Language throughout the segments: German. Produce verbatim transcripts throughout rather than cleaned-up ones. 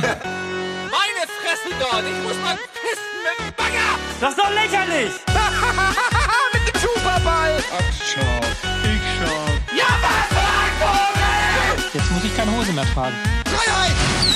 Meine Fresse dort! Ich muss mal pissen mit dem Bagger! Das ist doch lächerlich! Mit dem Superball! Ach, schau. Ich schau. Ja, was, Vogel! Jetzt muss ich keine Hose mehr tragen. Freiheit!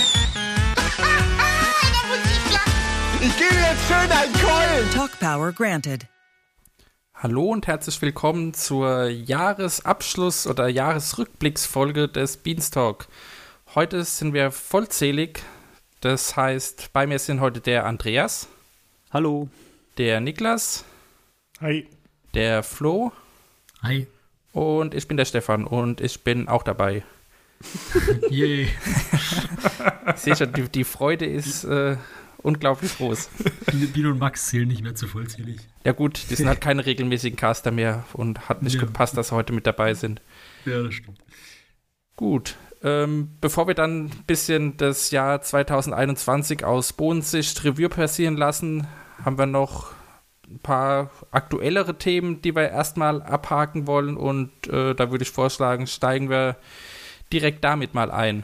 Ich gebe jetzt schön einen Keulen! Talk Power granted. Hallo und herzlich willkommen zur Jahresabschluss- oder Jahresrückblicksfolge des Beanstalk. Heute sind wir vollzählig, das heißt, bei mir sind heute der Andreas. Hallo. Der Niklas. Hi. Der Flo. Hi. Und ich bin der Stefan und ich bin auch dabei. Yay. Ich sehe schon, die, die Freude ist äh, unglaublich groß. Bill und Max zählen nicht mehr zu vollzählig. Ja gut, die sind halt keine regelmäßigen Caster mehr und hat nicht Ja. gepasst, dass sie heute mit dabei sind. Ja, das stimmt. Gut, ähm, bevor wir dann ein bisschen das Jahr zwanzig einundzwanzig aus Bodensicht Revue passieren lassen, haben wir noch ein paar aktuellere Themen, die wir erstmal abhaken wollen und äh, da würde ich vorschlagen, steigen wir direkt damit mal ein.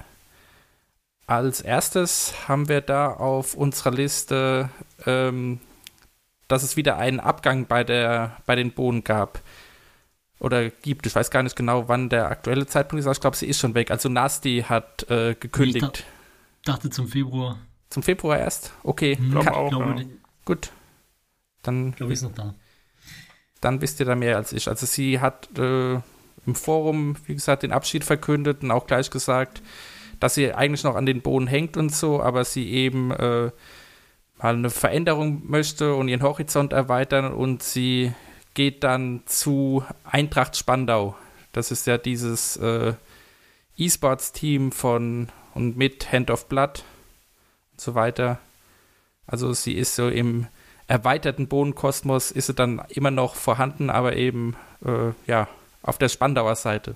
Als erstes haben wir da auf unserer Liste, ähm, dass es wieder einen Abgang bei, der, bei den Bohnen gab. Oder gibt. Ich weiß gar nicht genau, wann der aktuelle Zeitpunkt ist, aber ich glaube, sie ist schon weg. Also Nasty hat äh, gekündigt. Ich da- dachte zum Februar. Zum Februar erst? Okay. Hm, glaub Kann, auch, glaube, ja. ich gut. Dann, glaube, ist noch da. dann wisst ihr da mehr als ich. Also sie hat äh, im Forum, wie gesagt, den Abschied verkündet und auch gleich gesagt, dass sie eigentlich noch an den Bohnen hängt und so, aber sie eben äh, mal eine Veränderung möchte und ihren Horizont erweitern und sie geht dann zu Eintracht Spandau. Das ist ja dieses äh, E-Sports-Team von und mit Hand of Blood und so weiter. Also sie ist so im erweiterten Bohnenkosmos, ist sie dann immer noch vorhanden, aber eben äh, ja auf der Spandauer Seite.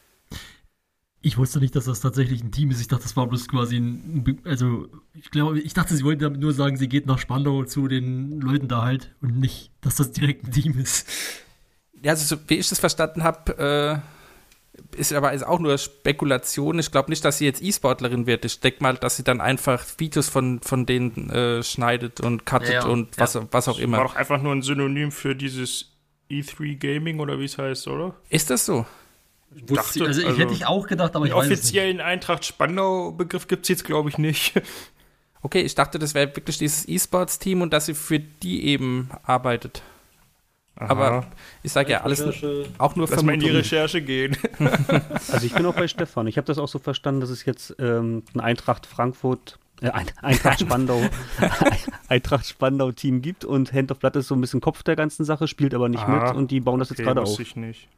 Ich wusste nicht, dass das tatsächlich ein Team ist. Ich dachte, das war bloß quasi ein, Be- also ich glaube, ich dachte, sie wollten damit nur sagen, sie geht nach Spandau zu den Leuten da halt und nicht, dass das direkt ein Team ist. Ja, also so, wie ich das verstanden habe, äh, ist aber ist auch nur Spekulation. Ich glaube nicht, dass sie jetzt E-Sportlerin wird. Ich denke mal, dass sie dann einfach Videos von, von denen äh, schneidet und cuttet Ja, ja. und was, was auch War immer. doch einfach nur ein Synonym für dieses E drei Gaming oder wie es heißt, oder? Ist das so? Wusste, dachte, also, ich also, hätte ich auch gedacht, aber ich Den weiß es nicht. offiziellen Eintracht-Spandau-Begriff gibt es jetzt, glaube ich, nicht. Okay, ich dachte, das wäre wirklich dieses E-Sports-Team und dass sie für die eben arbeitet. Aha. Aber ich sage ja, alles Recherche. auch nur Lass mal in die Vermutungen. Recherche gehen. Also ich bin auch bei Stefan. Ich habe das auch so verstanden, dass es jetzt ähm, ein Eintracht Frankfurt, äh, ein, Eintracht Spandau, Eintracht Spandau Team gibt und Hand of Blood ist so ein bisschen Kopf der ganzen Sache, spielt aber nicht Ah, mit und die bauen das jetzt Okay, gerade wusste auf. ich nicht.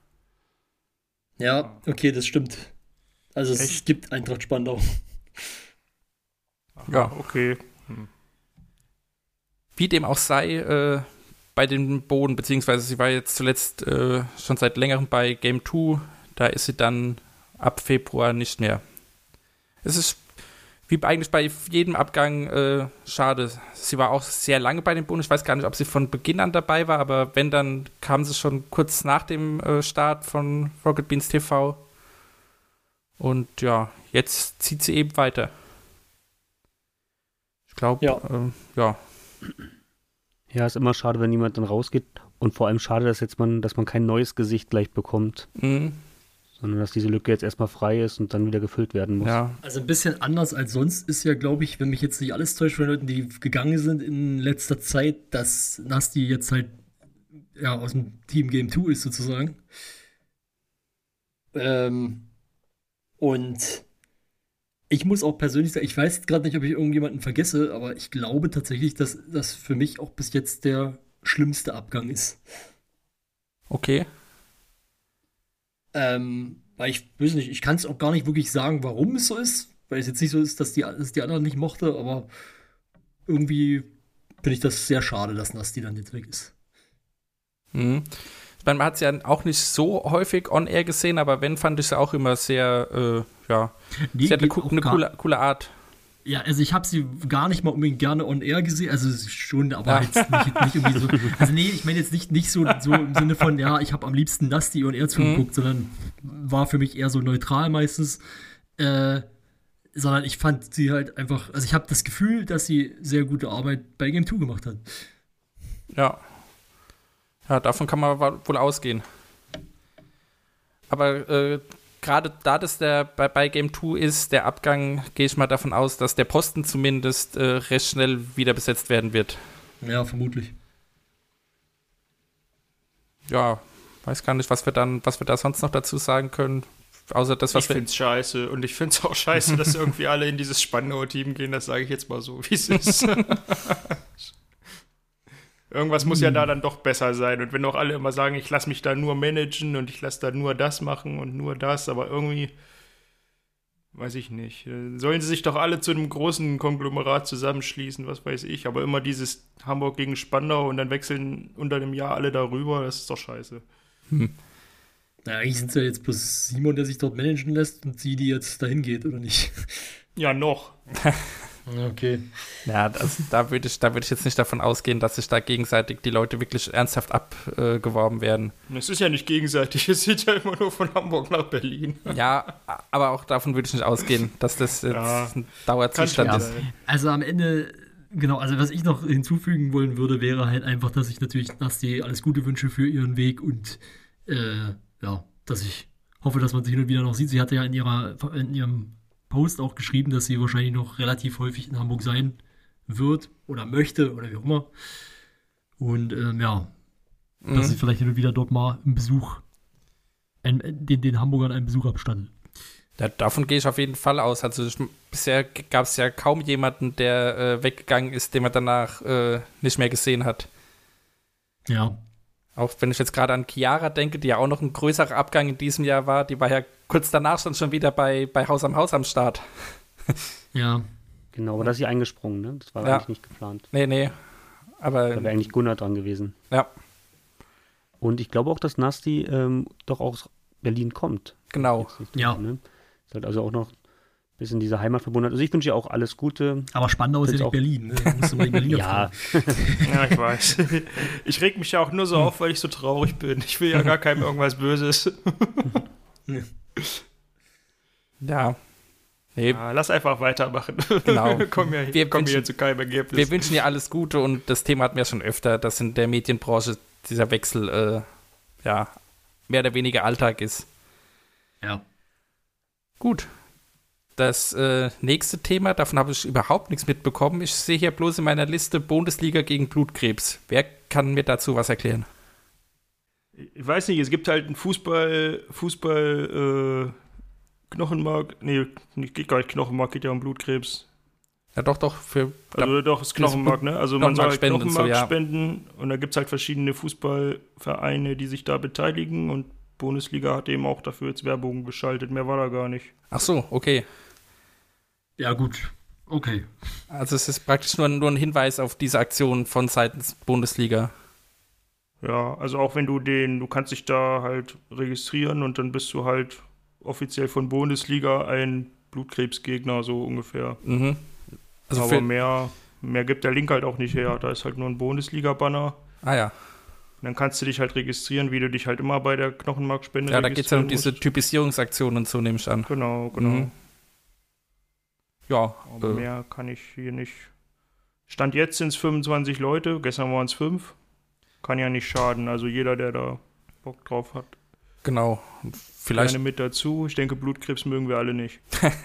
Ja, okay, das stimmt. Also es Echt? gibt Eintracht Spandau. Ja. Okay. Wie dem auch sei, äh, bei den Bohnen, beziehungsweise sie war jetzt zuletzt äh, schon seit längerem bei Game zwei, da ist sie dann ab Februar nicht mehr. Es ist wie eigentlich bei jedem Abgang äh, schade. Sie war auch sehr lange bei den Bohnen. Ich weiß gar nicht, ob sie von Beginn an dabei war, aber wenn, dann kam sie schon kurz nach dem äh, Start von Rocket Beans T V. Und ja, jetzt zieht sie eben weiter. Ich glaube, Ja. äh, ja. Ja, ist immer schade, wenn jemand dann rausgeht und vor allem schade, dass jetzt man, dass man kein neues Gesicht gleich bekommt, Mhm. sondern dass diese Lücke jetzt erstmal frei ist und dann wieder gefüllt werden muss. Ja, Also ein bisschen anders als sonst ist ja, glaube ich, wenn mich jetzt nicht alles täuscht von den Leuten, die gegangen sind in letzter Zeit, dass Nasty jetzt halt ja aus dem Team Game zwei ist sozusagen. Ähm, und ich muss auch persönlich sagen, ich weiß gerade nicht, ob ich irgendjemanden vergesse, aber ich glaube tatsächlich, dass das für mich auch bis jetzt der schlimmste Abgang ist. okay. Ähm, weil ich weiß nicht, ich kann es auch gar nicht wirklich sagen, warum es so ist, weil es jetzt nicht so ist, dass die, dass die anderen nicht mochte, aber irgendwie finde ich das sehr schade, dass Nasty dann jetzt weg ist. Mhm. Ich meine, man hat es ja auch nicht so häufig on-air gesehen, aber wenn, fand ich es auch immer sehr, äh, ja, Nee, sie hat eine, geht co- auch eine gar- coole, coole Art. Ja, also ich habe sie gar nicht mal unbedingt gerne on air gesehen, also schon, aber Ja. jetzt nicht, nicht irgendwie so. Also nee, ich meine jetzt nicht, nicht so, so im Sinne von, ja, ich habe am liebsten Nasty on air zugeguckt, sondern war für mich eher so neutral meistens. Äh, sondern ich fand sie halt einfach, also ich habe das Gefühl, dass sie sehr gute Arbeit bei Game zwei gemacht hat. Ja. Ja, davon kann man wohl ausgehen. Aber äh, gerade da das der bei, bei Game zwei ist, der Abgang, gehe ich mal davon aus, dass der Posten zumindest äh, recht schnell wieder besetzt werden wird. Ja, vermutlich. Ja, weiß gar nicht, was wir dann, was wir da sonst noch dazu sagen können. Außer das, was ich wir. finde es scheiße und ich finde es auch scheiße, dass irgendwie alle in dieses Spandauer Team gehen, das sage ich jetzt mal so, wie es ist. Irgendwas muss ja da dann doch besser sein. Und wenn auch alle immer sagen, ich lasse mich da nur managen und ich lasse da nur das machen und nur das, aber irgendwie, weiß ich nicht. Sollen sie sich doch alle zu einem großen Konglomerat zusammenschließen, was weiß ich. Aber immer dieses Hamburg gegen Spandau und dann wechseln unter einem Jahr alle darüber, das ist doch scheiße. Hm. Na, eigentlich sind es ja jetzt bloß Simon, der sich dort managen lässt und sie, die jetzt dahin geht, oder nicht? Ja, noch. Okay. Ja, das, da würde ich, da würd ich jetzt nicht davon ausgehen, dass sich da gegenseitig die Leute wirklich ernsthaft abgeworben äh, werden. Es ist ja nicht gegenseitig, es geht ja immer nur von Hamburg nach Berlin. Ja, aber auch davon würde ich nicht ausgehen, dass das jetzt ja, ein Dauerzustand ist. Also am Ende, genau, also was ich noch hinzufügen wollen würde, wäre halt einfach, dass ich natürlich Nasti alles Gute wünsche für ihren Weg und äh, ja, dass ich hoffe, dass man sich hin und wieder noch sieht. Sie hatte ja in ihrer in ihrem Post auch geschrieben, dass sie wahrscheinlich noch relativ häufig in Hamburg sein wird oder möchte oder wie auch immer. Und ähm, ja, mhm. dass sie vielleicht hin und wieder dort mal einen Besuch, ein, den, den Hamburgern einen Besuch abstattet. Ja, davon gehe ich auf jeden Fall aus. Also ich, bisher gab es ja kaum jemanden, der äh, weggegangen ist, den man danach äh, nicht mehr gesehen hat. Ja. Auch wenn ich jetzt gerade an Chiara denke, die ja auch noch ein größerer Abgang in diesem Jahr war, die war ja kurz danach schon, schon wieder bei, bei Haus am Haus am Start. Ja. Genau, aber da ist sie eingesprungen, ne? Das war ja. eigentlich nicht geplant. Nee, nee. Aber da wäre eigentlich Gunnar dran gewesen. Ja. Und ich glaube auch, dass Nasti ähm, doch aus Berlin kommt. Genau. Ja. Ne? Ist halt also auch noch ein bisschen diese Heimatverbundenheit. Also ich wünsche ihr auch alles Gute. Aber Spandau ist ja nicht Berlin, ne? Da musst du mal die Berliner ja. Ja, ich weiß. Ich reg mich ja auch nur so auf, weil ich so traurig bin. Ich will ja gar keinem irgendwas Böses. Ja. Nee. Ja, lass einfach weitermachen. Genau. Komm ja, wir komm wünschen, hier zu keinem Ergebnis. Wir wünschen ihr alles Gute und das Thema hatten wir schon öfter, dass in der Medienbranche dieser Wechsel äh, ja, mehr oder weniger Alltag ist. Ja. Gut. Das äh, nächste Thema, davon habe ich überhaupt nichts mitbekommen. Ich sehe hier bloß in meiner Liste Bundesliga gegen Blutkrebs. Wer kann mir dazu was erklären? Ich weiß nicht, es gibt halt einen Fußball, Fußball, äh, Knochenmark, nee, geht gar nicht Knochenmark, geht ja um Blutkrebs. Ja, doch, doch. Für, also doch, das Knochenmark, ne? Also man soll halt spenden, Knochenmark so, ja. spenden und da gibt es halt verschiedene Fußballvereine, die sich da beteiligen und Bundesliga hat eben auch dafür jetzt Werbung geschaltet, mehr war da gar nicht. Ach so, okay. Ja, gut. Okay. Also es ist praktisch nur, nur ein Hinweis auf diese Aktion von seitens Bundesliga. Ja, also auch wenn du den, du kannst dich da halt registrieren und dann bist du halt offiziell von Bundesliga ein Blutkrebsgegner, so ungefähr. Mhm. Also aber für mehr, mehr gibt der Link halt auch nicht her. Da ist halt nur ein Bundesliga-Banner. Ah ja. Und dann kannst du dich halt registrieren, wie du dich halt immer bei der Knochenmarkspende Ja, da geht es ja um musst. diese Typisierungsaktion und so, nehme ich an. Genau, genau. Mhm. Ja. Aber äh. mehr kann ich hier nicht. Stand jetzt sind es fünfundzwanzig Leute, gestern waren es fünf. Kann ja nicht schaden, also jeder, der da Bock drauf hat. Genau. Vielleicht gerne mit dazu. Ich denke, Blutkrebs mögen wir alle nicht.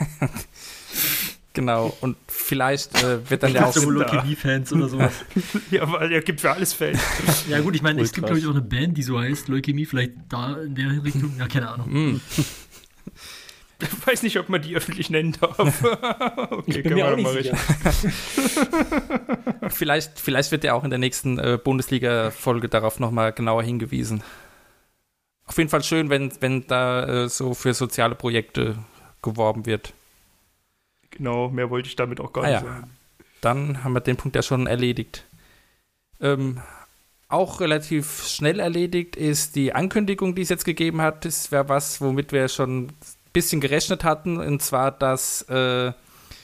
Genau, und vielleicht äh, wird dann ja auch... Leukämie-Fans oder sowas. Ja, weil er gibt für alles Fans. Ja gut, ich meine, es gibt glaube ich auch eine Band, die so heißt, Leukämie, vielleicht da in der Richtung, ja, keine Ahnung. Mm. Ich weiß nicht, ob man die öffentlich nennen darf. Okay, ich bin mir auch nicht sicher. vielleicht, vielleicht wird ja auch in der nächsten äh, Bundesliga-Folge darauf nochmal genauer hingewiesen. Auf jeden Fall schön, wenn, wenn da äh, so für soziale Projekte geworben wird. Genau, mehr wollte ich damit auch gar ah, nicht ja. sagen. Dann haben wir den Punkt ja schon erledigt. Ähm, auch relativ schnell erledigt ist die Ankündigung, die es jetzt gegeben hat. Das wäre was, womit wir schon ein bisschen gerechnet hatten. Und zwar, dass, äh,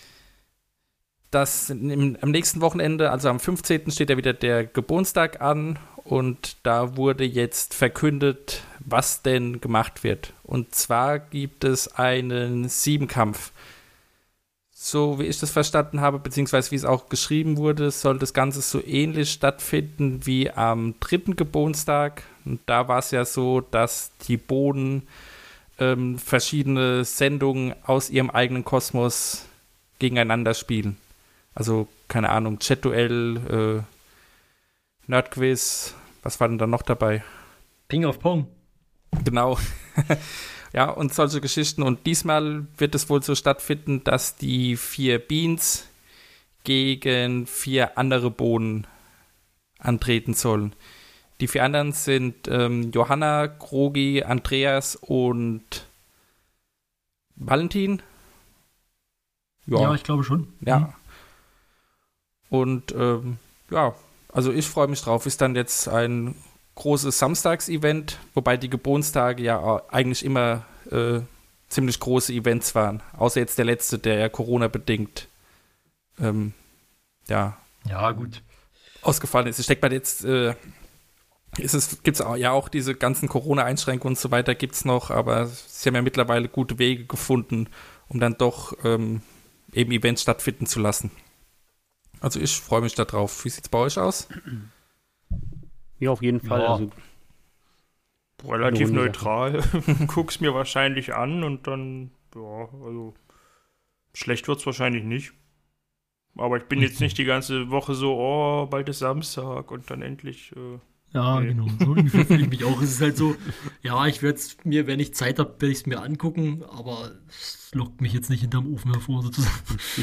dass im, am nächsten Wochenende, also am fünfzehnten steht ja wieder der Geburtstag an. Und da wurde jetzt verkündet, was denn gemacht wird. Und zwar gibt es einen Siebenkampf. so wie ich das verstanden habe, beziehungsweise wie es auch geschrieben wurde, soll das Ganze so ähnlich stattfinden wie am dritten Geburtstag. Und da war es ja so, dass die Bohnen ähm, verschiedene Sendungen aus ihrem eigenen Kosmos gegeneinander spielen. Also, keine Ahnung, Chat-Duell, äh, Nerdquiz, was war denn da noch dabei? Ping auf Pong. Genau. Ja, und solche Geschichten. Und diesmal wird es wohl so stattfinden, dass die vier Beans gegen vier andere Bohnen antreten sollen. Die vier anderen sind ähm, Johanna, Krogi, Andreas und Valentin. Ja, ja ich glaube schon. Ja. Mhm. Und ähm, ja, also ich freue mich drauf. Ist dann jetzt ein großes Samstags-Event, wobei die Geburtstage ja eigentlich immer äh, ziemlich große Events waren. Außer jetzt der letzte, der ja Corona-bedingt ähm, ja, ja, gut. ausgefallen ist. Ich denke mal, jetzt äh, ist es, gibt es ja auch diese ganzen Corona-Einschränkungen und so weiter gibt es noch, aber sie haben ja mittlerweile gute Wege gefunden, um dann doch ähm, eben Events stattfinden zu lassen. Also ich freue mich da drauf. Wie sieht es bei euch aus? Ja, auf jeden Fall. Ja. Also, relativ neutral. Guck's mir wahrscheinlich an und dann, ja, also schlecht wird's wahrscheinlich nicht. Aber ich bin jetzt nicht die ganze Woche so, oh, bald ist Samstag und dann endlich. Äh, ja, nee. Genau. So ungefähr fühle ich mich auch. Es ist halt so, ja, ich werde es mir, wenn ich Zeit habe, werde ich es mir angucken, aber es lockt mich jetzt nicht hinterm Ofen hervor, sozusagen.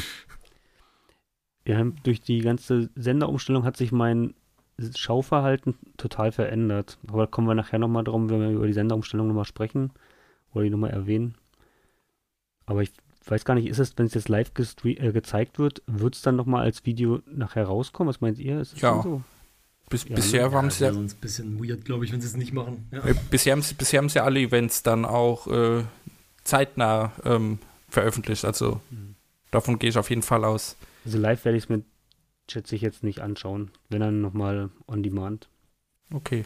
Ja, durch die ganze Senderumstellung hat sich mein Schauverhalten total verändert. Aber da kommen wir nachher nochmal drum, wenn wir über die Senderumstellung nochmal sprechen oder die nochmal erwähnen. Aber ich weiß gar nicht, ist es, wenn es jetzt live gestre- äh, gezeigt wird, wird es dann nochmal als Video nachher rauskommen? Was meint ihr? Ist es ja. so? Bis, ja. Bisher Ja, haben sie ja, das wäre uns ein bisschen weird, glaube ich, wenn sie es nicht machen. Ja. äh, bisher haben sie, bisher haben sie alle Events dann auch äh, zeitnah ähm, veröffentlicht. Also mhm. davon gehe ich auf jeden Fall aus. Also live werde ich es mir, schätze ich, jetzt nicht anschauen. Wenn dann nochmal on demand. Okay.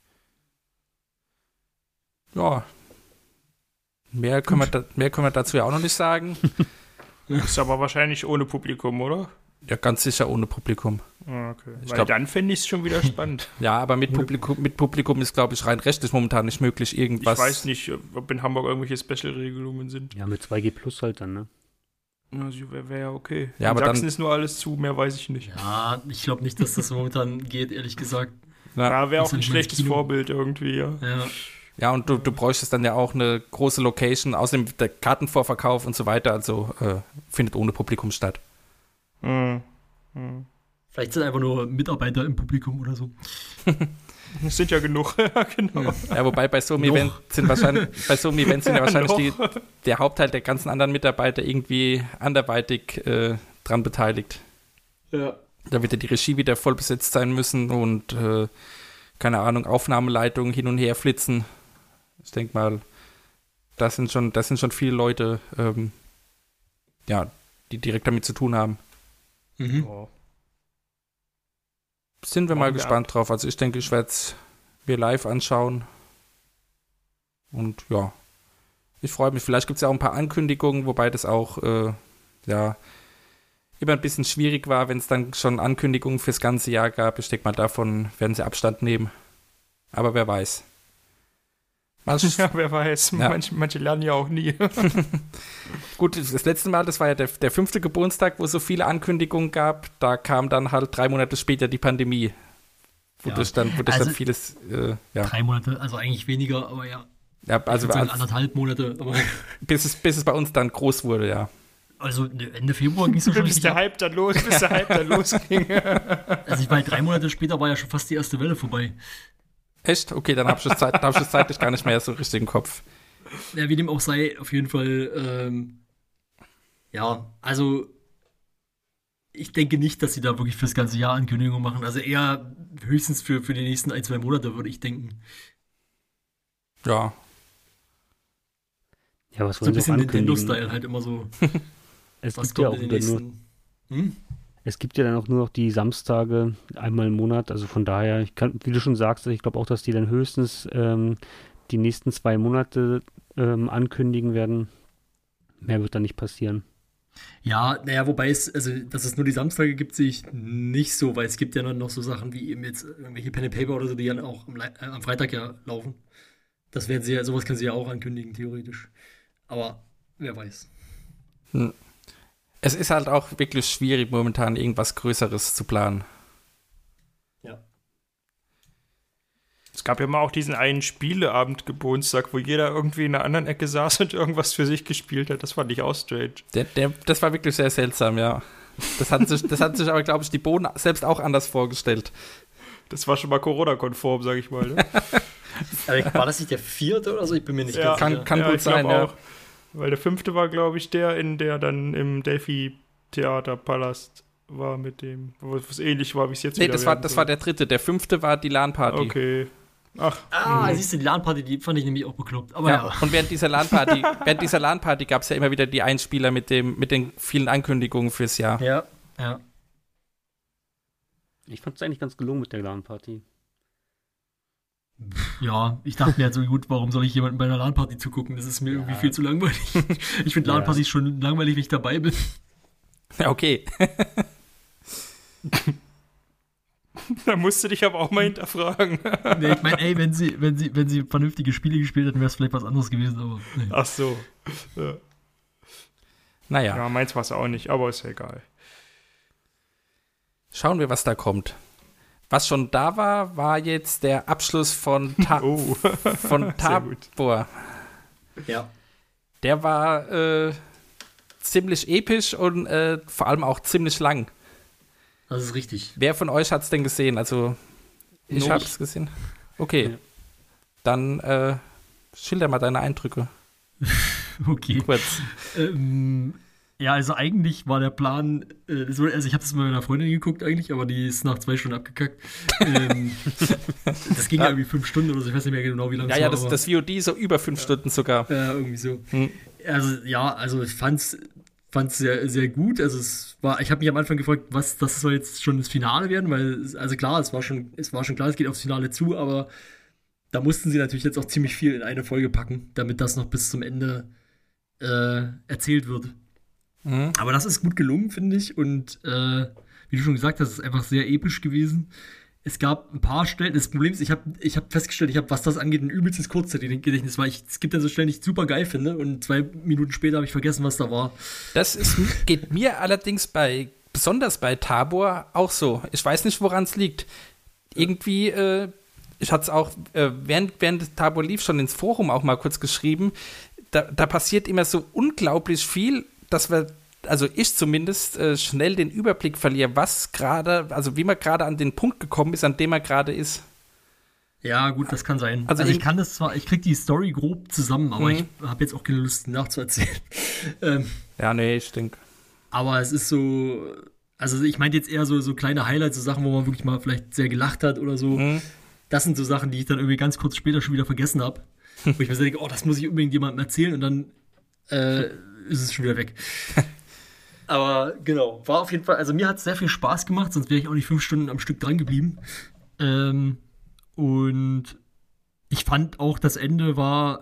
Ja. Mehr können, wir da, mehr können wir dazu ja auch noch nicht sagen. ist aber wahrscheinlich ohne Publikum, oder? Ja, ganz sicher ohne Publikum. Ah, okay. Ich Weil glaub, dann finde ich es schon wieder spannend. Ja, aber mit Publikum, mit Publikum ist, glaube ich, rein rechtlich momentan nicht möglich, irgendwas. Ich weiß nicht, ob in Hamburg irgendwelche Special-Regelungen sind. Ja, mit zwei G Plus halt dann, ne? Also wäre wär ja okay. Ja, in aber Sachsen dann, ist nur alles zu, mehr weiß ich nicht. Ja, ich glaube nicht, dass das momentan geht, ehrlich gesagt. Ja, ja wäre auch das ein ist schlechtes Kino. Vorbild irgendwie, ja. Ja, ja und du, du bräuchtest dann ja auch eine große Location, außerdem der Kartenvorverkauf und so weiter, also äh, findet ohne Publikum statt. Mhm. Mhm. vielleicht sind einfach nur Mitarbeiter im Publikum oder so. Es sind ja genug, ja, genau. Ja, wobei bei so einem Noch. Event sind wahrscheinlich, bei so einem Event sind ja wahrscheinlich die, Noch. der Hauptteil der ganzen anderen Mitarbeiter irgendwie anderweitig äh, dran beteiligt. Ja. Da wird ja die Regie wieder voll besetzt sein müssen und äh, keine Ahnung, Aufnahmeleitungen hin und her flitzen. Ich denke mal, das sind schon, das sind schon viele Leute, ähm, ja, die direkt damit zu tun haben. Mhm. Oh. Sind wir Machen mal wir gespannt drauf. Also ich denke, ich werde es mir live anschauen. Und ja, ich freue mich. Vielleicht gibt es ja auch ein paar Ankündigungen, wobei das auch äh, ja immer ein bisschen schwierig war, wenn es dann schon Ankündigungen fürs ganze Jahr gab. Ich denke mal, davon werden sie Abstand nehmen. Aber wer weiß. Manch, Ja, wer weiß. Ja. Manche, manche lernen ja auch nie. Gut, das letzte Mal, das war ja der, der fünfte Geburtstag, wo es so viele Ankündigungen gab. Da kam dann halt drei Monate später die Pandemie. Wodurch Ja. dann, wodurch Also, dann vieles, äh, ja. Drei Monate, also eigentlich weniger, aber ja. ja also Ich würd sagen, als, anderthalb Monate. Aber bis, es, bis es bei uns dann groß wurde, ja. also ne, Ende Februar ging es ja schon bis richtig der ab. Hype dann los, bis der Hype dann losging. Also ich meine, drei Monate später war ja schon fast die erste Welle vorbei. Echt? Okay, dann habe ich, das Zeit, dann hab ich das zeitlich gar nicht mehr so richtig im Kopf. Ja, wie dem auch sei, auf jeden Fall, ähm, ja, also ich denke nicht, dass sie da wirklich fürs ganze Jahr Ankündigungen machen. Also eher höchstens für, für die nächsten ein, zwei Monate, würde ich denken. Ja. Ja, was So ein wollen sie auch bisschen ankündigen? Nintendo-Style halt immer so. Es Was gibt ja kommt auch in den wieder nur, nächsten... Hm? es gibt ja dann auch nur noch die Samstage einmal im Monat. Also von daher, ich kann, wie du schon sagst, ich glaube auch, dass die dann höchstens ähm, die nächsten zwei Monate ähm, ankündigen werden. Mehr wird dann nicht passieren. Ja, naja, wobei es, also, dass es nur die Samstage gibt, sehe ich nicht so, weil es gibt ja noch so Sachen wie eben jetzt irgendwelche Pen and Paper oder so, die dann auch am, Le- äh, am Freitag ja laufen. Das werden sie ja, sowas können sie ja auch ankündigen, theoretisch. Aber wer weiß. Hm. Es ist halt auch wirklich schwierig, momentan irgendwas Größeres zu planen. Ja. Es gab ja mal auch diesen einen Spieleabend-Geburtstag, wo jeder irgendwie in einer anderen Ecke saß und irgendwas für sich gespielt hat. Das fand ich auch strange. Der, der, das war wirklich sehr seltsam, ja. Das hat sich, das hat sich aber, glaube ich, die Bohnen selbst auch anders vorgestellt. Das war schon mal Corona-konform, sag ich mal. Ne? Aber war das nicht der vierte oder so? Ich bin mir nicht Ja, ganz kann, sicher. kann Ja, gut ich glaub sein, ja. auch. Weil der fünfte war, glaube ich, der, in der dann im Delphi-Theaterpalast war mit dem, was ähnlich war, wie es jetzt Nee, wieder das war, werden das soll. war der dritte. Der fünfte war die LAN-Party. Okay. Ach, Ah, siehst du, die LAN-Party, die fand ich nämlich auch bekloppt. Aber Ja. ja. Und während dieser LAN-Party, während dieser LAN-Party gab es ja immer wieder die Einspieler mit dem, mit den vielen Ankündigungen fürs Jahr. Ja, ja. Ich fand es eigentlich ganz gelungen mit der LAN-Party. Ja, ich dachte mir halt so, gut, warum soll ich jemandem bei einer LAN-Party zugucken? Das ist mir irgendwie viel zu langweilig. Ich finde Ja. LAN-Partys schon langweilig, wenn ich dabei bin. Ja, okay. da musst du dich aber auch mal hinterfragen. Nee, ich meine, ey, wenn sie, wenn sie, wenn sie vernünftige Spiele gespielt hätten, wäre es vielleicht was anderes gewesen, aber nee. Ach so. Ja, Naja, ja meins war es auch nicht, aber ist ja egal. schauen wir, was da kommt. Was schon da war, war jetzt der Abschluss von, Ta Oh. von Sehr gut. Tabor. Ja. Der war äh, ziemlich episch und äh, vor allem auch ziemlich lang. Das ist richtig. Wer von euch hat es denn gesehen? Also, ich Nur habe ich. es gesehen. Okay, Ja. dann äh, schilder mal deine Eindrücke. Okay. Kurz. Ähm, ja, also eigentlich war der Plan, äh, das wurde, also ich habe das mit meiner Freundin geguckt eigentlich, aber die ist nach zwei Stunden abgekackt. ähm, das ging ja irgendwie fünf Stunden oder so, ich weiß nicht mehr genau, wie lange Ja, es ja, war. das, aber- das V O D so über fünf Stunden sogar. Ja, irgendwie so. Hm. Also, ja, also ich fand's, fand's sehr, sehr gut. Also es war, ich habe mich am Anfang gefragt, was, das soll jetzt schon das Finale werden, weil, es, also klar, es war schon, es war schon klar, es geht aufs Finale zu, aber da mussten sie natürlich jetzt auch ziemlich viel in eine Folge packen, damit das noch bis zum Ende äh, erzählt wird. Mhm. Aber das ist gut gelungen, finde ich. Und äh, wie du schon gesagt hast, es ist einfach sehr episch gewesen. Es gab ein paar Stellen. Das Problem ist, ich habe ich hab festgestellt, ich habe, was das angeht, ein übelstes Kurzzeitgedächtnis, weil ich es gibt ja so Stellen, die ich super geil finde. Und zwei Minuten später habe ich vergessen, was da war. Das ist, geht mir allerdings bei, besonders bei Tabor, auch so. Ich weiß nicht, woran es liegt. Irgendwie, äh, ich hatte es auch, äh, während, während Tabor lief, schon ins Forum auch mal kurz geschrieben, da, da passiert immer so unglaublich viel, dass wir, also ich zumindest, äh, schnell den Überblick verliere, was gerade, also wie man gerade an den Punkt gekommen ist, an dem er gerade ist. Ja, gut, das kann sein. Also, Also ich in- kann das zwar, ich krieg die Story grob zusammen, aber Mhm. ich habe jetzt auch keine Lust nachzuerzählen. ähm, Ja, nee, ich denke. Aber es ist so, also ich meinte jetzt eher so, so kleine Highlights, so Sachen, wo man wirklich mal vielleicht sehr gelacht hat oder so. Mhm. Das sind so Sachen, die ich dann irgendwie ganz kurz später schon wieder vergessen habe. Wo ich mir so denke, oh, das muss ich unbedingt jemandem erzählen und dann äh, ist es schon wieder weg. Aber genau, war auf jeden Fall, also mir hat es sehr viel Spaß gemacht, sonst wäre ich auch nicht fünf Stunden am Stück dran geblieben. ähm, und ich fand auch, das Ende war,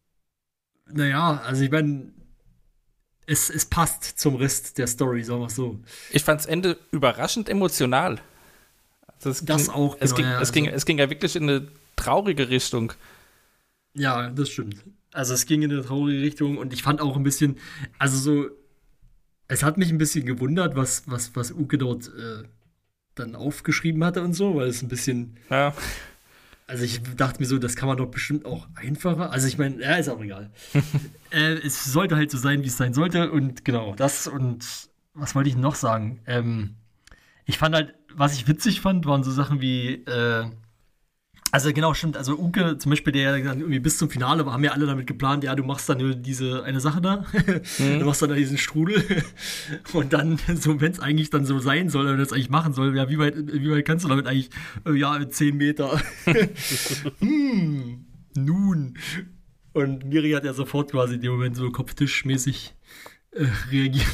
Naja, also ich meine, es, es passt zum Rest der Story, sagen wir es so. Ich fand das Ende überraschend emotional. Also es Das ging, auch, es, genau, ging, ja, es, ging, also- es ging ja wirklich in eine traurige Richtung. Ja, das stimmt. Also es ging in eine traurige Richtung und ich fand auch ein bisschen, also so, es hat mich ein bisschen gewundert, was, was, was Uke dort äh, dann aufgeschrieben hatte und so, weil es ein bisschen, Ja. also ich dachte mir so, das kann man doch bestimmt auch einfacher, also ich meine, ja, ist auch egal. äh, es sollte halt so sein, wie es sein sollte. Und genau, das und was wollte ich noch sagen? Ähm, ich fand halt, was ich witzig fand, waren so Sachen wie, äh, also genau, stimmt, also Uke zum Beispiel, der dann irgendwie bis zum Finale war, haben ja alle damit geplant, ja, du machst dann nur diese eine Sache da, du machst dann da diesen Strudel und dann, so wenn es eigentlich dann so sein soll, oder das eigentlich machen soll, ja, wie weit, wie weit kannst du damit eigentlich, äh, ja, zehn Meter. hm, nun. Und Miri hat ja sofort quasi in dem Moment so kopftischmäßig äh, reagiert.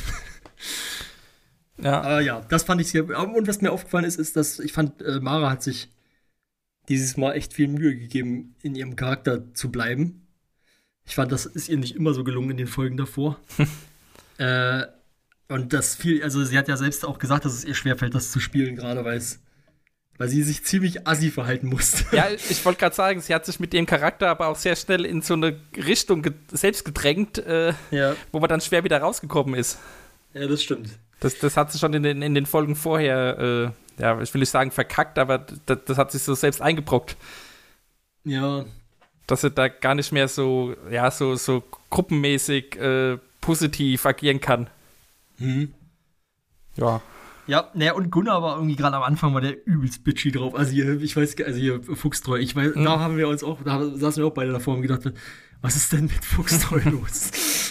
Ja. Aber ja, das fand ich sehr. Und was mir aufgefallen ist, ist, dass ich fand, äh, Mara hat sich dieses Mal echt viel Mühe gegeben, in ihrem Charakter zu bleiben. Ich fand, das ist ihr nicht immer so gelungen in den Folgen davor. äh, Und das viel, also sie hat ja selbst auch gesagt, dass es ihr schwerfällt, das zu spielen, gerade weil es, weil sie sich ziemlich assi verhalten musste. Ja, ich wollte gerade sagen, sie hat sich mit dem Charakter aber auch sehr schnell in so eine Richtung ge- selbst gedrängt, äh, Ja. wo man dann schwer wieder rausgekommen ist. Ja, das stimmt. Das, das hat sie schon in den, in den Folgen vorher, äh, ja, ich will nicht sagen verkackt, aber das, das hat sich so selbst eingebrockt. Ja. Dass sie da gar nicht mehr so, ja, so, so gruppenmäßig äh, positiv agieren kann. Hm. Ja. Ja, naja, und Gunnar war irgendwie gerade am Anfang war der übelst bitchy drauf. Also hier, ich weiß, also hier Fuchstreu. Ich weiß, Mhm. da haben wir uns auch, da saßen wir auch beide davor und gedacht, was ist denn mit Fuchstreu los?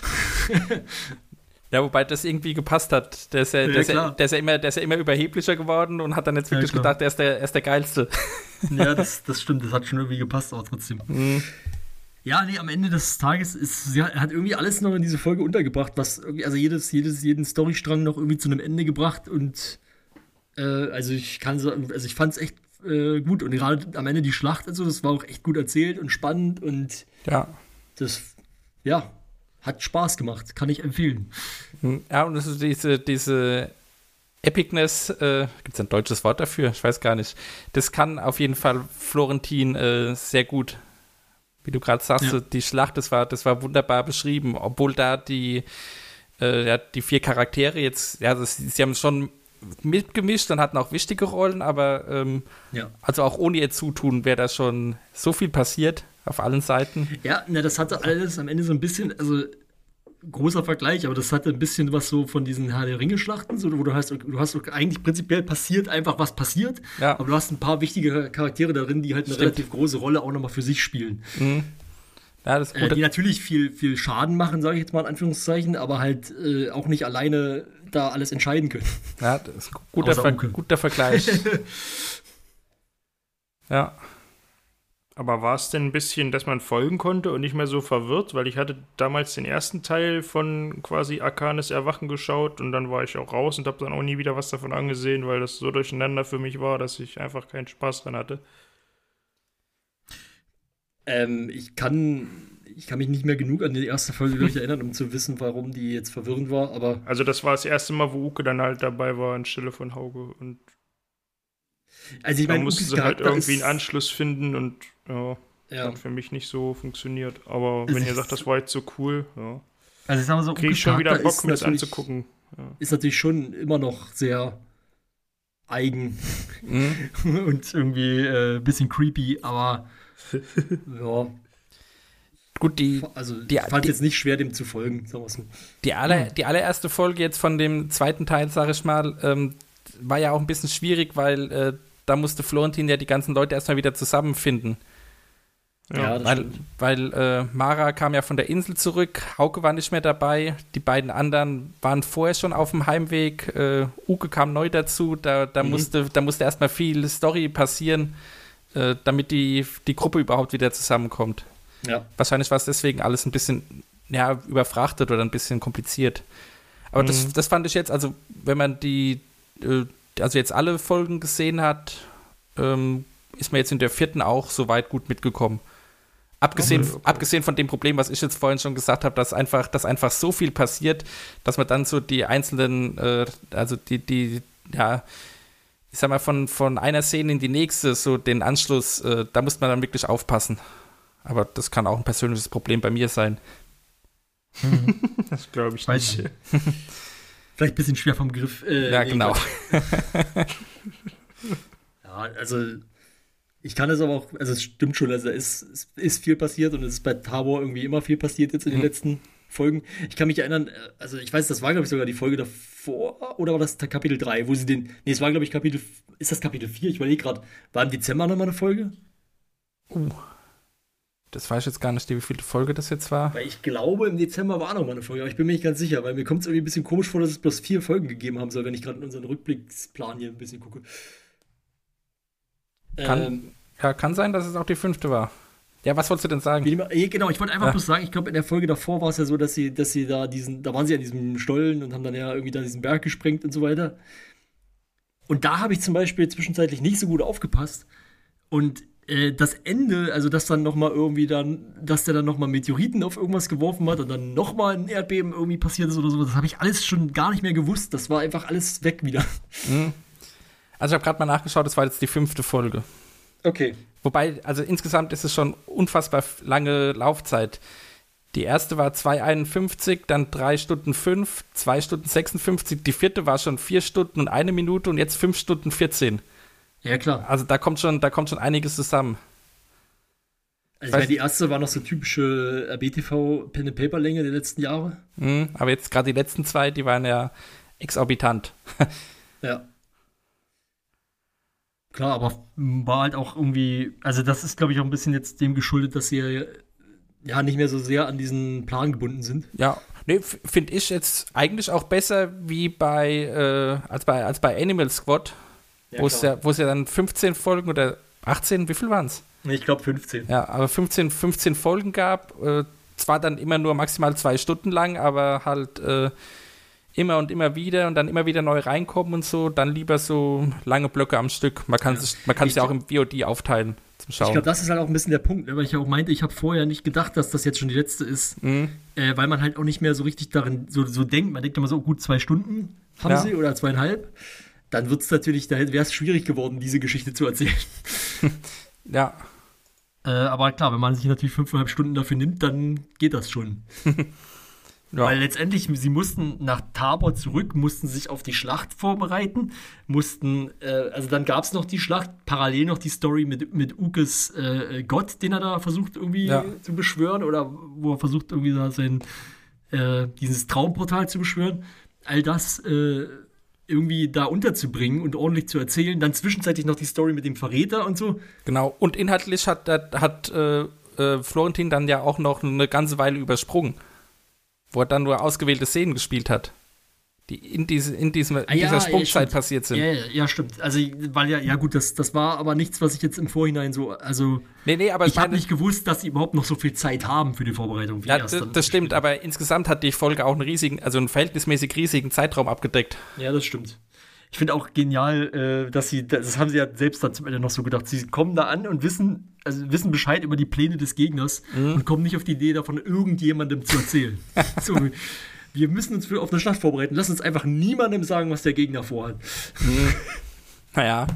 Ja, wobei das irgendwie gepasst hat. Der ist ja, Ja, der ist ja, klar. der ist ja immer, der ist ja immer überheblicher geworden und hat dann jetzt Ja, wirklich klar. gedacht, er ist der, er ist der Geilste. Ja, das, das stimmt, das hat schon irgendwie gepasst, aber trotzdem. Mhm. Ja, nee, am Ende des Tages ist, sie hat irgendwie alles noch in diese Folge untergebracht, was irgendwie, also jedes, jedes, jeden Storystrang noch irgendwie zu einem Ende gebracht und äh, also ich kann so, also ich fand es echt äh, gut und gerade am Ende die Schlacht und so, das war auch echt gut erzählt und spannend und Ja. das, ja, hat Spaß gemacht, kann ich empfehlen. Ja, und das ist diese, diese Epicness, äh, gibt es ein deutsches Wort dafür? Ich weiß gar nicht. Das kann auf jeden Fall Florentin äh, sehr gut. Wie du gerade sagst, Ja. so die Schlacht, das war, das war wunderbar beschrieben, obwohl da die, äh, ja, die vier Charaktere jetzt, ja, das, sie haben schon mitgemischt und hatten auch wichtige Rollen, aber ähm, Ja. also auch ohne ihr Zutun wäre da schon so viel passiert auf allen Seiten. Ja, na, das hatte alles am Ende so ein bisschen, also großer Vergleich, aber das hatte ein bisschen was so von diesen Herr der Ringe-Schlachten, so, wo du hast, du hast eigentlich prinzipiell passiert einfach, was passiert, Ja. aber du hast ein paar wichtige Charaktere darin, die halt eine Stimmt. relativ große Rolle auch nochmal für sich spielen. Mhm. Ja, das ist Äh, gut. die natürlich viel, viel Schaden machen, sage ich jetzt mal in Anführungszeichen, aber halt äh, auch nicht alleine da alles entscheiden können. Ja, das ist ein guter, Außer Ver Onkel. guter Vergleich. Ja. Aber war es denn ein bisschen, dass man folgen konnte und nicht mehr so verwirrt? Weil ich hatte damals den ersten Teil von quasi Arcanes Erwachen geschaut und dann war ich auch raus und habe dann auch nie wieder was davon angesehen, weil das so durcheinander für mich war, dass ich einfach keinen Spaß dran hatte. Ähm, ich kann, ich kann mich nicht mehr genug an die erste Folge glaub ich, erinnern, um zu wissen, warum die jetzt verwirrend war, aber Also das war das erste Mal, wo Uke dann halt dabei war anstelle von Hauke und also ich da meine, mussten Ukes sie halt Charakter irgendwie ist- einen Anschluss finden und ja, Ja. hat für mich nicht so funktioniert. Aber Also wenn ihr ich- sagt, das war jetzt so cool, ja, Also ich sag mal so, kriege ich Ukes schon wieder Charakter Bock, ist mir das natürlich- anzugucken. Ja. Ist natürlich schon immer noch sehr eigen Mhm. und irgendwie ein äh, bisschen creepy, aber ja, Gut, die, also die- ich fand die- jetzt nicht schwer, dem zu folgen, sagen wir so. Die, aller, die allererste Folge jetzt von dem zweiten Teil, sag ich mal, ähm, war ja auch ein bisschen schwierig, weil äh, da musste Florentin ja die ganzen Leute erstmal wieder zusammenfinden. Ja, das Weil, stimmt. weil äh, Mara kam ja von der Insel zurück, Hauke war nicht mehr dabei, die beiden anderen waren vorher schon auf dem Heimweg, äh, Uke kam neu dazu, da, da, Mhm. musste, da musste erstmal viel Story passieren, äh, damit die, die Gruppe überhaupt wieder zusammenkommt. Ja. Wahrscheinlich war es deswegen alles ein bisschen ja, überfrachtet oder ein bisschen kompliziert. Aber Mhm. das, das fand ich jetzt, also wenn man die, äh, also jetzt alle Folgen gesehen hat, ähm, ist man jetzt in der vierten auch soweit gut mitgekommen. Abgesehen, Okay, okay. abgesehen von dem Problem, was ich jetzt vorhin schon gesagt habe, dass einfach, dass einfach so viel passiert, dass man dann so die einzelnen, äh, also die, die, ja, ich sag mal, von, von einer Szene in die nächste, so den Anschluss, äh, da muss man dann wirklich aufpassen. Aber das kann auch ein persönliches Problem bei mir sein. Das glaube ich Weiß nicht. Vielleicht ein bisschen schwer vom Griff. Äh, Ja, nee, genau. Quatsch. Ja, also ich kann es aber auch, also es stimmt schon, also es, es ist viel passiert und es ist bei Tabor irgendwie immer viel passiert jetzt in den Mhm. letzten Folgen. Ich kann mich erinnern, äh, also ich weiß, das war glaube ich sogar die Folge davor oder war das Kapitel drei, wo sie den, nee, es war glaube ich Kapitel, ist das Kapitel vier? Ich überlege gerade, war im Dezember nochmal eine Folge? Uh, das weiß ich jetzt gar nicht, wie viele Folge das jetzt war. Weil ich glaube, im Dezember war noch mal eine Folge, aber ich bin mir nicht ganz sicher, weil mir kommt es irgendwie ein bisschen komisch vor, dass es bloß vier Folgen gegeben haben soll, wenn ich gerade in unseren Rückblicksplan hier ein bisschen gucke. Kann- Ähm, Ja, kann sein, dass es auch die fünfte war. Ja, was wolltest du denn sagen? wie immer- eh, genau, ich wollte einfach Ja. bloß sagen, ich glaube, in der Folge davor war es ja so, dass sie, dass sie da diesen, da waren sie an diesem Stollen und haben dann ja irgendwie da diesen Berg gesprengt und so weiter. Und da habe ich zum Beispiel zwischenzeitlich nicht so gut aufgepasst. Und äh, das Ende, also dass dann nochmal irgendwie dann, dass der dann nochmal Meteoriten auf irgendwas geworfen hat und dann nochmal ein Erdbeben irgendwie passiert ist oder so, das habe ich alles schon gar nicht mehr gewusst. Das war einfach alles weg wieder. Mhm. Also ich habe gerade mal nachgeschaut, das war jetzt die fünfte Folge. Okay. Wobei, also insgesamt ist es schon unfassbar lange Laufzeit. Die erste war zwei einundfünfzig, dann drei Stunden fünf, zwei Stunden sechsundfünfzig. Die vierte war schon vier Stunden und eine Minute und jetzt fünf Stunden vierzehn. Ja, klar. Also da kommt schon, da kommt schon einiges zusammen. Also ich meine, die erste war noch so typische R B T V-Pen-and-Paper-Länge der letzten Jahre. Mhm, aber jetzt gerade die letzten zwei, die waren ja exorbitant. Ja. Klar, aber war halt auch irgendwie, also das ist, glaube ich, auch ein bisschen jetzt dem geschuldet, dass sie ja nicht mehr so sehr an diesen Plan gebunden sind. Ja, nee, finde ich jetzt eigentlich auch besser wie bei, äh, als bei, als bei Animal Squad, Ja, wo es ja, wo es ja dann fünfzehn Folgen oder achtzehn, wie viel waren es? Ich glaube fünfzehn. Ja, aber fünfzehn, fünfzehn Folgen gab, äh, zwar dann immer nur maximal zwei Stunden lang, aber halt äh, immer und immer wieder und dann immer wieder neu reinkommen und so, dann lieber so lange Blöcke am Stück. Man kann Ja. sich, man kann es ja auch im V O D aufteilen zum Schauen. Ich glaube, das ist halt auch ein bisschen der Punkt, ne? Weil ich ja auch meinte, ich habe vorher nicht gedacht, dass das jetzt schon die letzte ist, Mhm. äh, weil man halt auch nicht mehr so richtig darin so, so denkt. Man denkt immer so, gut, zwei Stunden haben Ja. sie oder zweieinhalb. Dann wird es natürlich, da wäre es schwierig geworden, diese Geschichte zu erzählen. Ja, Äh, aber klar, wenn man sich natürlich fünfeinhalb Stunden dafür nimmt, dann geht das schon. ja. Weil letztendlich, sie mussten nach Tabor zurück, mussten sich auf die Schlacht vorbereiten, mussten, Äh, also dann gab es noch die Schlacht, parallel noch die Story mit, mit Ukes äh, Gott, den er da versucht irgendwie Ja. zu beschwören oder wo er versucht irgendwie da sein, äh, dieses Traumportal zu beschwören. All das äh, irgendwie da unterzubringen und ordentlich zu erzählen. Dann zwischenzeitlich noch die Story mit dem Verräter und so. Genau, und inhaltlich hat, hat äh, äh, Florentin dann ja auch noch eine ganze Weile übersprungen, wo er dann nur ausgewählte Szenen gespielt hat, die in, diese, in, diesem, in Ah, ja, dieser ja, Sprungzeit stimmt. passiert sind. Ja, ja, ja, stimmt. Also, weil ja, ja gut, das, das war aber nichts, was ich jetzt im Vorhinein so, also Nee, nee, aber ich habe meine- nicht gewusst, dass sie überhaupt noch so viel Zeit haben für die Vorbereitung. Wie Ja, erst d- dann das stimmt, aber insgesamt hat die Folge auch einen riesigen, also einen verhältnismäßig riesigen Zeitraum abgedeckt. Ja, das stimmt. Ich finde auch genial, äh, dass sie, das haben sie ja selbst dann zum Ende noch so gedacht, sie kommen da an und wissen, also wissen Bescheid über die Pläne des Gegners und kommen nicht auf die Idee davon, irgendjemandem zu erzählen. So, wir müssen uns für auf eine Schlacht vorbereiten. Lass uns einfach niemandem sagen, was der Gegner vorhat. Naja.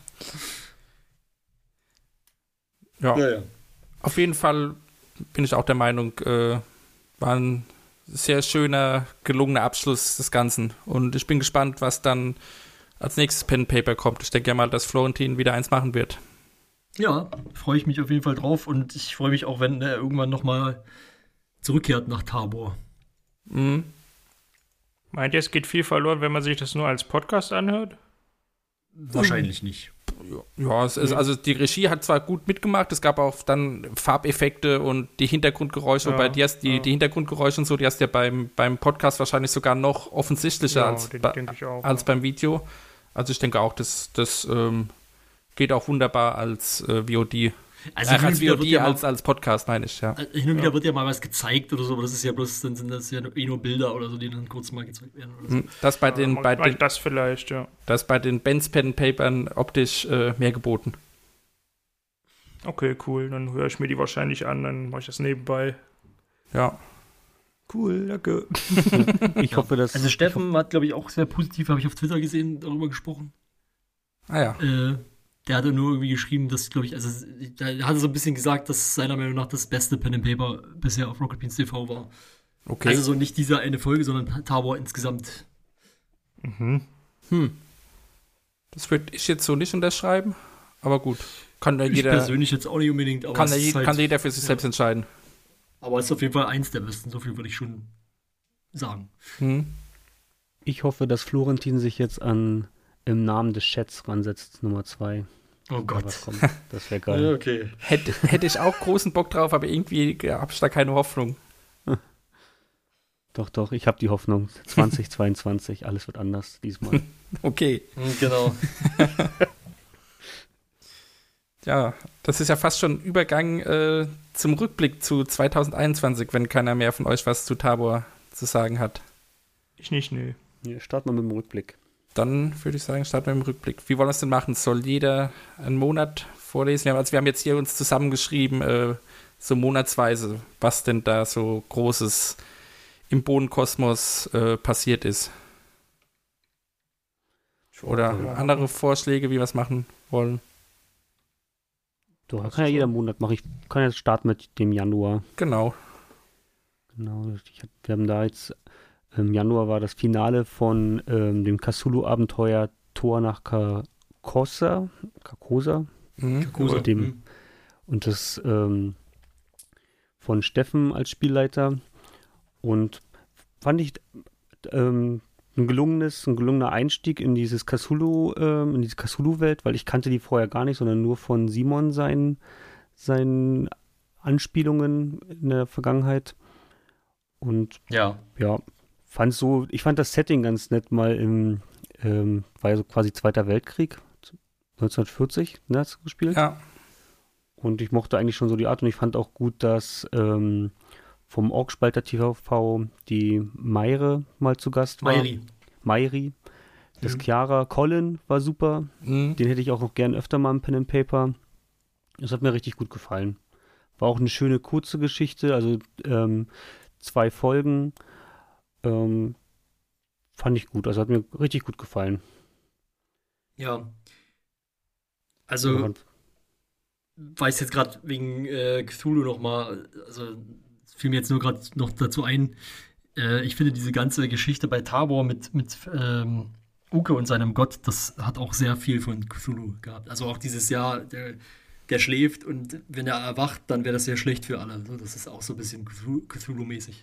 ja, ja. auf jeden Fall bin ich auch der Meinung, äh, war ein sehr schöner, gelungener Abschluss des Ganzen. Und ich bin gespannt, was dann als nächstes Pen and Paper kommt. Ich denke ja mal, dass Florentin wieder eins machen wird. Ja, freue ich mich auf jeden Fall drauf und ich freue mich auch, wenn er irgendwann nochmal zurückkehrt nach Tabor. Mhm. Meint ihr, es geht viel verloren, wenn man sich das nur als Podcast anhört? Wahrscheinlich nicht. Ja, es ist, also die Regie hat zwar gut mitgemacht, es gab auch dann Farbeffekte und die Hintergrundgeräusche, Ja, wobei die, hast, die, ja. die Hintergrundgeräusche und so, die hast du ja beim, beim Podcast wahrscheinlich sogar noch offensichtlicher Ja, als, den bei- denke ich auch, als ja. beim Video. Also ich denke auch, das, das ähm, geht auch wunderbar als äh, V O D. Also Äh, hin als und wieder V O wird D, ja mal- als, als Podcast, meine ich, ja. Also hin und wieder wird ja mal was gezeigt oder so, aber das ist ja bloß, dann sind das ja eh nur Bilder oder so, die dann kurz mal gezeigt werden oder so. Hm, Das bei den, Ja, bei meint den, das vielleicht, ja. das bei den Benz Pen and Papern optisch äh, mehr geboten. Okay, cool. Dann höre ich mir die wahrscheinlich an, dann mache ich das nebenbei. Ja. Cool, danke. Ich hoffe, dass. Also Steffen hat, glaube ich, auch sehr positiv, habe ich auf Twitter gesehen, darüber gesprochen. Ah ja. Äh, der hatte nur irgendwie geschrieben, dass, glaube ich, also der hatte so ein bisschen gesagt, dass seiner Meinung nach das beste Pen and Paper bisher auf Rocket Beans T V war. Okay. Also so nicht diese eine Folge, sondern Tabor insgesamt. Mhm. Hm. Das würde ich jetzt so nicht unterschreiben, aber gut. Kann da Ich jeder, persönlich jetzt auch nicht unbedingt, aber, kann es da, ist je- halt, kann jeder für sich ja. selbst entscheiden. aber es ist auf jeden Fall eins der besten, so viel würde ich schon sagen. Hm. Ich hoffe, dass Florentin sich jetzt an Im Namen des Chats ransetzt, Nummer zwei. Oh Da Gott. was kommt. Das wäre Ja, geil. okay. Halt. Hätte, hätte ich auch großen Bock drauf, aber irgendwie habe ich da keine Hoffnung. Doch, doch, ich habe die Hoffnung. zwanzig zweiundzwanzig, alles wird anders diesmal. Okay. Genau. Ja, das ist ja fast schon ein Übergang äh, zum Rückblick zu zwanzig einundzwanzig, wenn keiner mehr von euch was zu Tabor zu sagen hat. Ich nicht, nee. Hier, starten wir mit dem Rückblick. dann würde ich sagen, starten wir im Rückblick. Wie wollen wir es denn machen? Soll jeder einen Monat vorlesen? Wir haben, also wir haben jetzt hier uns zusammengeschrieben, äh, so monatsweise, was denn da so Großes im Bohnenkosmos äh, passiert ist. Oder andere Vorschläge, wie wir es machen wollen. Doch, kann ja jeder Monat machen. Ich kann jetzt starten mit dem Januar. Genau. Genau, ich, wir haben da jetzt, im Januar war das Finale von ähm, dem Cthulhu-Abenteuer Tor nach Carcosa, Carcosa, Mhm. Kosa. dem, Mhm. und das ähm, von Steffen als Spielleiter. Und fand ich ähm, ein gelungenes, ein gelungener Einstieg in dieses Cthulhu, ähm, in diese Cthulhu-Welt, weil ich kannte die vorher gar nicht, sondern nur von Simon seinen, seinen Anspielungen in der Vergangenheit. Und Ja. ja, fand so, ich fand das Setting ganz nett mal im, ähm, war ja so quasi Zweiter Weltkrieg, neunzehnhundertvierzig, ne, hast du gespielt? Ja. Und ich mochte eigentlich schon so die Art und ich fand auch gut, dass ähm, vom Orkspalter T V die Meire mal zu Gast war. Mairi. Mairi. Das Mhm. Chiara Colin war super. Mhm. Den hätte ich auch noch gern öfter mal im Pen and Paper. Das hat mir richtig gut gefallen. War auch eine schöne kurze Geschichte, also ähm, zwei Folgen. Ähm, fand ich gut, also hat mir richtig gut gefallen. Ja. Also, Und, weiß jetzt gerade wegen äh, Cthulhu nochmal, also es fiel mir jetzt nur gerade noch dazu ein, äh, ich finde diese ganze Geschichte bei Tabor mit, mit ähm, Uke und seinem Gott, das hat auch sehr viel von Cthulhu gehabt. Also auch dieses Jahr, der, der schläft und wenn er erwacht, dann wäre das sehr schlecht für alle. So, das ist auch so ein bisschen Cthulhu- Cthulhu-mäßig.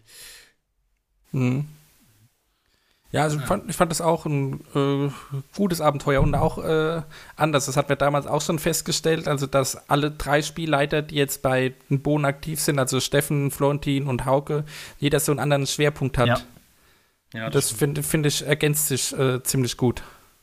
Mhm. Ja, also ich fand, ich fand das auch ein äh, gutes Abenteuer und auch äh, anders. Das hatten wir damals auch schon festgestellt, also dass alle drei Spielleiter, die jetzt bei den Bohnen aktiv sind, also Steffen, Florentin und Hauke, jeder so einen anderen Schwerpunkt hat. Ja. Ja, Das finde find ich ergänzt sich äh, ziemlich gut.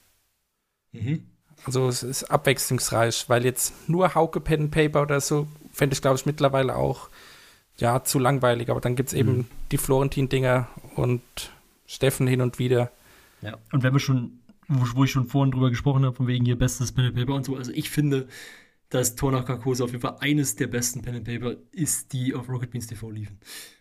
Mhm. Also es ist abwechslungsreich, weil jetzt nur Hauke Pen and Paper oder so, fände ich, glaube ich, mittlerweile auch ja zu langweilig. Aber dann gibt es eben die Florentin-Dinger und Steffen hin und wieder. Ja. Und wenn wir schon, wo, wo ich schon vorhin drüber gesprochen habe, von wegen hier bestes Pen and Paper und so, also ich finde, dass Tor nach Carcosa auf jeden Fall eines der besten Pen and Paper ist, die auf Rocket Beans T V liefen.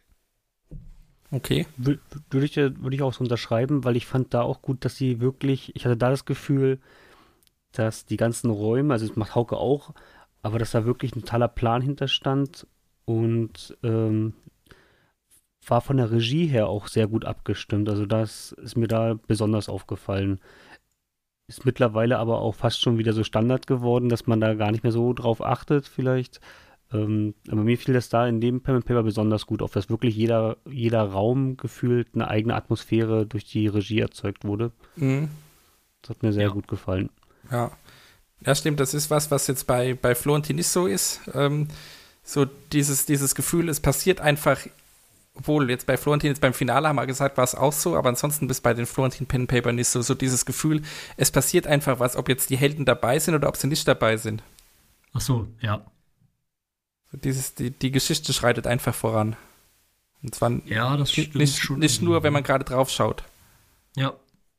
Okay. Wür- Würde ich, ja- würde ich auch so unterschreiben, weil ich fand da auch gut, dass sie wirklich, ich hatte da das Gefühl, dass die ganzen Räume, also das macht Hauke auch, aber dass da wirklich ein totaler Plan hinterstand und ähm, war von der Regie her auch sehr gut abgestimmt. Also das ist mir da besonders aufgefallen. Ist mittlerweile aber auch fast schon wieder so Standard geworden, dass man da gar nicht mehr so drauf achtet vielleicht. Ähm, aber mir fiel das da in dem Pen and Paper besonders gut auf, dass wirklich jeder, jeder Raum gefühlt eine eigene Atmosphäre durch die Regie erzeugt wurde. Mhm. Das hat mir sehr Ja. gut gefallen. Ja. Ja, stimmt, das ist was, was jetzt bei, bei Florentin nicht so ist. Ähm, so dieses, dieses Gefühl, es passiert einfach, obwohl jetzt bei Florentin, jetzt beim Finale haben wir gesagt, war es auch so, aber ansonsten bis bei den Florentin Pen and Paper nicht so, so dieses Gefühl, es passiert einfach was, ob jetzt die Helden dabei sind oder ob sie nicht dabei sind. Ach so, ja. So dieses, die, die Geschichte schreitet einfach voran. Und zwar Ja, das nicht, stimmt nicht, schon. nicht nur, wenn man gerade drauf schaut. Ja.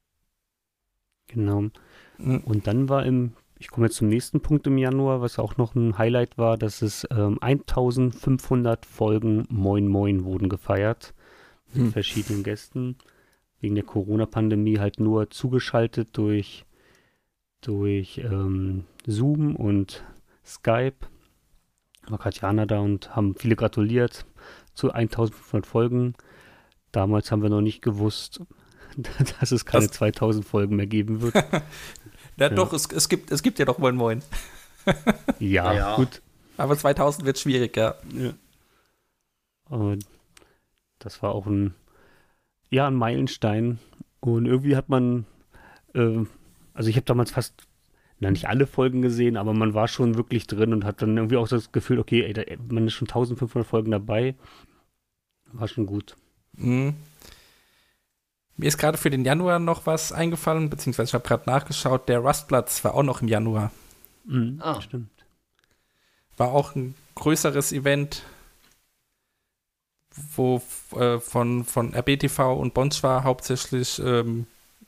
Genau. Mhm. Und dann war im, ich komme jetzt zum nächsten Punkt im Januar, was auch noch ein Highlight war, dass es ähm, eintausendfünfhundert Folgen Moin Moin wurden gefeiert. Mit Hm. verschiedenen Gästen. Wegen der Corona-Pandemie halt nur zugeschaltet durch, durch ähm, Zoom und Skype. War Katjana da und haben viele gratuliert zu eintausendfünfhundert Folgen. Damals haben wir noch nicht gewusst, dass es keine Das- zweitausend Folgen mehr geben wird. Ja, Ja. doch, es, es, gibt, es gibt ja doch Moin Moin. Ja, Ja. gut. Aber zweitausend wird schwierig, ja. Ja. Aber das war auch ein, ja, ein Meilenstein. Und irgendwie hat man, äh, also ich habe damals fast, na nicht alle Folgen gesehen, aber man war schon wirklich drin und hat dann irgendwie auch das Gefühl, okay, ey, da, man ist schon eintausendfünfhundert Folgen dabei. War schon gut. Mhm. Mir ist gerade für den Januar noch was eingefallen, beziehungsweise ich habe gerade nachgeschaut, der Rustplatz war auch noch im Januar. Mhm, Ah. Stimmt. War auch ein größeres Event, wo äh, von, von R B T V und Bonschwa hauptsächlich ähm,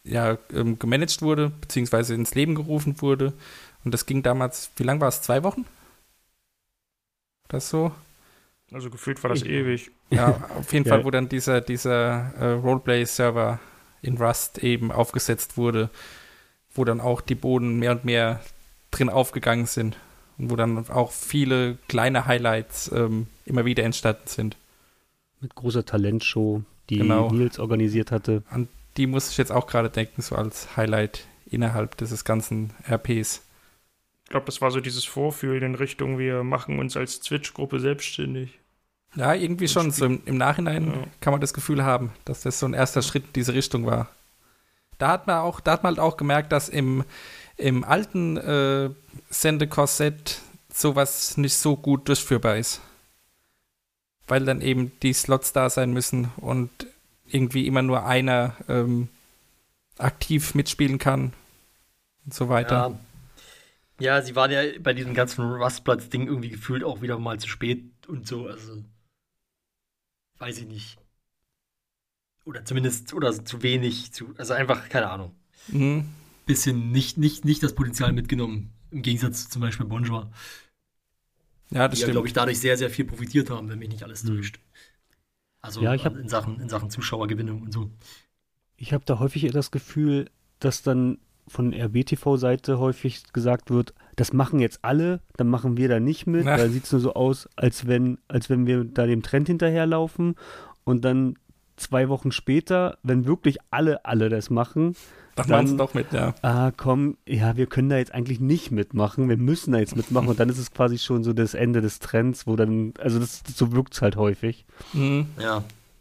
ja, ähm, gemanagt wurde, beziehungsweise ins Leben gerufen wurde. Und das ging damals, wie lang war es? Zwei Wochen? Das so? Also gefühlt war das Ich- ewig. Ja, auf jeden Ja. Fall, wo dann dieser, dieser äh, Roleplay-Server in Rust eben aufgesetzt wurde, wo dann auch die Boden mehr und mehr drin aufgegangen sind und wo dann auch viele kleine Highlights ähm, immer wieder entstanden sind. Mit großer Talentshow, die Genau. Nils organisiert hatte. An die muss ich jetzt auch gerade denken, so als Highlight innerhalb dieses ganzen R Ps. Ich glaube, das war so dieses Vorfühlen in Richtung, wir machen uns als Twitch-Gruppe selbstständig. Ja, irgendwie schon. So im, im Nachhinein Ja. kann man das Gefühl haben, dass das so ein erster Schritt in diese Richtung war. Da hat man auch, da hat man halt auch gemerkt, dass im, im alten äh, Sendekorsett sowas nicht so gut durchführbar ist. Weil dann eben die Slots da sein müssen und irgendwie immer nur einer ähm, aktiv mitspielen kann und so weiter. Ja. ja, sie waren ja bei diesem ganzen Rustplatz-Ding irgendwie gefühlt auch wieder mal zu spät und so, also weiß ich nicht. Oder zumindest, oder zu wenig, zu, also einfach, keine Ahnung. Mhm. Bisschen nicht, nicht, nicht das Potenzial mitgenommen, im Gegensatz zu zum Beispiel Bonjour, Ja, das die ja, stimmt. glaube ich, dadurch sehr, sehr viel profitiert haben, wenn mich nicht alles täuscht. Also Ja, ich hab- in, Sachen, in Sachen Zuschauergewinnung und so. Ich habe da häufig eher das Gefühl, dass dann von R B T V-Seite häufig gesagt wird, das machen jetzt alle, dann machen wir da nicht mit. Na. Da sieht es nur so aus, als wenn, als wenn wir da dem Trend hinterherlaufen und dann zwei Wochen später, wenn wirklich alle, alle das machen, Dann dann- machen sie doch mit, ja. ah komm, ja, wir können da jetzt eigentlich nicht mitmachen, wir müssen da jetzt mitmachen und dann ist es quasi schon so das Ende des Trends, wo dann, also das, so wirkt es halt häufig. Mhm. Ja.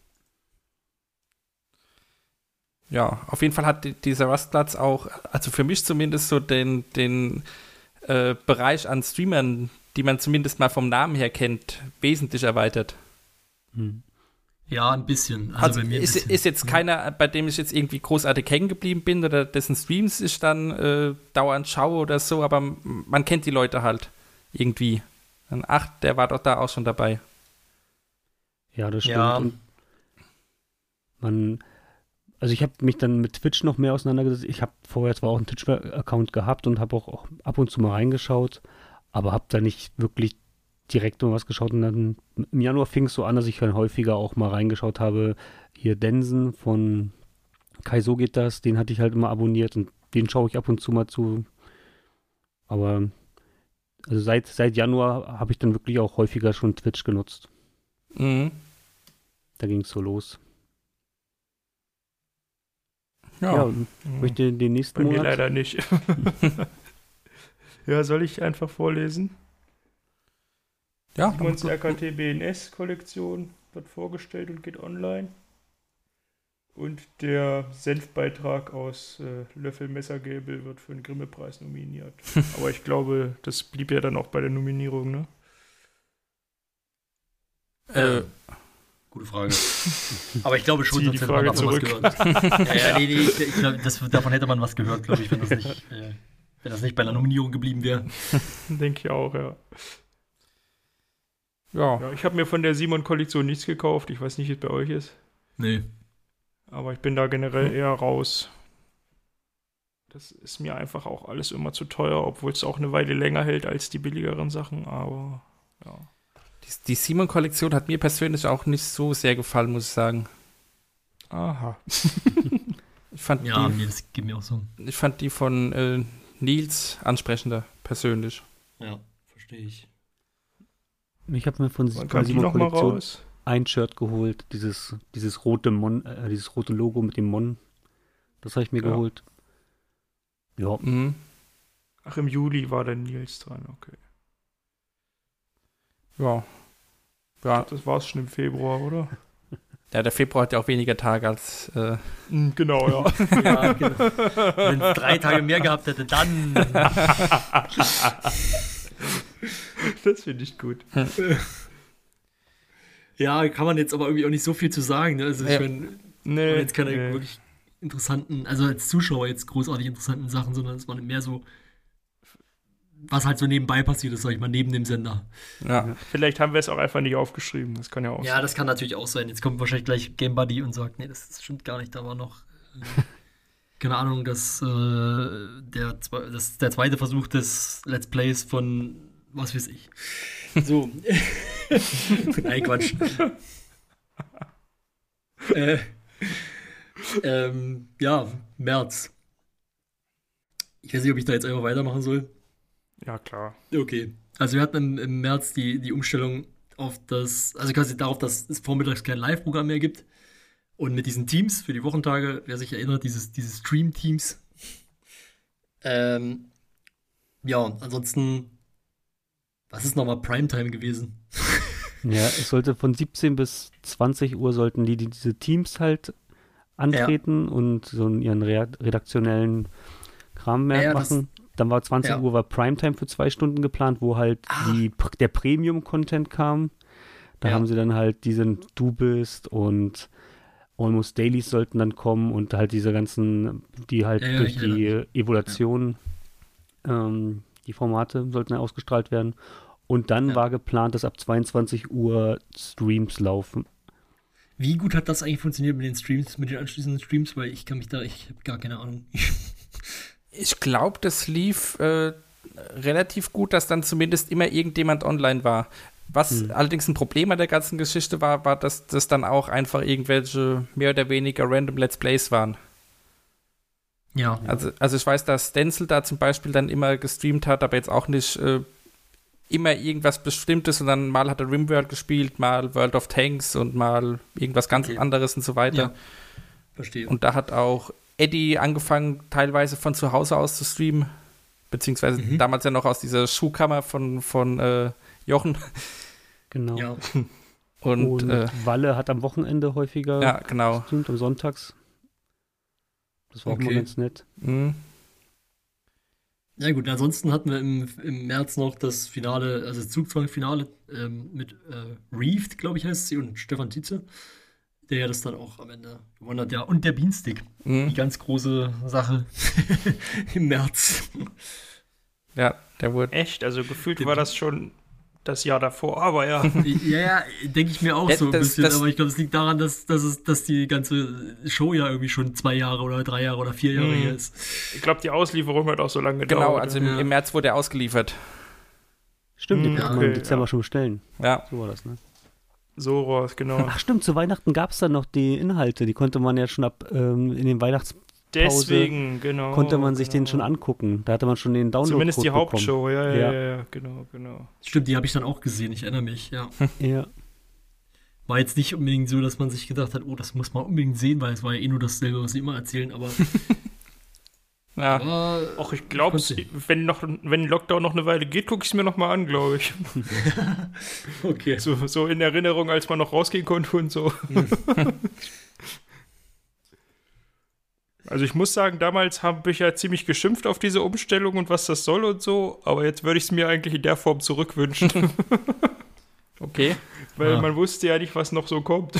Ja, auf jeden Fall hat die, dieser Rustplatz auch, also für mich zumindest so den, den äh, Bereich an Streamern, die man zumindest mal vom Namen her kennt, wesentlich erweitert. Hm. Ja, ein bisschen. Also, Also, bei mir ein ist, bisschen. ist jetzt keiner, bei dem ich jetzt irgendwie großartig hängen geblieben bin oder dessen Streams ich dann äh, dauernd schaue oder so, aber m- man kennt die Leute halt irgendwie. Dann, ach, der war doch da auch schon dabei. Ja, das stimmt. Ja. Und man, also ich habe mich dann mit Twitch noch mehr auseinandergesetzt. Ich habe vorher zwar auch einen Twitch-Account gehabt und habe auch, auch ab und zu mal reingeschaut, aber habe da nicht wirklich direkt nur was geschaut. Und dann im Januar fing es so an, dass ich dann häufiger auch mal reingeschaut habe. Hier Densen von Kai So geht das, den hatte ich halt immer abonniert und den schaue ich ab und zu mal zu. Aber also seit, seit Januar habe ich dann wirklich auch häufiger schon Twitch genutzt. Mhm. Da ging es so los. Ja. Ja, und möchte den nächsten Bei mir Monat. leider nicht. Ja, soll ich einfach vorlesen? ja. Simons R K T B N S-Kollektion wird vorgestellt und geht online. Und der Senfbeitrag aus äh, Löffel Messergabel wird für den Grimme-Preis nominiert. Aber ich glaube, das blieb ja dann auch bei der Nominierung, ne? Äh, Gute Frage. Aber ich glaube schon, Zieh die sonst hätte man Frage davon was gehört. ja, ja, nee, nee, ich, ich glaub, das, davon hätte man was gehört, glaube ich, wenn das nicht, äh, wenn das nicht bei einer Nominierung geblieben wäre. Denke ich auch, ja. ja. Ja, ich habe mir von der Simon-Kollektion nichts gekauft. Ich weiß nicht, wie es bei euch ist. Nee. Aber ich bin da generell eher raus. Das ist mir einfach auch alles immer zu teuer, obwohl es auch eine Weile länger hält als die billigeren Sachen. Aber ja. Die, die Simon-Kollektion hat mir persönlich auch nicht so sehr gefallen, muss ich sagen. Aha. Ich fand, Ja, die, nee, das geht mir auch so. ich fand die von äh, Nils ansprechender, persönlich. Ja, verstehe ich. Ich habe mir von Wann von kam die Simon nochmal Kollektion raus? ein Shirt geholt, dieses, dieses rote Mon, äh, dieses rote Logo mit dem Mon. Das habe ich mir Ja. geholt. Ja, Mhm. Ach, im Juli war der Nils dran, okay. Ja. Ja. Das war es schon im Februar, oder? Ja, der Februar hat ja auch weniger Tage als. Äh, Genau, ja. Ja, genau. Wenn es drei Tage mehr gehabt hätte, dann. Das finde ich gut. Ja, kann man jetzt aber irgendwie auch nicht so viel zu sagen. Ne? Also, ich Ja. meine, Nee, jetzt keine nee. wirklich interessanten, also als Zuschauer jetzt großartig interessanten Sachen, sondern es waren mehr so, was halt so nebenbei passiert ist, sag ich mal, neben dem Sender. ja. Vielleicht haben wir es auch einfach nicht aufgeschrieben. Das kann ja auch Ja, das kann natürlich auch sein. Jetzt kommt wahrscheinlich gleich Game Buddy und sagt, nee, das, das stimmt gar nicht, da war noch äh, keine Ahnung, das, äh, der, zwe- das der zweite Versuch des Let's Plays von was weiß ich. So. Nein, Quatsch. äh, ähm, ja, März. Ich weiß nicht, ob ich da jetzt einfach weitermachen soll. Ja, klar. Okay. Also wir hatten im, im März die, die Umstellung auf das, also quasi darauf, dass es vormittags kein Live-Programm mehr gibt. Und mit diesen Teams für die Wochentage, wer sich erinnert, dieses, diese Stream-Teams. Ähm, ja, und ansonsten, was ist nochmal Primetime gewesen? Ja, es sollte von siebzehn bis zwanzig Uhr sollten die, die diese Teams halt antreten und so ihren re- redaktionellen Kram mehr Ja, das- machen. Dann war zwanzig ja. Uhr war Primetime für zwei Stunden geplant, wo halt Ah. die, der Premium-Content kam. Da Ja. haben sie dann halt diesen Du bist und Almost Dailies sollten dann kommen und halt diese ganzen, die halt Ja, ja, durch ich die erinnere Evolution, ähm, die Formate sollten dann ausgestrahlt werden. Und dann Ja. war geplant, dass ab zweiundzwanzig Uhr Streams laufen. Wie gut hat das eigentlich funktioniert mit den Streams, mit den anschließenden Streams? Weil ich kann mich da, ich habe gar keine Ahnung. Ich glaube, das lief äh, relativ gut, dass dann zumindest immer irgendjemand online war. Was Hm. allerdings ein Problem an der ganzen Geschichte war, war, dass das dann auch einfach irgendwelche mehr oder weniger random Let's Plays waren. Ja. Also, also ich weiß, dass Stenzel da zum Beispiel dann immer gestreamt hat, aber jetzt auch nicht äh, immer irgendwas Bestimmtes, sondern mal hat er RimWorld gespielt, mal World of Tanks und mal irgendwas ganz Okay. anderes und so weiter. Ja. Verstehe. Und da hat auch Eddie angefangen, teilweise von zu Hause aus zu streamen, beziehungsweise Mhm. damals ja noch aus dieser Schuhkammer von, von äh, Jochen. Genau. ja. Und, Und äh, Walle hat am Wochenende häufiger ja, genau. gestreamt, am Sonntags. Das war auch Okay. mal ganz nett. Mhm. Ja gut, ansonsten hatten wir im, im März noch das Finale, also das Zugzwang-Finale ähm, mit äh, Reeved, glaube ich heißt sie, und Stefan Tietze, der ja das dann auch am Ende gewonnen hat. Ja, und der Beanstick, die Mhm. ganz große Sache im März. Ja, der wurde. Echt? Also gefühlt war das schon das Jahr davor, aber ja. Ja, ja, denke ich mir auch Ja, so ein das- bisschen, das- aber ich glaube, es liegt daran, dass, dass, es, dass die ganze Show ja irgendwie schon zwei Jahre oder drei Jahre oder vier Jahre Mhm. her ist. Ich glaube, die Auslieferung hat auch so lange gedauert. Genau, also im, Ja. im März wurde er ausgeliefert. Stimmt, den Hm, konnte man im okay, Dezember ja. schon bestellen. Ja. So war das, ne? So raus, genau. Ach stimmt, zu Weihnachten gab es dann noch die Inhalte. Die konnte man ja schon ab ähm, in den Weihnachts Deswegen, genau. konnte man sich den genau. schon angucken. Da hatte man schon den Download Zumindest die bekommen. Hauptshow, ja, ja, Ja. ja, ja, genau, genau. Stimmt, die habe ich dann auch gesehen, ich erinnere mich, ja. Ja. War jetzt nicht unbedingt so, dass man sich gedacht hat, oh, das muss man unbedingt sehen, weil es war ja eh nur dasselbe, was sie immer erzählen, aber, Ja. aber Auch ich glaube, konnte- wenn noch, wenn Lockdown noch eine Weile geht, gucke ich es mir noch mal an, glaube ich. okay. So, so in Erinnerung, als man noch rausgehen konnte und so. Also ich muss sagen, damals habe ich ja ziemlich geschimpft auf diese Umstellung und was das soll und so, aber jetzt würde ich es mir eigentlich in der Form zurückwünschen, Okay. weil Ah. man wusste ja nicht, was noch so kommt.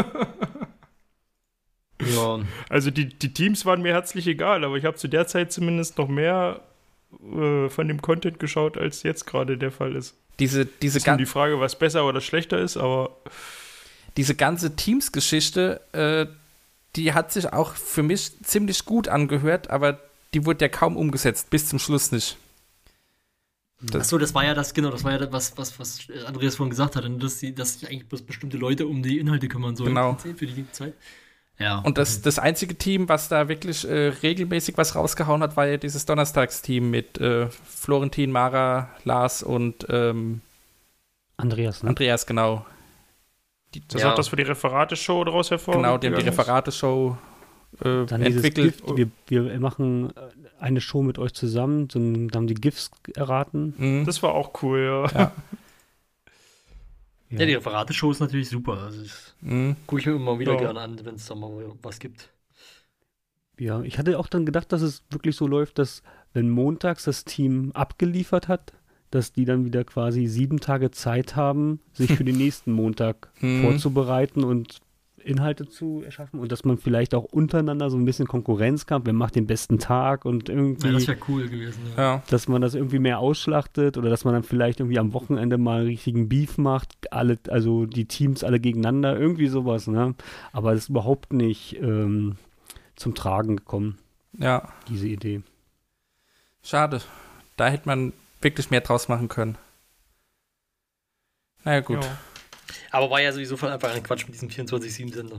Ja, Also die, die Teams waren mir herzlich egal, aber ich habe zu der Zeit zumindest noch mehr äh, von dem Content geschaut, als jetzt gerade der Fall ist. Diese, diese, Ist nur gan die Frage, was besser oder schlechter ist, aber diese ganze Teams-Geschichte, äh, die hat sich auch für mich ziemlich gut angehört, aber die wurde ja kaum umgesetzt, bis zum Schluss nicht. Das- achso, das war ja das, genau, das war ja das, was, was, was Andreas vorhin gesagt hat, dass, die, dass sich eigentlich bloß bestimmte Leute um die Inhalte kümmern sollen. Genau. Für die Zeit. Ja. Und das, das einzige Team, was da wirklich äh, regelmäßig was rausgehauen hat, war ja dieses Donnerstagsteam mit äh, Florentin, Mara, Lars und ähm, Andreas, ne? Andreas, genau. Die, das Ja. hat das für die Referate-Show daraus genau, hervorgegangen. die haben die Referate-Show äh, Dann dieses entwickelt. Gift, wir, wir machen äh, eine Show mit euch zusammen, dann haben die GIFs erraten. Mhm. Das war auch cool, ja. Ja. ja, die Referate-Show ist natürlich super. Also das Mhm. gucke ich mir immer wieder Ja. gerne an, wenn es da mal was gibt. Ja, ich hatte auch dann gedacht, dass es wirklich so läuft, dass wenn montags das Team abgeliefert hat, dass die dann wieder quasi sieben Tage Zeit haben, sich für den nächsten Montag Mhm. vorzubereiten und Inhalte zu erschaffen und dass man vielleicht auch untereinander so ein bisschen Konkurrenzkampf, wer macht den besten Tag und irgendwie, Ja, das wäre cool gewesen. Ja. Ja. dass man das irgendwie mehr ausschlachtet oder dass man dann vielleicht irgendwie am Wochenende mal einen richtigen Beef macht, alle, also die Teams alle gegeneinander, irgendwie sowas, ne? Aber das ist überhaupt nicht ähm, zum Tragen gekommen. Ja, diese Idee. schade. Da hätte man wirklich mehr draus machen können. Naja, gut. Ja. Aber war ja sowieso von Anfang an Quatsch mit diesem vierundzwanzig sieben Sender.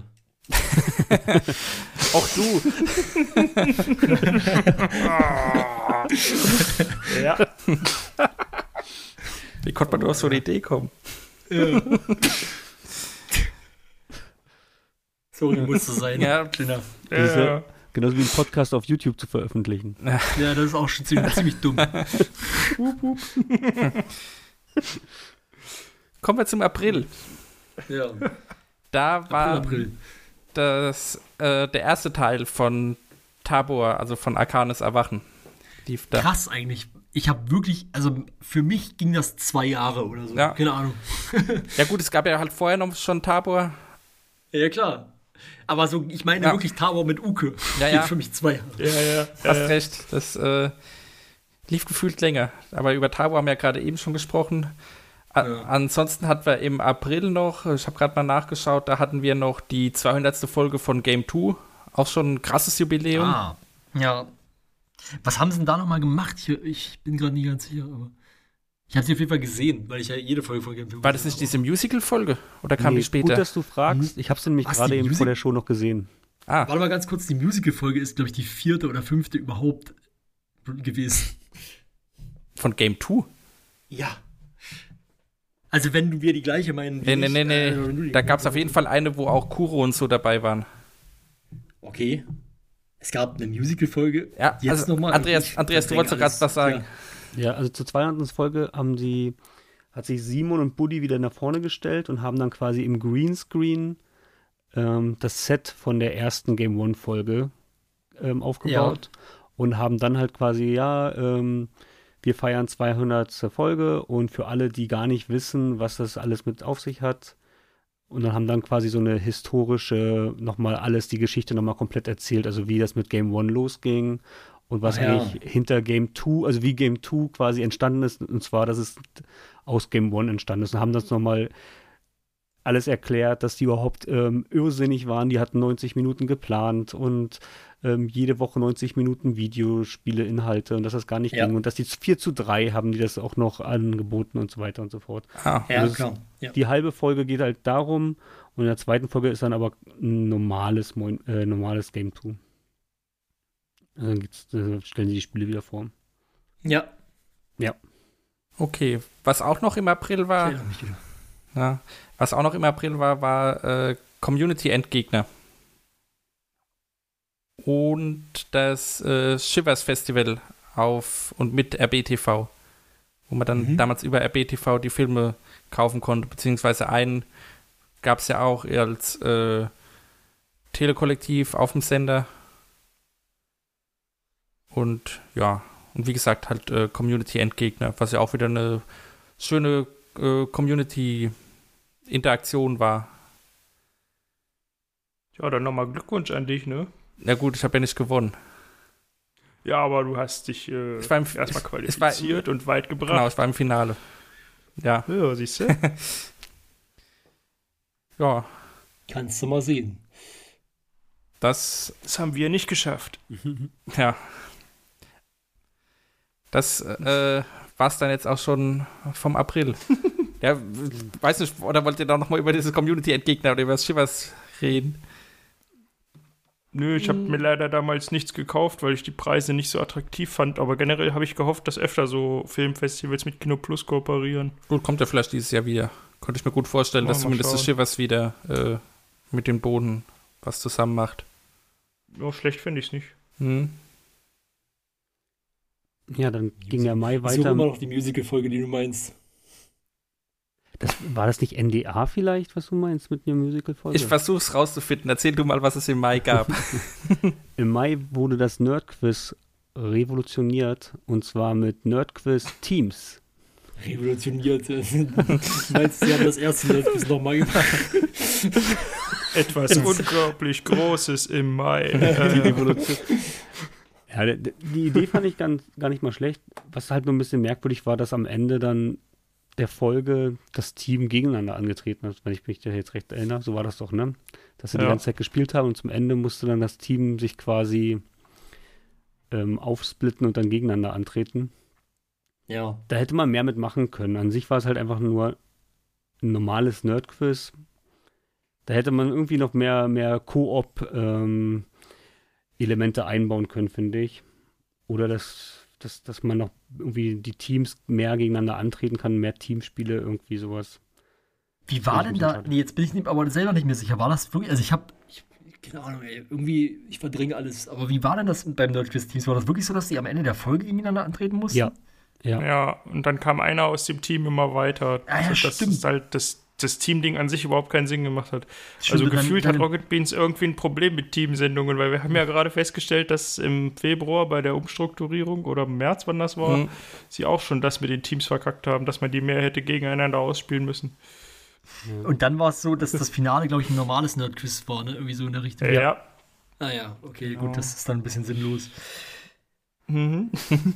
Auch du. Ja. Wie konnte man nur auf so eine Idee kommen? Ja. Sorry, musste sein. Ja. Kleiner. Das ist Ja. ja genauso wie einen Podcast auf YouTube zu veröffentlichen. Ja, das ist auch schon ziemlich, ziemlich dumm. Kommen wir zum April. Ja. Da war April. das, äh, der erste Teil von Tabor, also von Arcanes Erwachen. Lief da. Krass eigentlich. Ich habe wirklich, also für mich ging das zwei Jahre oder so. Ja. Keine Ahnung. Ja gut, es gab ja halt vorher noch schon Tabor. Ja, klar. Aber so, ich meine Ja. wirklich Tabor mit Uke. Ja, Geht ja. für mich zwei Jahre. Ja, ja. Hast ja. recht. Das äh, lief gefühlt länger. Aber über Tabor haben wir ja gerade eben schon gesprochen. A Ja. Ansonsten hatten wir im April noch, ich habe gerade mal nachgeschaut, da hatten wir noch die zweihundertste Folge von Game zwei. Auch schon ein krasses Jubiläum. Ah, ja. Was haben sie denn da nochmal gemacht? Ich, ich bin gerade nie ganz sicher, aber ich habe sie auf jeden Fall gesehen, weil ich ja jede Folge von Game War das nicht diese Musical-Folge? Oder kam Nee, die später? Gut, dass du fragst. Ich habe sie nämlich Was, gerade die eben Musik- vor der Show noch gesehen. ah, Warte mal ganz kurz, die Musical-Folge ist, glaube ich, die vierte oder fünfte überhaupt gewesen. von Game zwei? Ja. Also wenn wir die gleiche meinen. wie Nee, nee, ich, nee, nee. äh, wenn du die- Da gab es auf jeden Fall eine, wo auch Kuro und so dabei waren. Okay. Es gab eine Musical-Folge. Ja, Jetzt also, nochmal. Andreas, Ich Andreas, du verdränge wolltest doch gerade alles. was sagen. Ja, also zur zweihundertsten Folge haben sie, hat sich Simon und Buddy wieder nach vorne gestellt und haben dann quasi im Greenscreen ähm, das Set von der ersten Game One-Folge ähm, aufgebaut und haben dann halt quasi, ja, ähm, wir feiern zweihundertste Folge und für alle, die gar nicht wissen, was das alles mit auf sich hat, und dann haben dann quasi so eine historische, nochmal alles, die Geschichte nochmal komplett erzählt, also wie das mit Game One losging und was Ah, ja. eigentlich hinter Game zwei, also wie Game zwei quasi entstanden ist, und zwar, dass es aus Game One entstanden ist, und haben das nochmal alles erklärt, dass die überhaupt ähm, irrsinnig waren, die hatten neunzig Minuten geplant und ähm, jede Woche neunzig Minuten Videospiele-Inhalte und dass das gar nicht Ja. ging und dass die vier zu drei haben die das auch noch angeboten und so weiter und so fort. Ah, Ja, Also klar. Ja. Die halbe Folge geht halt darum und in der zweiten Folge ist dann aber ein normales, Moin- äh, normales Game zwei. Also dann geht's, äh, stellen sie die Spiele wieder vor. Ja. okay. Was auch noch im April war, Ich erinnere mich wieder. ja, was auch noch im April war, war äh, Community-Endgegner. Und das äh, Shivers Festival auf und mit R B T V, wo man dann Mhm. damals über R B T V die Filme kaufen konnte, beziehungsweise einen gab es ja auch als äh, Telekollektiv auf dem Sender. Und ja, und wie gesagt, halt äh, Community-Endgegner, was ja auch wieder eine schöne äh, Community-Interaktion war. Ja, dann nochmal Glückwunsch an dich, ne? Na gut, ich habe ja nicht gewonnen. Ja, aber du hast dich äh, Ich war im- erstmal ich- ich qualifiziert und weit Genau, gebracht. ich war im Finale. Ja, Ja, siehst du? ja, Kannst du mal sehen. das, Das haben wir nicht geschafft. ja. Das äh, war es dann jetzt auch schon vom April. Ja, w- weiß nicht, oder wollt ihr da nochmal über dieses Community-Endgegner oder über das Shivers reden? Nö, ich habe mir leider damals nichts gekauft, weil ich die Preise nicht so attraktiv fand. Aber generell habe ich gehofft, dass öfter so Filmfestivals mit Kino Plus kooperieren. Gut, kommt ja vielleicht dieses Jahr wieder. Konnte ich mir gut vorstellen, Mal dass mal zumindest das schauen. Shivers wieder äh, mit dem Boden was zusammen macht. Ja, schlecht finde ich es nicht. Hm? Ja, dann ging der Mai Ich suche weiter. immer noch die Musical-Folge, die du meinst. Das, war das nicht N D A vielleicht, was du meinst mit der Musical-Folge? Ich versuch's rauszufinden. Erzähl du mal, was es im Mai gab. Im Mai wurde das Nerdquiz revolutioniert und zwar mit Nerdquiz Teams. Revolutioniert. Meinst du, sie haben das erste Netflix nochmal gemacht? Etwas unglaublich Großes im Mai. Die Äh, Revolution. Ja, d- d- die Idee fand ich ganz, gar nicht mal schlecht. Was halt nur ein bisschen merkwürdig war, dass am Ende dann der Folge das Team gegeneinander angetreten hat, wenn ich mich da jetzt recht erinnere. So war das doch, ne? Dass sie die Ja. ganze Zeit gespielt haben und zum Ende musste dann das Team sich quasi ähm, aufsplitten und dann gegeneinander antreten. Ja. Da hätte man mehr mitmachen können. An sich war es halt einfach nur ein normales Nerdquiz. Da hätte man irgendwie noch mehr, mehr Koop-Elemente ähm, einbauen können, finde ich. Oder dass, dass, dass man noch irgendwie die Teams mehr gegeneinander antreten kann, mehr Teamspiele, irgendwie sowas. Wie war Finde denn ich da, schade. nee, jetzt bin ich nicht, aber selber nicht mehr sicher, war das wirklich, also ich habe, ich, keine Ahnung, ey, irgendwie, ich verdränge alles, aber wie war denn das beim Nerdquiz-Teams? War das wirklich so, dass die am Ende der Folge gegeneinander antreten mussten? Ja. Ja. Ja, und dann kam einer aus dem Team immer weiter. Ah, ja, dass stimmt. das halt das, das Teamding an sich überhaupt keinen Sinn gemacht hat. Stimmt, also und dann- gefühlt dann- hat Rocket Beans irgendwie ein Problem mit Teamsendungen, weil wir haben ja gerade festgestellt, dass im Februar bei der Umstrukturierung oder im März, wann das war, Mhm. sie auch schon das mit den Teams verkackt haben, dass man die mehr hätte gegeneinander ausspielen müssen. Und dann war es so, dass das Finale, glaube ich, ein normales Nerdquiz war, ne? Irgendwie so in der Richtung. Äh, ja. Ah ja, okay, Ja. gut, das ist dann ein bisschen sinnlos. Mhm.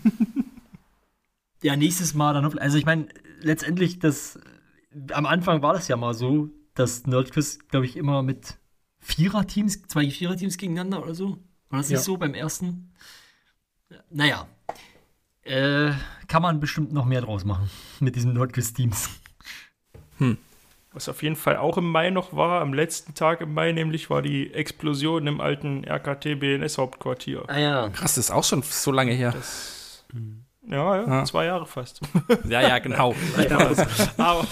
Ja, nächstes Mal dann, also ich meine, letztendlich, das, am Anfang war das ja mal so, dass Nerdquiz, glaube ich, immer mit Viererteams, zwei Viererteams gegeneinander oder so. War das nicht Ja. so beim ersten? Naja, äh, kann man bestimmt noch mehr draus machen mit diesen Nerdquiz-Teams. Was auf jeden Fall auch im Mai noch war, am letzten Tag im Mai nämlich, war die Explosion im alten R K T B N S-Hauptquartier. Ah ja. Krass, das ist auch schon so lange her. Ja, ja, Ah. zwei Jahre fast. Ja, ja, genau. aber,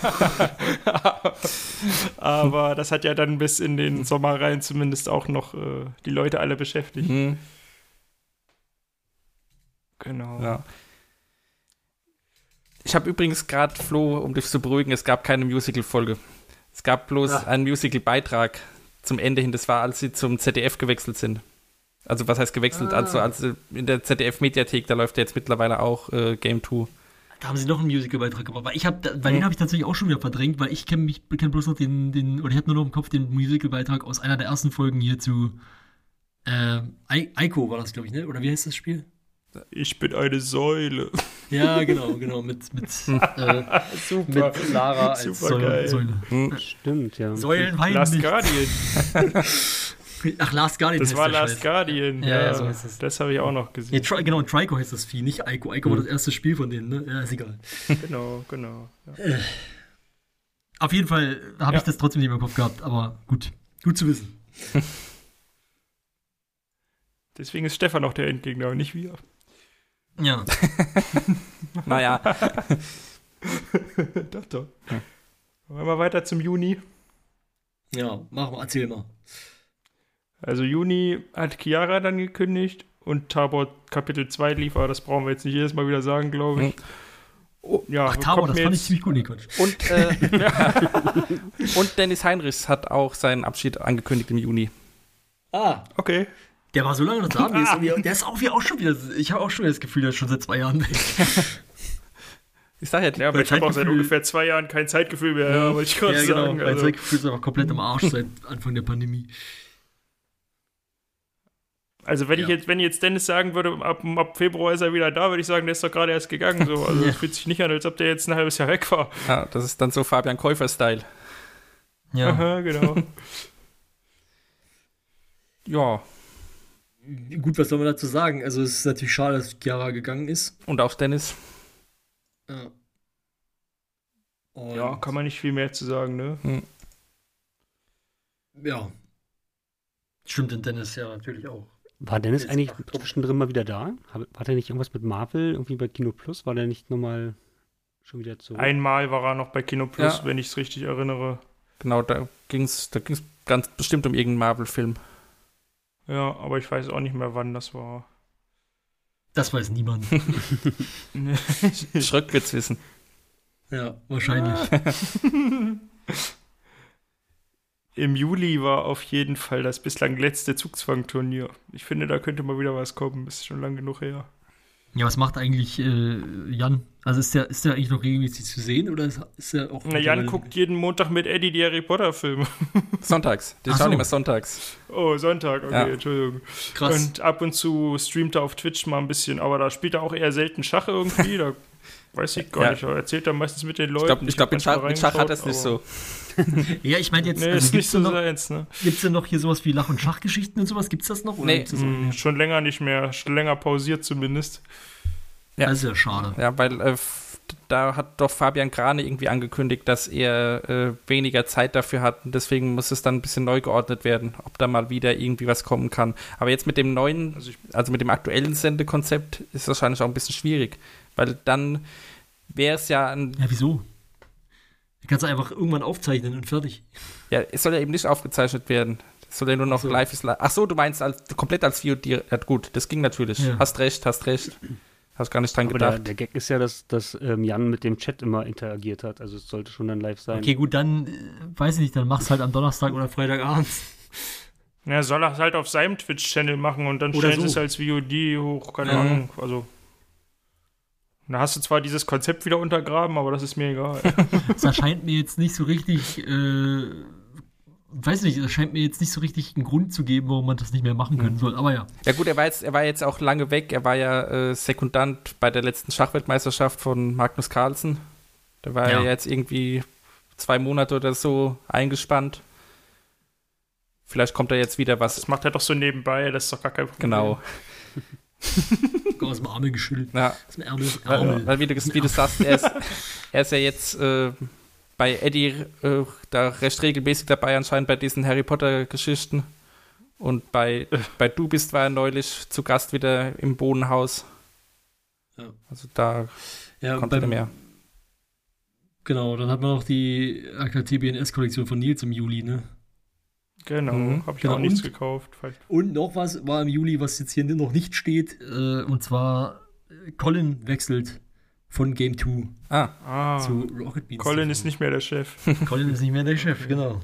aber das hat ja dann bis in den Sommer rein zumindest auch noch äh, die Leute alle beschäftigt. Mhm. Genau. Ja. Ich habe übrigens gerade, Flo, um dich zu beruhigen, es gab keine Musical-Folge. Es gab bloß Ah. einen Musical-Beitrag zum Ende hin. Das war, als sie zum Z D F gewechselt sind. Also was heißt gewechselt? Ah. Also, also in der Z D F-Mediathek, da läuft ja jetzt mittlerweile auch äh, Game zwei. Da haben sie noch einen Musical-Beitrag gemacht. Weil ich hab, da, weil Mhm. den habe ich tatsächlich auch schon wieder verdrängt, weil ich kenne mich kenn bloß noch den, den, oder ich hatte nur noch im Kopf den Musical-Beitrag aus einer der ersten Folgen hier zu äh, I- Ico war das, glaube ich, ne? Oder wie heißt das Spiel? Ich bin eine Säule. Ja, genau, genau, mit, mit, äh, Super. mit Lara als Super Säule. geil. Säule. Stimmt, ja. Säulen weinen Last nicht. Guardian. Ach, Last Guardian Das heißt war der Last Scheiß. Guardian. Ja, ja, so heißt es. Das habe ich auch noch Nee, gesehen. Tri genau, und Trico heißt das Vieh, nicht Ico. Ico war das erste Spiel von denen, ne? Ja, ist egal. Genau, genau. Ja. Auf jeden Fall habe Ja. ich das trotzdem nicht mehr im Kopf gehabt, aber gut. Gut zu wissen. Deswegen ist Stefan auch der Endgegner und nicht wir. Ja. Naja, doch, doch. Wollen wir weiter zum Juni? Ja, mach mal, erzähl mal. Also Juni hat Chiara dann gekündigt und Tabor Kapitel zwei lief, aber das brauchen wir jetzt nicht jedes Mal wieder sagen, glaube ich. Oh, ja, Ach, Tabo, kommt das mir fand ich jetzt- ziemlich gut, nee, Quatsch. und, äh, und Dennis Heinrichs hat auch seinen Abschied angekündigt im Juni. Ah, Okay. der war so lange noch da. Der ist, irgendwie- der ist auch, wie auch schon wieder, ich habe auch schon wieder das Gefühl, der ist schon seit zwei Jahren weg. Ich sag ja, Ja, aber ich habe auch seit Zeitgefühl- ungefähr zwei Jahren kein Zeitgefühl mehr, ja, wollte ich gerade Ja, genau. sagen. Mein Also, Zeitgefühl ist einfach komplett am Arsch seit Anfang der Pandemie. also wenn ich Ja. jetzt, wenn jetzt Dennis sagen würde, ab, ab Februar ist er wieder da, würde ich sagen, der ist doch gerade erst gegangen. So. Also Ja. es fühlt sich nicht an, als ob der jetzt ein halbes Jahr weg war. ja, das ist dann so Fabian Käufer-Style. Ja. Aha, genau. Ja, Gut, was soll man dazu sagen? Also es ist natürlich schade, dass Chiara gegangen ist. und auch Dennis. Ja. Und, Ja, kann man nicht viel mehr zu sagen, ne? Ja. Stimmt, denn Dennis ja natürlich auch. War Dennis Ist eigentlich auch top. zwischendrin mal wieder da? Hab- War der nicht irgendwas mit Marvel, irgendwie bei Kino Plus? War der nicht nochmal schon wieder zurück? Einmal war er noch bei Kino Plus, Ja. wenn ich es richtig erinnere. Genau, da ging's, da ging's ganz bestimmt um irgendeinen Marvel-Film. Ja, aber ich weiß auch nicht mehr, wann das war. Das weiß niemand. Schröck wird's wissen. Ja, wahrscheinlich. Im Juli war auf jeden Fall das bislang letzte Zugzwang-Turnier. Ich finde, da könnte mal wieder was kommen. Ist schon lang genug her. Ja, was macht eigentlich äh, Jan? Also ist der, ist der eigentlich noch regelmäßig zu sehen oder ist, ist er auch. Na, Jan mittlerweile- guckt jeden Montag mit Eddie die Harry Potter-Filme. Sonntags. Die Ach schauen so. immer sonntags. Oh, Sonntag, okay, Ja. Entschuldigung. Krass. Und ab und zu streamt er auf Twitch mal ein bisschen, aber da spielt er auch eher selten Schach irgendwie. Da Weiß ich gar Ja. nicht, aber erzählt er meistens mit den Leuten. Ich glaube, ich glaub, mit, hab Schach, mit Schach hat das nicht manchmal so. Ja, ich meine jetzt, Nee, also ist nicht gibt's so denn noch, seins, ne? gibt's denn noch hier sowas wie Lach- und Schachgeschichten und sowas? Gibt's das noch? Oder Nee. gibt's das auch Hm, nicht? schon länger nicht mehr, schon länger pausiert zumindest. Ja. Das ist ja schade. Ja, weil äh, f- da hat doch Fabian Grane irgendwie angekündigt, dass er äh, weniger Zeit dafür hat und deswegen muss es dann ein bisschen neu geordnet werden, ob da mal wieder irgendwie was kommen kann. Aber jetzt mit dem neuen, Also ich- also mit dem aktuellen Sendekonzept ist es wahrscheinlich auch ein bisschen schwierig, weil dann wäre es ja ein, Ja, wieso? Du kannst einfach irgendwann aufzeichnen und fertig. ja, es soll ja eben nicht aufgezeichnet werden. Es soll ja nur noch so. live ist live. Ach so, du meinst als, komplett als V O D. Ja, gut, das ging natürlich. Ja. Hast recht, hast recht. Hast gar nicht dran Aber der, gedacht. der Gag ist ja, dass, dass ähm, Jan mit dem Chat immer interagiert hat. Also es sollte schon dann live sein. Okay, gut, dann äh, weiß ich nicht, dann mach's halt am Donnerstag oder Freitagabend. Ja, soll er halt auf seinem Twitch-Channel machen und dann Oder stellen sie so. es als V O D hoch, keine Ja. Ahnung. Also. Da hast du zwar dieses Konzept wieder untergraben, aber das ist mir egal. Es erscheint mir jetzt nicht so richtig, äh, weiß nicht, es scheint mir jetzt nicht so richtig einen Grund zu geben, warum man das nicht mehr machen können soll. Aber ja. Ja gut, er war jetzt, er war jetzt auch lange weg. Er war ja äh, Sekundant bei der letzten Schachweltmeisterschaft von Magnus Carlsen. Da war Ja. er jetzt irgendwie zwei Monate oder so eingespannt. Vielleicht kommt er jetzt wieder was. Das macht er doch so nebenbei, das ist doch gar kein Problem. Genau. Aus dem Ärmel geschüttelt. Ja, Aus dem Ärmel. weil, Ärmel. weil wie, du, wie du sagst, er ist, er ist ja jetzt äh, bei Eddie äh, da recht regelmäßig dabei anscheinend bei diesen Harry Potter Geschichten. Und bei, bei Du bist war er neulich zu Gast wieder im Bohnenhaus. Ja. Also da Ja, kommt wieder beim, mehr. genau, dann hat man noch die A K T B N S-Kollektion von Nils im Juli, ne? Genau, Mhm. habe ich Genau, auch nichts und- gekauft. Vielleicht- Und noch was war im Juli, was jetzt hier noch nicht steht. Äh, und zwar, äh, Colin wechselt von Game zwei Ah, Ah, zu Rocket Beans. Colin T V. ist nicht mehr der Chef. Colin ist nicht mehr der Chef, genau.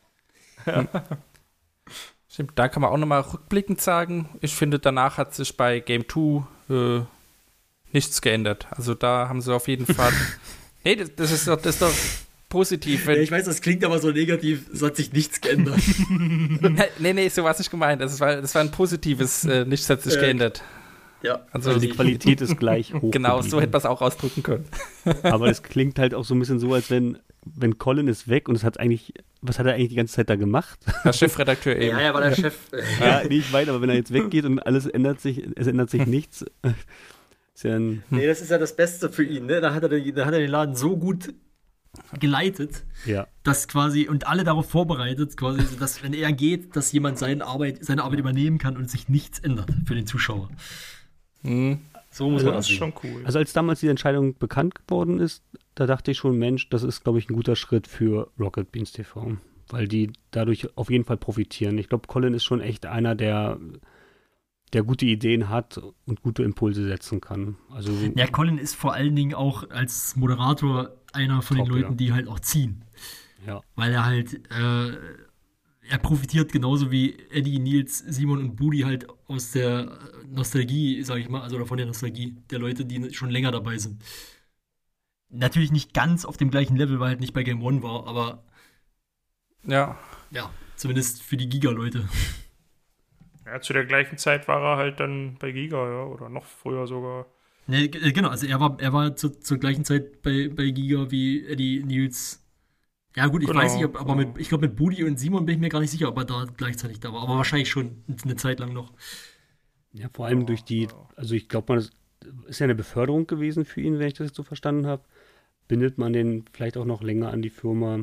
stimmt, da kann man auch nochmal rückblickend sagen. Ich finde, danach hat sich bei Game zwei äh, nichts geändert. Also da haben sie auf jeden Fall. Nee, das, das, ist doch, das ist doch positiv. Ja, Wenn, ich weiß, das klingt aber so negativ, es hat sich nichts geändert. nee, nee, so war es nicht gemeint. Das war, das war ein positives, äh, nichts hat sich Äh, geändert. ja, Also Also die Qualität ist gleich hoch. genau, so geblieben. hätte man es auch ausdrücken können. Aber es klingt halt auch so ein bisschen so, als wenn, wenn Colin ist weg und es hat eigentlich, was hat er eigentlich die ganze Zeit da gemacht? Der Chefredakteur eben. ja, er war der Chef. Ja, nee, ich meine, aber wenn er jetzt weggeht und alles ändert sich, es ändert sich nichts, ist ja ein, Nee, das ist ja das Beste für ihn, ne? Da hat er den, da hat er den Laden so gut. Geleitet, ja. dass quasi, und alle darauf vorbereitet, quasi, dass wenn er geht, dass jemand seine Arbeit, seine Arbeit übernehmen kann und sich nichts ändert für den Zuschauer. Hm. So muss Ja, man das das ist sehen. schon cool. Also als damals die Entscheidung bekannt geworden ist, da dachte ich schon, Mensch, das ist, glaube ich, ein guter Schritt für Rocket Beans T V, weil die dadurch auf jeden Fall profitieren. Ich glaube, Colin ist schon echt einer, der, der gute Ideen hat und gute Impulse setzen kann. Also Ja, Colin ist vor allen Dingen auch als Moderator einer von Top, den Leuten, ja. die halt auch ziehen. ja. Weil er halt, äh, er profitiert genauso wie Eddie, Nils, Simon und Budi halt aus der Nostalgie, sag ich mal, also oder von der Nostalgie der Leute, die schon länger dabei sind. Natürlich nicht ganz auf dem gleichen Level, weil halt nicht bei Game One war, aber Ja. ja, zumindest für die Giga-Leute. Ja, zu der gleichen Zeit war er halt dann bei Giga, ja, oder noch früher sogar. Ne, g- äh, genau, also er war, er war zu, zur gleichen Zeit bei, bei Giga wie Eddie, Nils. Ja gut, ich Genau, weiß nicht, ob, aber genau. mit, ich glaube mit Budi und Simon bin ich mir gar nicht sicher, ob er da gleichzeitig da war, aber wahrscheinlich schon eine Zeit lang noch. Ja, vor allem durch die, also ich glaube mal, das ist ja eine Beförderung gewesen für ihn, wenn ich das jetzt so verstanden habe. Bindet man den vielleicht auch noch länger an die Firma,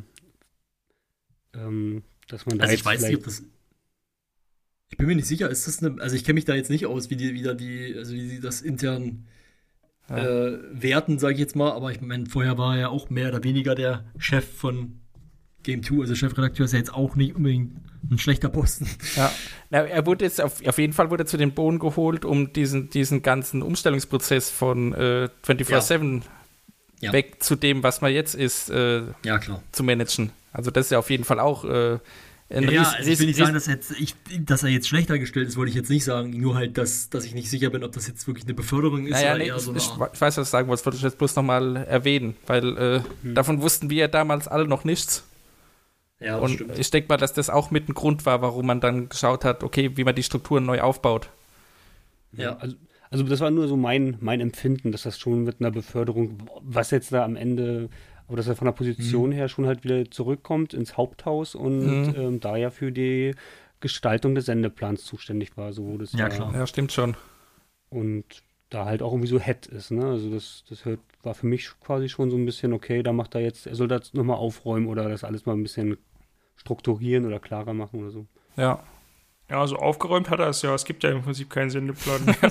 ähm, dass man da Also ich jetzt weiß nicht, vielleicht- ob das. Ich bin mir nicht sicher, ist das eine, also ich kenne mich da jetzt nicht aus, wie die wieder die, also wie sie das intern Ja. äh, werten, sage ich jetzt mal, aber ich meine, Vorher war er ja auch mehr oder weniger der Chef von Game zwei, also Chefredakteur ist ja jetzt auch nicht unbedingt ein schlechter Posten. Ja. Na, er wurde jetzt auf, auf jeden Fall wurde er zu den Bohnen geholt, um diesen, diesen ganzen Umstellungsprozess von äh, vierundzwanzig sieben Ja. weg zu dem, was man jetzt ist, äh, ja klar. zu managen. Also das ist ja auf jeden Fall auch äh, ein Ja, Ries- also ich will nicht Ries- sagen, dass, jetzt, ich, dass er jetzt schlechter gestellt ist, wollte ich jetzt nicht sagen. Nur halt, dass, dass ich nicht sicher bin, ob das jetzt wirklich eine Beförderung ist Naja, oder nee, eher ich, so eine ich, Art. ich weiß, was du sagen wolltest, wollte ich jetzt bloß nochmal erwähnen, weil äh, davon wussten wir ja damals alle noch nichts. Ja, das Und stimmt. ich denke mal, dass das auch mit ein Grund war, warum man dann geschaut hat, okay, wie man die Strukturen neu aufbaut. Ja. Also, Also das war nur so mein, mein Empfinden, dass das schon mit einer Beförderung, was jetzt da am Ende, aber dass er von der Position mhm. her schon halt wieder zurückkommt ins Haupthaus und mhm. ähm, da ja für die Gestaltung des Sendeplans zuständig war, so wurde es ja, da. klar. Ja, stimmt schon. Und da halt auch irgendwie so Head ist, ne? Also das, das hört, war für mich quasi schon so ein bisschen, okay, da macht er jetzt, er soll das nochmal aufräumen oder das alles mal ein bisschen strukturieren oder klarer machen oder so. Ja. Ja, also aufgeräumt hat er es ja. Es gibt ja im Prinzip keinen Sendeplan mehr.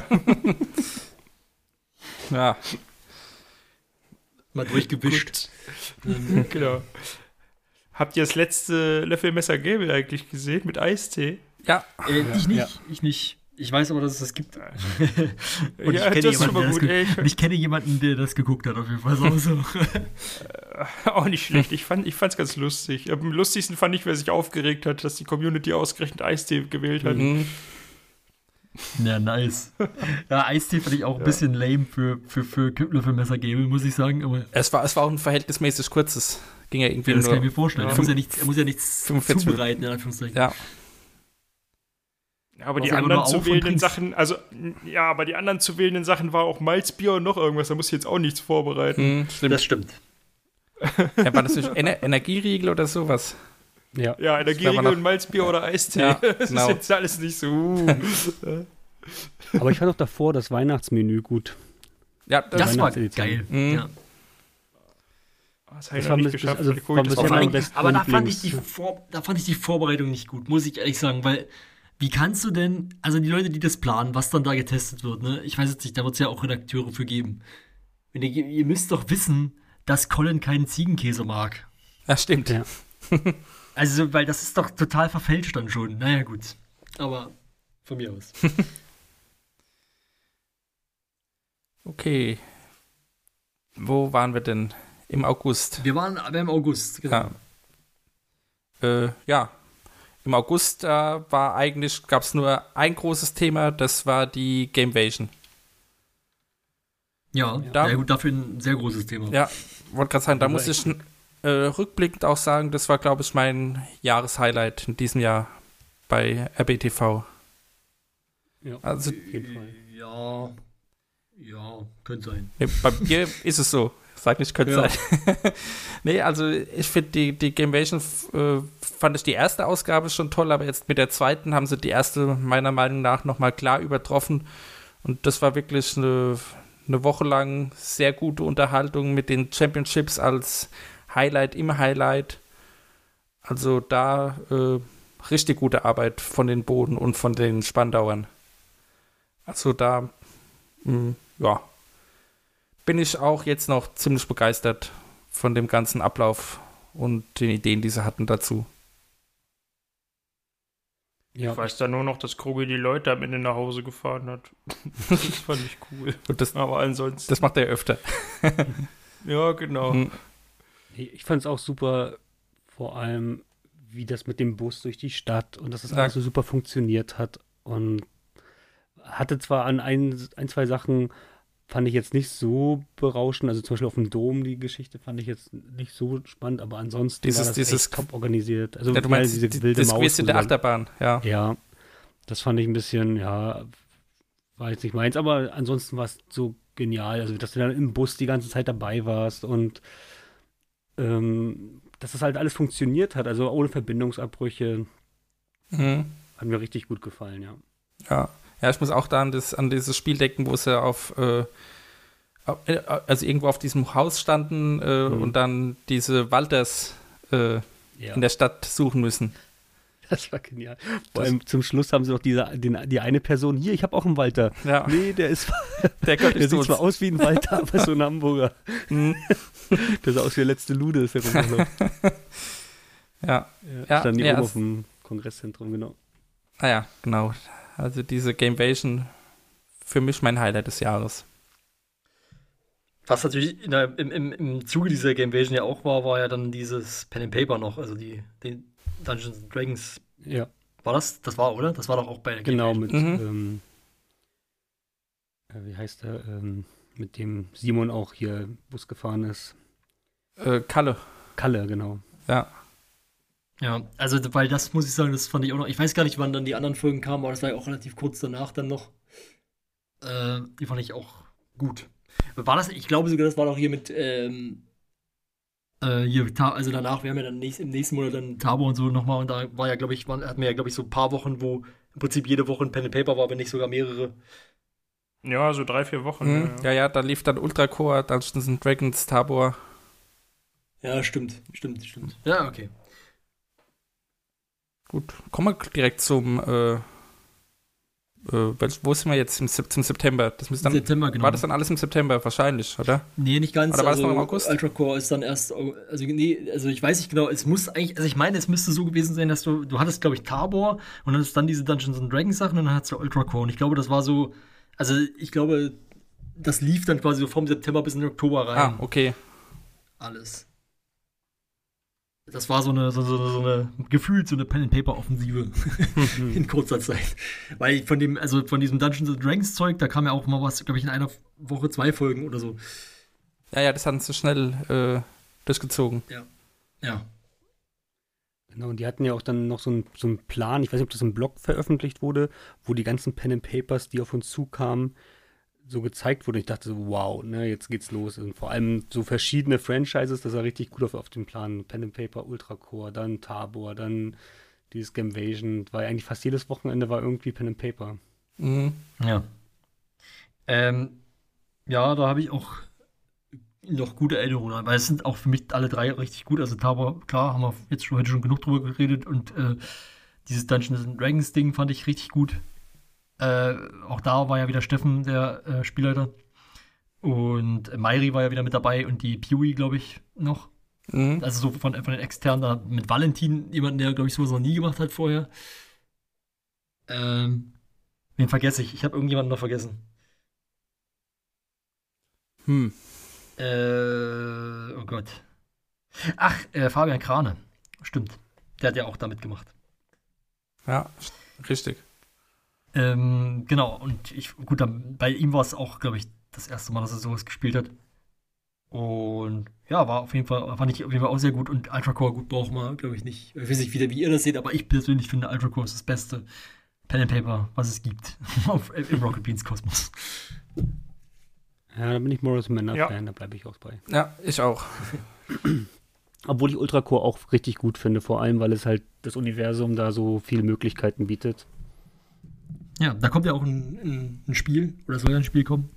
Ja. Mal durchgewischt. Genau. Habt ihr das letzte Löffelmesser Gable eigentlich gesehen mit Eistee? Ja. Äh, ja. Ich nicht, Ja. ich nicht. Ich weiß aber, dass es das gibt. Und Ja, ich, kenne das ist schon jemanden, mal der gut, das ey. ge- ich kenne jemanden, der das geguckt hat, auf jeden Fall. So, so. Auch nicht schlecht. Ich fand es ganz lustig. Am lustigsten fand ich, wer sich aufgeregt hat, dass die Community ausgerechnet Eistee gewählt hat. Mhm. Ja, nice. Ja, Eistee fand ich auch ein bisschen lame für, für, für Löffelmesser Gable, muss ich sagen. Aber Es war, es war auch ein verhältnismäßig kurzes. Ging ja irgendwie ja, das nur. kann ich mir vorstellen. Ja. Er muss ja nichts, er muss ja nichts fünfundvierzig zubereiten, in Anführungszeichen. Ja. Aber Machst die einfach anderen nur zu auf und wählenden trinkst. Sachen, also, ja, aber die anderen zu wählenden Sachen war auch Malzbier und noch irgendwas. Da muss ich jetzt auch nichts vorbereiten. Mhm, stimmt. Das stimmt. Ja, war das nicht Ener- Energieriegel oder sowas? Ja. Ja, Energieriegel noch- und Malzbier oder Eistee. Ja, das genau. ist jetzt alles nicht so. Uh. Aber ich fand auch davor das Weihnachtsmenü gut. Ja, das, Das war Weihnachtsedition. geil. Mhm. Ja. Das habe ich Das noch war nicht bis- geschafft. also Vielleicht guck war ich das bisher mal mein an. Best- Aber da fand, Lieblings- ich die Vor- da fand ich die Vorbereitung nicht gut, muss ich ehrlich sagen, weil wie kannst du denn, also die Leute, die das planen, was dann da getestet wird, ne? Ich weiß jetzt nicht, da wird es ja auch Redakteure für geben. Wenn ihr, ihr müsst doch wissen, dass Colin keinen Ziegenkäse mag. ja, stimmt. Ja. Also, weil das ist doch total verfälscht dann schon. Naja, gut. Aber von mir aus. Okay. Wo waren wir denn? Im August. Wir waren aber im August, genau. Ja. Äh, ja. Im August äh, war eigentlich, gab es nur ein großes Thema, das war die Gamevasion. Ja, Da- ja gut, dafür ein sehr großes Thema. Ja, wollte gerade sagen, da Aber muss echt ich äh, rückblickend auch sagen, das war, glaube ich, mein Jahreshighlight in diesem Jahr bei R B T V. Ja, Also, auf jeden Fall. Ja, ja, könnte sein. nee, bei mir ist es so. Sag nicht, könnte Ja. sein. Nee, also ich finde die, die Gamevasion äh, fand ich die erste Ausgabe schon toll, aber jetzt mit der zweiten haben sie die erste meiner Meinung nach nochmal klar übertroffen. Und das war wirklich eine, eine Woche lang sehr gute Unterhaltung mit den Championships als Highlight im Highlight. Also da äh, richtig gute Arbeit von den Boden und von den Spandauern. Also da, mh, ja, bin ich auch jetzt noch ziemlich begeistert von dem ganzen Ablauf und den Ideen, die sie hatten dazu. Ja. Ich weiß da nur noch, dass Krogi die Leute am Ende nach Hause gefahren hat. Das fand ich cool. Und das, Aber ansonsten. das macht er öfter. Ja, genau. Mhm. Ich fand es auch super, vor allem, wie das mit dem Bus durch die Stadt und dass das Ja. alles so super funktioniert hat. Und hatte zwar an ein, ein, zwei Sachen, fand ich jetzt nicht so berauschend. Also zum Beispiel auf dem Dom, die Geschichte fand ich jetzt nicht so spannend, aber ansonsten Dieses- war das dieses- echt top organisiert. Also Ja, du weil meinst diese die- wilde das Maus, Quiz in wo der sie dann- Achterbahn, ja. Ja, das fand ich ein bisschen, ja, war jetzt nicht meins, aber ansonsten war es so genial, also dass du dann im Bus die ganze Zeit dabei warst und ähm, dass das halt alles funktioniert hat, also ohne Verbindungsabbrüche, Mhm. hat mir richtig gut gefallen, ja. Ja. Ja, ich muss auch da an, das, an dieses Spiel denken, wo sie auf, äh, auf- äh, also irgendwo auf diesem Haus standen äh, Mhm. und dann diese Walters äh, ja. in der Stadt suchen müssen. Das war genial. Vor allem zum Schluss haben sie noch diese, den, die eine Person, hier, ich habe auch einen Walter. Ja, Nee, der ist, der gehört der nicht zu sieht uns. zwar aus wie ein Walter, aber so ein Hamburger. Mhm. Der sah aus wie der letzte Lude, ist der rumgelaufen. Ja, Ja, Ja, stand hier ja, oben es- auf dem Kongresszentrum, genau. ah ja, genau. Also diese Gamevasion, für mich mein Highlight des Jahres. Was natürlich in der, im, im, im Zuge dieser Gamevasion ja auch war, war ja dann dieses Pen and Paper noch, also die, die Dungeons and Dragons. Ja. War das? Das war, oder? Das war doch auch bei der Genau, Gamevasion. mit, Mhm. ähm, äh, wie heißt er, ähm, mit dem Simon auch hier Bus gefahren ist. Äh, Kalle, Kalle, genau. ja. Ja, also weil das muss ich sagen, das fand ich auch noch. Ich weiß gar nicht, wann dann die anderen Folgen kamen, aber das war ja auch relativ kurz danach dann noch. Äh, die fand ich auch gut. War das, ich glaube sogar, das war doch hier mit, ähm, äh, hier, also danach, wir haben ja dann nächst, im nächsten Monat dann Tabor und so nochmal und da war ja, glaube ich, waren, hatten wir ja, glaube ich, so ein paar Wochen, wo im Prinzip jede Woche ein Pen and Paper war, wenn nicht sogar mehrere. Ja, so drei, vier Wochen. Mhm. Ja, ja, da lief dann Ultracore, Dungeons and Dragons, Tabor. Ja, stimmt, stimmt, stimmt. Ja, okay. Gut, kommen wir direkt zum, äh, äh, wo sind wir jetzt? Im, zum September. Das müsste dann, September, genau. War das dann alles im September wahrscheinlich, oder? Nee, nicht ganz. Oder war also, das noch im August? Ultracore ist dann erst, also nee, also ich weiß nicht genau, es muss eigentlich, also ich meine, es müsste so gewesen sein, dass du, du hattest, glaube ich, Tabor und dann ist dann diese Dungeons and Dragons Sachen und dann hattest du Ultracore und ich glaube, das war so, also ich glaube, das lief dann quasi so vom September bis in den Oktober rein. Ah, okay. Alles. Das war so eine, so, so, so eine gefühlt so eine Pen-and-Paper-Offensive in kurzer Zeit. Weil von dem, also von diesem Dungeons and Dragons Zeug, da kam ja auch mal was, glaube ich, in einer Woche zwei Folgen oder so. Ja, ja, das hatten sie schnell äh, durchgezogen. Ja. Ja. Genau, und die hatten ja auch dann noch so einen so einen Plan, ich weiß nicht, ob das im Blog veröffentlicht wurde, wo die ganzen Pen-and-Papers, die auf uns zukamen, so gezeigt wurde. Ich dachte so, wow, ne, jetzt geht's los. Und vor allem so verschiedene Franchises, das war richtig gut auf, auf dem Plan. Pen and Paper, Ultracore, dann Tabor, dann dieses Gamvasion. War ja eigentlich fast jedes Wochenende war irgendwie Pen and Paper. Mhm. Ja. Ähm, ja, da habe ich auch noch gute Erinnerungen, weil es sind auch für mich alle drei richtig gut. Also Tabor, klar, haben wir jetzt schon, heute schon genug drüber geredet und äh, dieses Dungeons and Dragons Ding fand ich richtig gut. Äh, auch da war ja wieder Steffen der äh, Spielleiter und äh, Mairi war ja wieder mit dabei und die Pewee, glaube ich, noch. Mhm. Also so von, von den externen, da mit Valentin, jemanden, der, glaube ich, sowas noch nie gemacht hat vorher. Ähm, wen vergesse ich? Ich habe irgendjemanden noch vergessen. Hm. Äh, oh Gott. Ach, äh, Fabian Krane. Stimmt. Der hat ja auch damit gemacht. Ja, richtig. Ähm, genau, und ich, gut, dann, bei ihm war es auch, glaube ich, das erste Mal, dass er sowas gespielt hat. Und ja, war auf jeden Fall, fand ich auf jeden Fall auch sehr gut. Und Ultracore, gut, braucht man, glaube ich, nicht. Ich weiß nicht, wie, wie ihr das seht, aber ich persönlich finde, Ultracore ist das beste Pen and Paper, was es gibt auf, im Rocket Beans Kosmos. Ja, da bin ich Morris Manor Ja. Fan, da bleibe ich auch bei. Ja, ich auch. Obwohl ich Ultracore auch richtig gut finde, vor allem, weil es halt das Universum da so viele Möglichkeiten bietet. Ja, da kommt ja auch ein, ein, ein Spiel, oder soll ja ein Spiel kommen.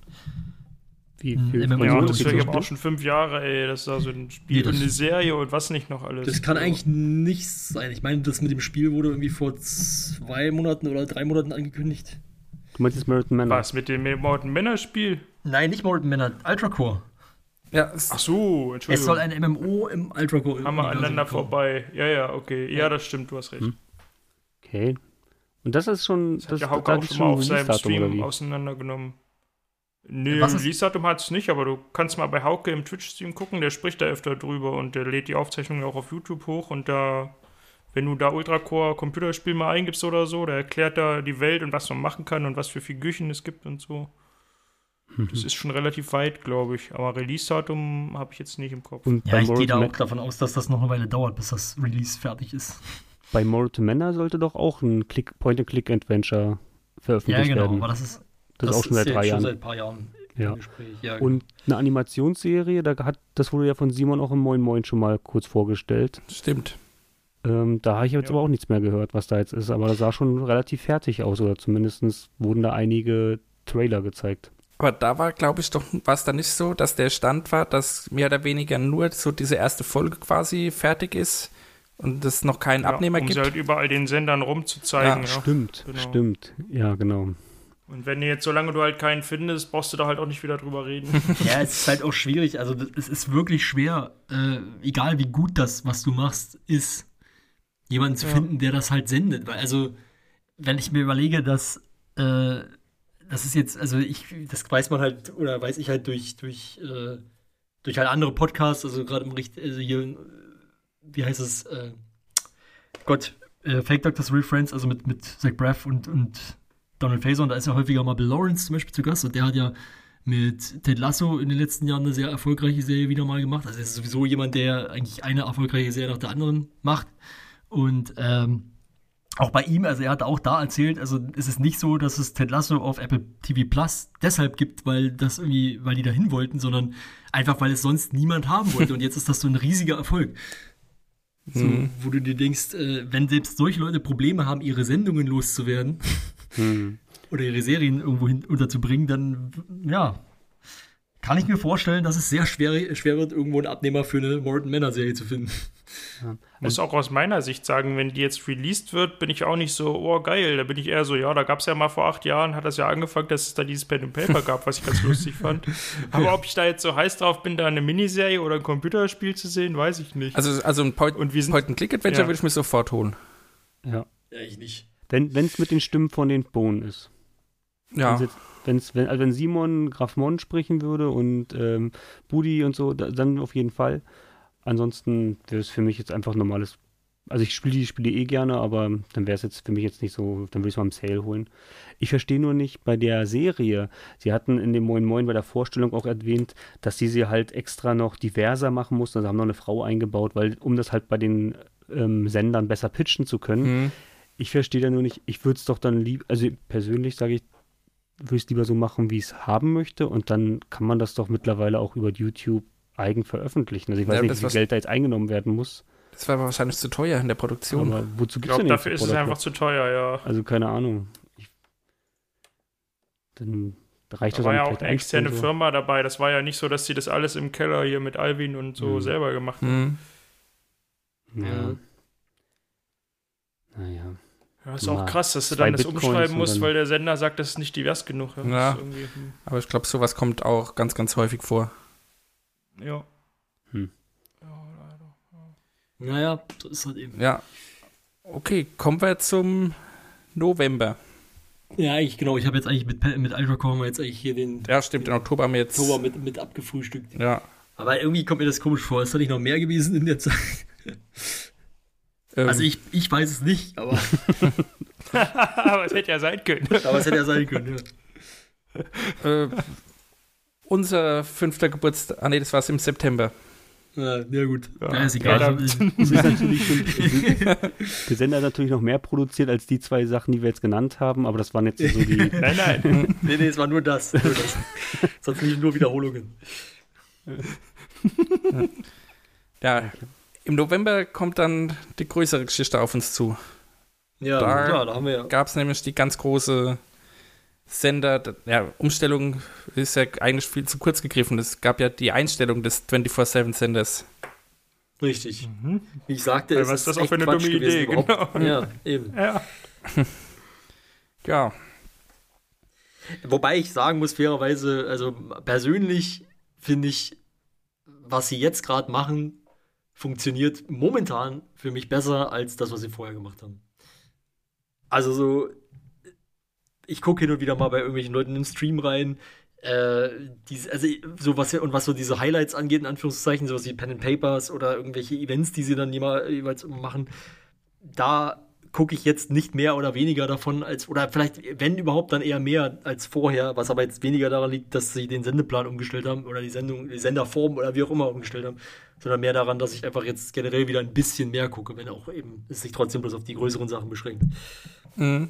Wie Hm, viel M M O Ja, Ja, das das ist ist ja auch schon fünf Jahre, ey. Das ist da so ein Spiel Nee, das- und eine Serie und was nicht noch alles. Das kann eigentlich nichts sein. Ich meine, das mit dem Spiel wurde irgendwie vor zwei Monaten oder drei Monaten angekündigt. Du meinst jetzt Meriton Manor? Was, mit dem Morten Männer-Spiel? Nein, nicht Morton Manor, Ultracore. Ja, es, Ach so, Es Entschuldigung. soll ein M M O im Ultracore. Haben wir aneinander vorbei. Ja, ja, okay. Ja, das stimmt, du hast recht. Hm. Okay. Und das ist schon, Das hat das, ja da Hauke auch gibt's schon mal auf ein seinem Release-Datum, oder Stream wie? auseinandergenommen. Nee, Was ist- Release-Datum hat es nicht, aber du kannst mal bei Hauke im Twitch-Stream gucken, der spricht da öfter drüber und der lädt die Aufzeichnungen auch auf YouTube hoch und da, wenn du da Ultracore Computerspiel mal eingibst oder so, da erklärt da die Welt und was man machen kann und was für Figürchen es gibt und so. Das ist schon relativ weit, glaube ich, aber Release-Datum habe ich jetzt nicht im Kopf. Und Ja, bei ich gehe da Meriton auch davon aus, dass das noch eine Weile dauert, bis das Release fertig ist. Bei Meriton Manor sollte doch auch ein Click, Point-and-Click-Adventure veröffentlicht Ja, genau, werden. aber das ist, das ist auch schon seit ja drei jetzt Jahren. Schon seit ein paar Jahren Ja. im Gespräch. Ja, genau. Und eine Animationsserie, da hat, das wurde ja von Simon auch im Moin Moin schon mal kurz vorgestellt. stimmt. Ähm, da habe ich jetzt Ja. aber auch nichts mehr gehört, was da jetzt ist. Aber das sah schon relativ fertig aus, oder zumindest wurden da einige Trailer gezeigt. Aber da war, glaube ich, doch, war es da nicht so, dass der Stand war, dass mehr oder weniger nur so diese erste Folge quasi fertig ist und es noch keinen Ja, Abnehmer um gibt. sie halt überall den Sendern rumzuzeigen. Ja, Ja, Stimmt, genau. stimmt. Ja, genau. Und wenn du jetzt, solange du halt keinen findest, brauchst du da halt auch nicht wieder drüber reden. Ja, es ist halt auch schwierig. Also, das- es ist wirklich schwer, äh, egal wie gut das, was du machst, ist, jemanden zu Ja. finden, der das halt sendet. Weil, also, wenn ich mir überlege, dass, äh, das ist jetzt, also ich, das weiß man halt, oder weiß ich halt durch, durch, äh, durch halt andere Podcasts, also gerade im Richt, also hier, äh, wie heißt es, äh, Gott, äh, Fake Doctors Real Friends, also mit, mit Zach Braff und, und Donald Faison, da ist ja häufiger mal Bill Lawrence zum Beispiel zu Gast und der hat ja mit Ted Lasso in den letzten Jahren eine sehr erfolgreiche Serie wieder mal gemacht. Also er ist sowieso jemand, der eigentlich eine erfolgreiche Serie nach der anderen macht. Und ähm, auch bei ihm, also er hat auch da erzählt, also es ist nicht so, dass es Ted Lasso auf Apple T V Plus deshalb gibt, weil das irgendwie, weil die dahin wollten, sondern einfach, weil es sonst niemand haben wollte. Und jetzt ist das so ein riesiger Erfolg. So, mhm. Wo du dir denkst, äh, wenn selbst solche Leute Probleme haben, ihre Sendungen loszuwerden mhm. oder ihre Serien irgendwo hin unterzubringen, dann, ja, kann ich mir vorstellen, dass es sehr schwer, schwer wird, irgendwo einen Abnehmer für eine Morton Manor-Serie zu finden. Ja. Muss auch aus meiner Sicht sagen, wenn die jetzt released wird, bin ich auch nicht so, oh geil, da bin ich eher so, ja, da gab es ja mal vor acht Jahren, hat das ja angefangen, dass es da dieses Pen and Paper gab, was ich ganz lustig fand. Aber ob ich da jetzt so heiß drauf bin, da eine Miniserie oder ein Computerspiel zu sehen, weiß ich nicht. Also, also ein Point- and Click-Adventure ja. würde ich mir sofort holen. Ja. Ja, ich nicht. Wenn es mit den Stimmen von den Bohnen ist. Ja. Jetzt, wenn's, wenn, also wenn Simon Graf Mon sprechen würde und ähm, Budi und so, da, dann auf jeden Fall. Ansonsten wäre es für mich jetzt einfach normales, also ich spiele die Spiele eh gerne, aber dann wäre es jetzt für mich jetzt nicht so, dann würde ich es mal im Sale holen. Ich verstehe nur nicht bei der Serie, sie hatten in dem Moin Moin bei der Vorstellung auch erwähnt, dass sie sie halt extra noch diverser machen mussten, also haben noch eine Frau eingebaut, weil um das halt bei den ähm, Sendern besser pitchen zu können. Mhm. Ich verstehe da nur nicht, ich würde es doch dann lieb, also persönlich sage ich, würde ich es lieber so machen, wie ich es haben möchte und dann kann man das doch mittlerweile auch über YouTube eigen veröffentlichen. Also ich weiß ja, nicht, wie viel Geld da jetzt eingenommen werden muss. Das war wahrscheinlich zu teuer in der Produktion. Aber wozu ich glaube, dafür ist es einfach zu teuer, ja. Also keine Ahnung. Ich, dann reicht da das war ja auch eine externe so. Firma dabei. Das war ja nicht so, dass sie das alles im Keller hier mit Alvin und so mhm. selber gemacht haben. Mhm. Ja. Naja. Ja, ist auch krass, dass du dann das Bitcoins umschreiben musst, weil der Sender sagt, das ist nicht divers genug. Ja, ja. Aber ich glaube, sowas kommt auch ganz, ganz häufig vor. Ja. Hm. Ja, leider. Ja. Naja, so ist halt eben. Ja. Okay, kommen wir zum November. Ja, eigentlich, genau. Ich habe jetzt eigentlich mit, mit Ultracore haben wir jetzt eigentlich hier den. Ja, stimmt, im Oktober haben wir jetzt. Oktober mit, mit abgefrühstückt. Ja. Aber irgendwie kommt mir das komisch vor. Ist da nicht noch mehr gewesen in der Zeit? Ähm. Also, ich, ich weiß es nicht, aber. Aber es hätte ja sein können. Aber es hätte ja sein können, ja. äh, unser fünfter Geburtstag. Ah, nee, das war es im September. Ja, ja gut. Ja, ja, ist egal. Ja, ist natürlich schon, der Sender hat natürlich noch mehr produziert als die zwei Sachen, die wir jetzt genannt haben, aber das waren jetzt so die. Nein, nein. nee, nee, es war nur das. Nur das. Sonst nicht nur Wiederholungen. Ja, im November kommt dann die größere Geschichte auf uns zu. Ja, da, klar, da haben wir ja. Gab es nämlich die ganz große Sender, ja, Umstellung ist ja eigentlich viel zu kurz gegriffen. Es gab ja die Einstellung des vierundzwanzig sieben Senders. Richtig. Mhm. Wie ich sagte, ja, was ist das auch für eine dumme Idee? Genau. Ja, eben. Ja. ja. Wobei ich sagen muss, fairerweise, also persönlich finde ich, was sie jetzt gerade machen, funktioniert momentan für mich besser als das, was sie vorher gemacht haben. Also so, ich gucke hin und wieder mal bei irgendwelchen Leuten im Stream rein, äh, diese, also so was und was so diese Highlights angeht, in Anführungszeichen, sowas wie Pen and Papers oder irgendwelche Events, die sie dann jeweils machen, da gucke ich jetzt nicht mehr oder weniger davon als, oder vielleicht, wenn überhaupt, dann eher mehr als vorher, was aber jetzt weniger daran liegt, dass sie den Sendeplan umgestellt haben oder die Sendung, die Senderform oder wie auch immer umgestellt haben, sondern mehr daran, dass ich einfach jetzt generell wieder ein bisschen mehr gucke, wenn auch eben es sich trotzdem bloß auf die größeren Sachen beschränkt. Mhm.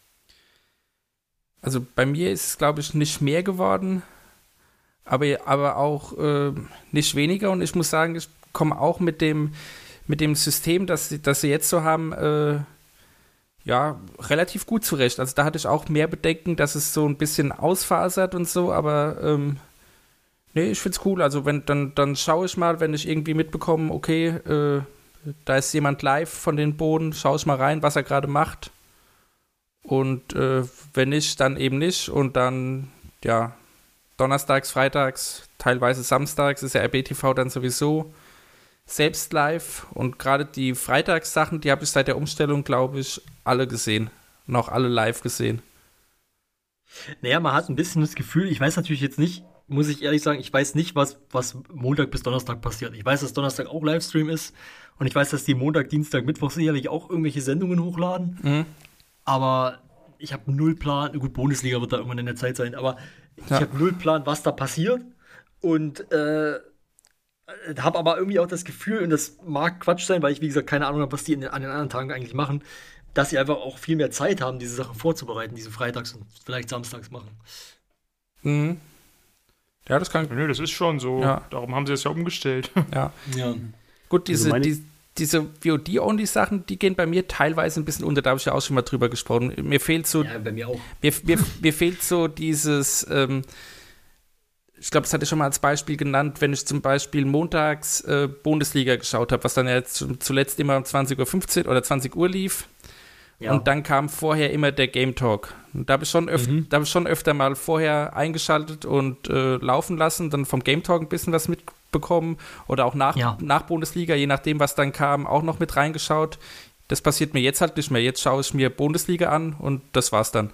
Also bei mir ist es, glaube ich, nicht mehr geworden, aber, aber auch äh, nicht weniger. Und ich muss sagen, ich komme auch mit dem, mit dem System, das, sie- das sie jetzt so haben, äh, ja, relativ gut zurecht. Also da hatte ich auch mehr Bedenken, dass es so ein bisschen ausfasert und so, aber ähm, nee, ich find's cool. Also wenn, dann, dann schaue ich mal, wenn ich irgendwie mitbekomme, okay, äh, da ist jemand live von den Bohnen, schaue ich mal rein, was er gerade macht. Und äh, wenn nicht, dann eben nicht. Und dann, ja, donnerstags, freitags, teilweise samstags ist ja R B T V dann sowieso selbst live. Und gerade die Freitagssachen, die habe ich seit der Umstellung, glaube ich, alle gesehen. Und auch alle live gesehen. Naja, man hat ein bisschen das Gefühl, ich weiß natürlich jetzt nicht, muss ich ehrlich sagen, ich weiß nicht, was, was Montag bis Donnerstag passiert. Ich weiß, dass Donnerstag auch Livestream ist und ich weiß, dass die Montag, Dienstag, Mittwoch sicherlich auch irgendwelche Sendungen hochladen. Mhm. Aber ich habe null Plan, gut, Bundesliga wird da irgendwann in der Zeit sein, aber ich Ja. habe null Plan, was da passiert und äh, habe aber irgendwie auch das Gefühl, und das mag Quatsch sein, weil ich, wie gesagt, keine Ahnung habe, was die in den, an den anderen Tagen eigentlich machen, dass sie einfach auch viel mehr Zeit haben, diese Sachen vorzubereiten, diese freitags und vielleicht samstags machen. Mhm. Ja, das kann. Nö, das ist schon so. Ja. Darum haben sie es ja umgestellt. Ja. Ja. Gut, diese, Also meine- die, diese V O D-Only-Sachen, die gehen bei mir teilweise ein bisschen unter, da habe ich ja auch schon mal drüber gesprochen. Mir fehlt so, Ja, bei mir auch. mir, mir, mir fehlt so dieses, ähm, ich glaube, das hatte ich schon mal als Beispiel genannt, wenn ich zum Beispiel montags äh, Bundesliga geschaut habe, was dann ja jetzt zuletzt immer um zwanzig Uhr fünfzehn oder zwanzig Uhr lief. Ja. Und dann kam vorher immer der Game Talk. Und da habe ich, schon öf- Mhm. da hab ich schon öfter mal vorher eingeschaltet und äh, laufen lassen, dann vom Game Talk ein bisschen was mitbekommen oder auch nach, Ja. nach Bundesliga, je nachdem, was dann kam, auch noch mit reingeschaut. Das passiert mir jetzt halt nicht mehr. Jetzt schaue ich mir Bundesliga an und das war's dann.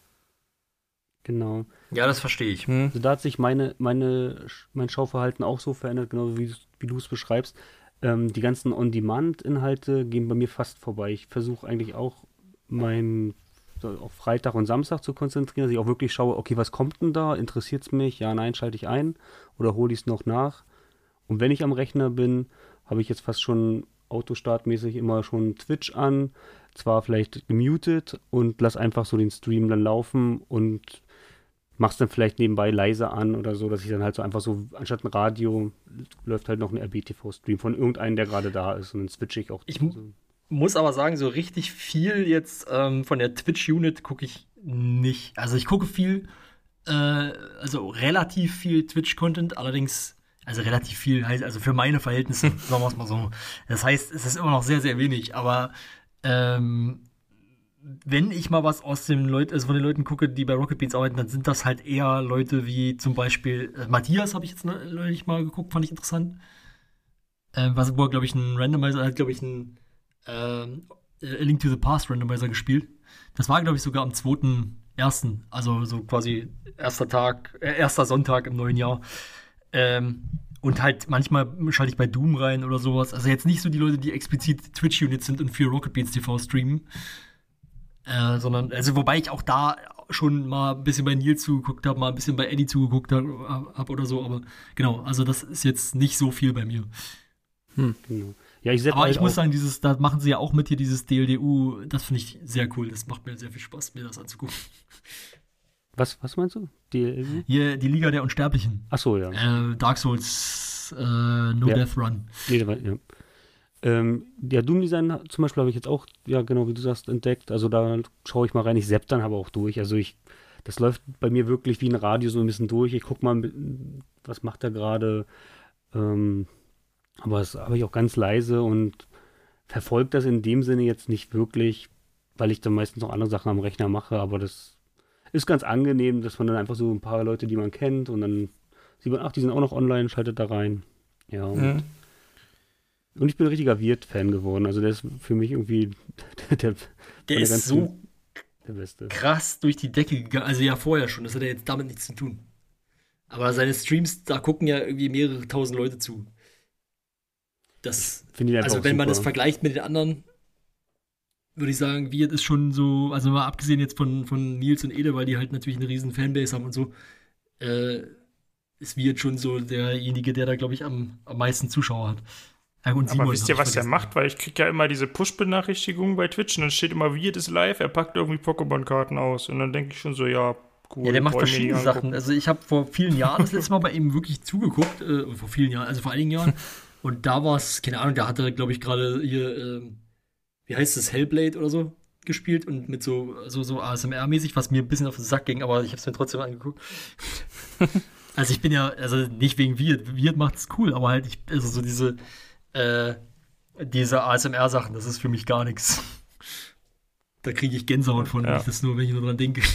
Genau. Ja, das verstehe ich. Hm. Also da hat sich meine, meine, mein Schauverhalten auch so verändert, genau wie, wie du es beschreibst. Ähm, die ganzen On-Demand-Inhalte gehen bei mir fast vorbei. Ich versuche eigentlich auch, mein so auf Freitag und Samstag zu konzentrieren, dass ich auch wirklich schaue, okay, was kommt denn da? Interessiert es mich? Ja, nein, schalte ich ein oder hole ich es noch nach? Und wenn ich am Rechner bin, habe ich jetzt fast schon autostartmäßig immer schon Twitch an, zwar vielleicht gemutet und lass einfach so den Stream dann laufen und mach's dann vielleicht nebenbei leise an oder so, dass ich dann halt so einfach so, anstatt ein Radio, läuft halt noch ein R B T V-Stream von irgendeinem, der gerade da ist und dann switche ich auch. Ich so. muss aber sagen, so richtig viel jetzt ähm, von der Twitch-Unit gucke ich nicht. Also ich gucke viel, äh, also relativ viel Twitch-Content, allerdings, also relativ viel heißt, also für meine Verhältnisse, sagen wir es mal so. Das heißt, es ist immer noch sehr, sehr wenig, aber ähm, wenn ich mal was aus den Leuten, also von den Leuten gucke, die bei Rocket Beans arbeiten, dann sind das halt eher Leute wie zum Beispiel äh, Matthias, habe ich jetzt neulich mal geguckt, fand ich interessant. Äh, was, wo er, glaube ich, ein Randomizer, hat, glaube ich, ein ähm, A Link to the Past Randomizer gespielt. Das war, glaube ich, sogar am zweiten ersten Also so quasi erster Tag, äh, erster Sonntag im neuen Jahr. Ähm, und halt manchmal schalte ich bei Doom rein oder sowas. Also jetzt nicht so die Leute, die explizit Twitch-Units sind und für Rocket Beans T V streamen. Äh, sondern, also wobei ich auch da schon mal ein bisschen bei Nils zugeguckt habe, mal ein bisschen bei Eddie zugeguckt habe hab oder so, aber genau, also das ist jetzt nicht so viel bei mir. Genau. Ja, ich Aber halt ich muss auch, sagen, dieses, da machen sie ja auch mit hier dieses D L D U, das finde ich sehr cool, das macht mir sehr viel Spaß, mir das anzugucken. was, was meinst du? Die, Hier, die Liga der Unsterblichen. achso, ja. Äh, Dark Souls, äh, No Ja. Death Run. Nee, da war- ja. Ähm, ja, Doom Design zum Beispiel habe ich jetzt auch, ja genau wie du sagst, entdeckt. Also da schaue ich mal rein, ich sepp dann aber auch durch. Also ich, das läuft bei mir wirklich wie ein Radio so ein bisschen durch. Ich gucke mal, was macht er gerade. Ähm, aber das habe ich auch ganz leise und verfolge das in dem Sinne jetzt nicht wirklich, weil ich dann meistens noch andere Sachen am Rechner mache. Aber das ist ganz angenehm, dass man dann einfach so ein paar Leute, die man kennt und dann sieht man, ach, die sind auch noch online, schaltet da rein. Ja, und Mhm. Und ich bin ein richtiger Wirt-Fan geworden. Also der ist für mich irgendwie der, der, Der von ist ganzen- so der Beste. krass durch die Decke gegangen, also ja vorher schon, das hat ja jetzt damit nichts zu tun. Aber seine Streams, da gucken ja irgendwie mehrere tausend Leute zu. Das, Finde ich einfach also auch wenn man das super. vergleicht mit den anderen, würde ich sagen, Wirt ist schon so, also mal abgesehen jetzt von, von Nils und Ede, weil die halt natürlich eine riesen Fanbase haben und so, äh, ist Wirt schon so derjenige, der da, glaube ich, am, am meisten Zuschauer hat. Ja, und Simon Aber wisst ihr, hab ich was er vergessen. macht? Weil ich kriege ja immer diese Push-Benachrichtigungen bei Twitch und dann steht immer, Wirt ist live, er packt irgendwie Pokémon-Karten aus. Und dann denke ich schon so, ja, cool. Ja, der macht brauch ich mir verschiedene nicht Sachen. angucken. Also ich habe vor vielen Jahren das letzte Mal bei ihm wirklich zugeguckt, äh, vor vielen Jahren, also vor einigen Jahren. Und da war es, keine Ahnung, da hat er, glaube ich, gerade hier, ähm, wie heißt das, Hellblade oder so gespielt und mit so, so, so A S M R-mäßig, was mir ein bisschen auf den Sack ging, aber ich habe es mir trotzdem angeguckt. Also ich bin ja, also nicht wegen Wirt, Wirt macht es cool, aber halt, ich, also so diese, äh, diese A S M R-Sachen, das ist für mich gar nichts. Da kriege ich Gänsehaut von, Ja. wenn ich das nur, wenn ich nur dran denke.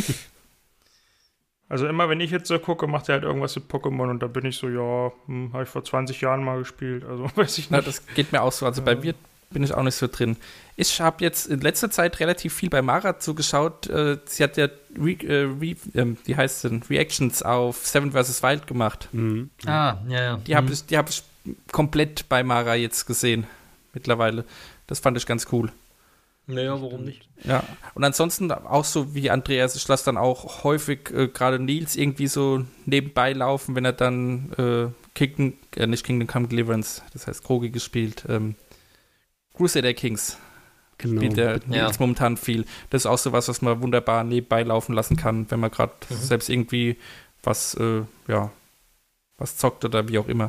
Also immer, wenn ich jetzt so gucke, macht er halt irgendwas mit Pokémon und da bin ich so, ja, hm, habe ich vor zwanzig Jahren mal gespielt. Also weiß ich Na, nicht. das geht mir auch so. Also bei mir bin ich auch nicht so drin. Ich habe jetzt in letzter Zeit relativ viel bei Mara zugeschaut. Äh, sie hat ja, Re, äh, Re, ähm, wie heißt es denn, Reactions auf Seven versus. Wild gemacht. Mhm. Ah, ja, ja. Die habe ich, die hab ich komplett bei Mara jetzt gesehen mittlerweile. Das fand ich ganz cool. Naja, warum nicht? Ja, und ansonsten auch so wie Andreas, ich lasse dann auch häufig äh, gerade Nils irgendwie so nebenbei laufen, wenn er dann äh, Kingdom, äh, nicht Kingdom Come Deliverance, das heißt Krogi gespielt, ähm, Crusader Kings Genau. spielt der Ja. jetzt momentan viel. Das ist auch so was, was man wunderbar nebenbei laufen lassen kann, wenn man gerade Mhm. selbst irgendwie was, äh, ja, was zockt oder wie auch immer.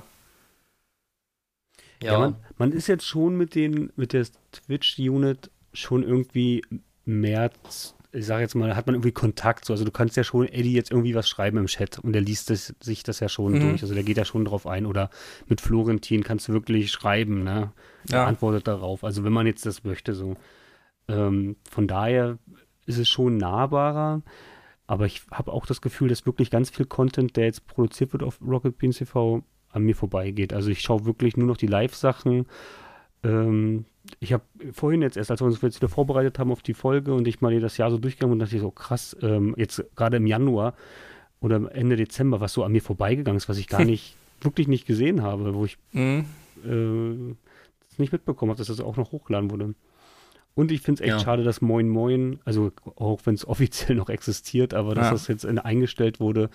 Ja, Ja, man, man ist jetzt schon mit den mit der Twitch-Unit schon irgendwie mehr, ich sag jetzt mal, hat man irgendwie Kontakt. So. Also du kannst ja schon Eddie jetzt irgendwie was schreiben im Chat und der liest das, sich das ja schon Mhm. durch. Also der geht ja schon drauf ein. Oder mit Florentin kannst du wirklich schreiben, ne? Er Ja. antwortet darauf. Also wenn man jetzt das möchte, so. Ähm, von daher ist es schon nahbarer. Aber ich habe auch das Gefühl, dass wirklich ganz viel Content, der jetzt produziert wird auf Rocket Beans T V, an mir vorbeigeht. Also ich schaue wirklich nur noch die Live-Sachen. Ähm, ich habe vorhin jetzt erst, als wir uns jetzt wieder vorbereitet haben auf die Folge und ich mal hier das Jahr so durchgegangen und dachte ich so, krass, ähm, jetzt gerade im Januar oder Ende Dezember, was so an mir vorbeigegangen ist, was ich gar nicht, wirklich nicht gesehen habe, wo ich Mhm. äh, das nicht mitbekommen habe, dass das auch noch hochgeladen wurde. Und ich finde es echt Ja. schade, dass Moin Moin, also auch wenn es offiziell noch existiert, aber dass Ja. das jetzt in, eingestellt wurde.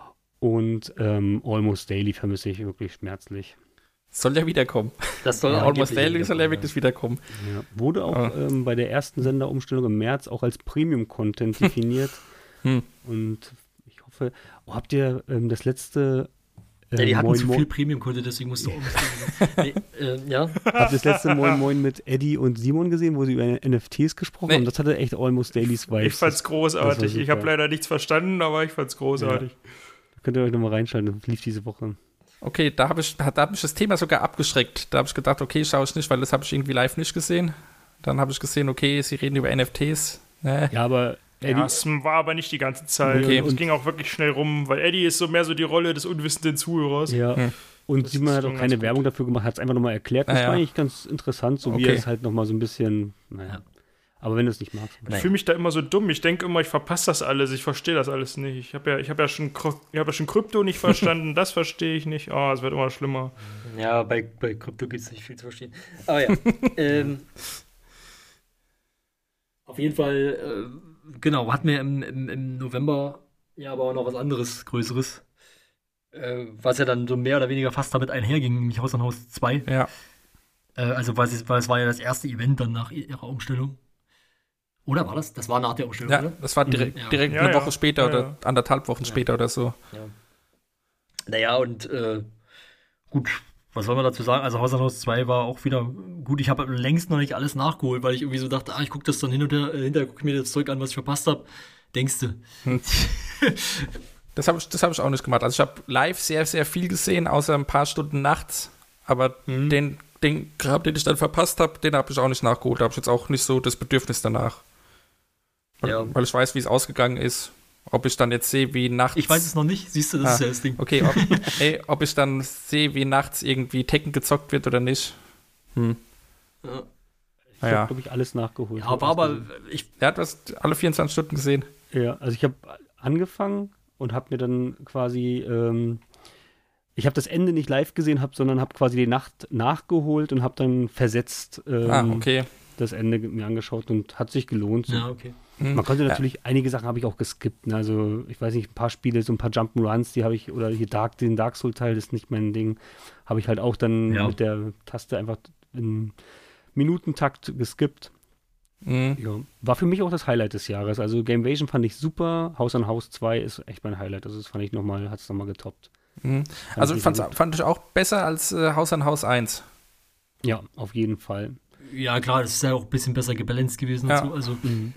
Und ähm, Almost Daily vermisse ich wirklich schmerzlich. Soll ja wiederkommen. das soll Ja, Almost angeblich Daily soll ja wiederkommen, wirklich wiederkommen. Ja. Wurde auch Ah. ähm, bei der ersten Senderumstellung im März auch als Premium-Content definiert. Hm. Und ich hoffe, oh, habt ihr ähm, das letzte äh, Ja, die hatten Moin zu Moin- viel Premium-Content, deswegen musste auch Nee, äh, ja, Habt ihr das letzte Moin Moin mit Eddie und Simon gesehen, wo sie über N F Ts gesprochen Nee. haben? Das hatte echt Almost Dailies Vibes. Ich fand's Das großartig. war Ich habe super. leider nichts verstanden, aber ich fand's großartig. könnt ihr euch nochmal reinschalten. Das lief diese Woche. Okay, da, hab ich, da hat mich das Thema sogar abgeschreckt. Da habe ich gedacht, okay, schaue ich nicht, weil das habe ich irgendwie live nicht gesehen. Dann habe ich gesehen, okay, sie reden über N F Ts. Nee. Ja, aber Eddie, Ja, es war aber nicht die ganze Zeit. Okay. Es ging auch wirklich schnell rum, weil Eddie ist so mehr so die Rolle des unwissenden Zuhörers. ja. Hm. Und Das Simon ist hat auch schon keine ganz gut. Werbung dafür gemacht, hat es einfach nochmal erklärt. Das Ah, ja. war eigentlich ganz interessant, so wie Okay. er es halt nochmal so ein bisschen, naja. Aber wenn du es nicht magst. Ich fühle mich da immer so dumm. Ich denke immer, ich verpasse das alles. Ich verstehe das alles nicht. Ich habe ja, ich hab ja, schon Kry- ich hab ja schon Krypto nicht verstanden. Das verstehe ich nicht. Oh, es wird immer schlimmer. ja, bei, bei Krypto gibt es nicht viel zu verstehen. Aber ja, ähm, auf jeden Fall, äh, genau, hatten wir im, im, im November ja aber auch noch was anderes, Größeres, äh, was ja dann so mehr oder weniger fast damit einherging, nämlich Haus an Haus zwei. Ja. Äh, also, weil es, weil es war ja das erste Event dann nach ihrer Umstellung. Oder war das? Das war nach der Umstellung, Ja, oder? das war direkt, Ja. direkt Ja, eine ja. Woche später Ja, oder ja. anderthalb Wochen später oder so. naja, und äh, Gut, was soll man dazu sagen? Also Haus an Haus zwei war auch wieder gut. Ich habe längst noch nicht alles nachgeholt, weil ich irgendwie so dachte, ah, ich gucke das dann hin und her, äh, hinterher gucke ich mir das Zeug an, was ich verpasst habe. Denkst du? Das habe ich, das hab ich auch nicht gemacht. Also ich habe live sehr, sehr viel gesehen, außer ein paar Stunden nachts. Aber Mhm. den, den Grab, den ich dann verpasst habe, den habe ich auch nicht nachgeholt. Da habe ich jetzt auch nicht so das Bedürfnis danach. Weil, Ja. weil ich weiß, wie es ausgegangen ist. Ob ich dann jetzt sehe, wie nachts... Ich weiß es noch nicht. Siehst du, das Ah, ist ja das Ding. Okay, ob, ey, ob ich dann sehe, wie nachts irgendwie Tekken gezockt wird oder nicht. Hm. Ja. Ich Naja. habe, glaube ich, alles nachgeholt. Ja, war aber, ich, Er hat was alle vierundzwanzig Stunden gesehen. Ja, also ich habe angefangen und habe mir dann quasi, ähm, ich habe das Ende nicht live gesehen, hab, sondern habe quasi die Nacht nachgeholt und habe dann versetzt ähm, Ah, okay. das Ende mir angeschaut und hat sich gelohnt. So. ja, okay. Hm. Man konnte natürlich, einige Sachen habe ich auch geskippt. Ne? Also, ich weiß nicht, ein paar Spiele, so ein paar Jump'n'Runs, die habe ich, oder hier Dark, den Dark Soul-Teil, das ist nicht mein Ding, habe ich halt auch dann Ja. mit der Taste einfach in Minutentakt geskippt. Mhm. Ja. War für mich auch das Highlight des Jahres. Also, Gamevasion fand ich super, Haus an Haus zwei ist echt mein Highlight. Also, das fand ich nochmal, hat es nochmal getoppt. Mhm. Fand Also ich fand's, sehr gut. fand ich auch besser als äh, Haus an Haus eins. Ja, auf jeden Fall. Ja, klar, das ist ja auch ein bisschen besser gebalanced gewesen Ja. und so. Also, Mhm.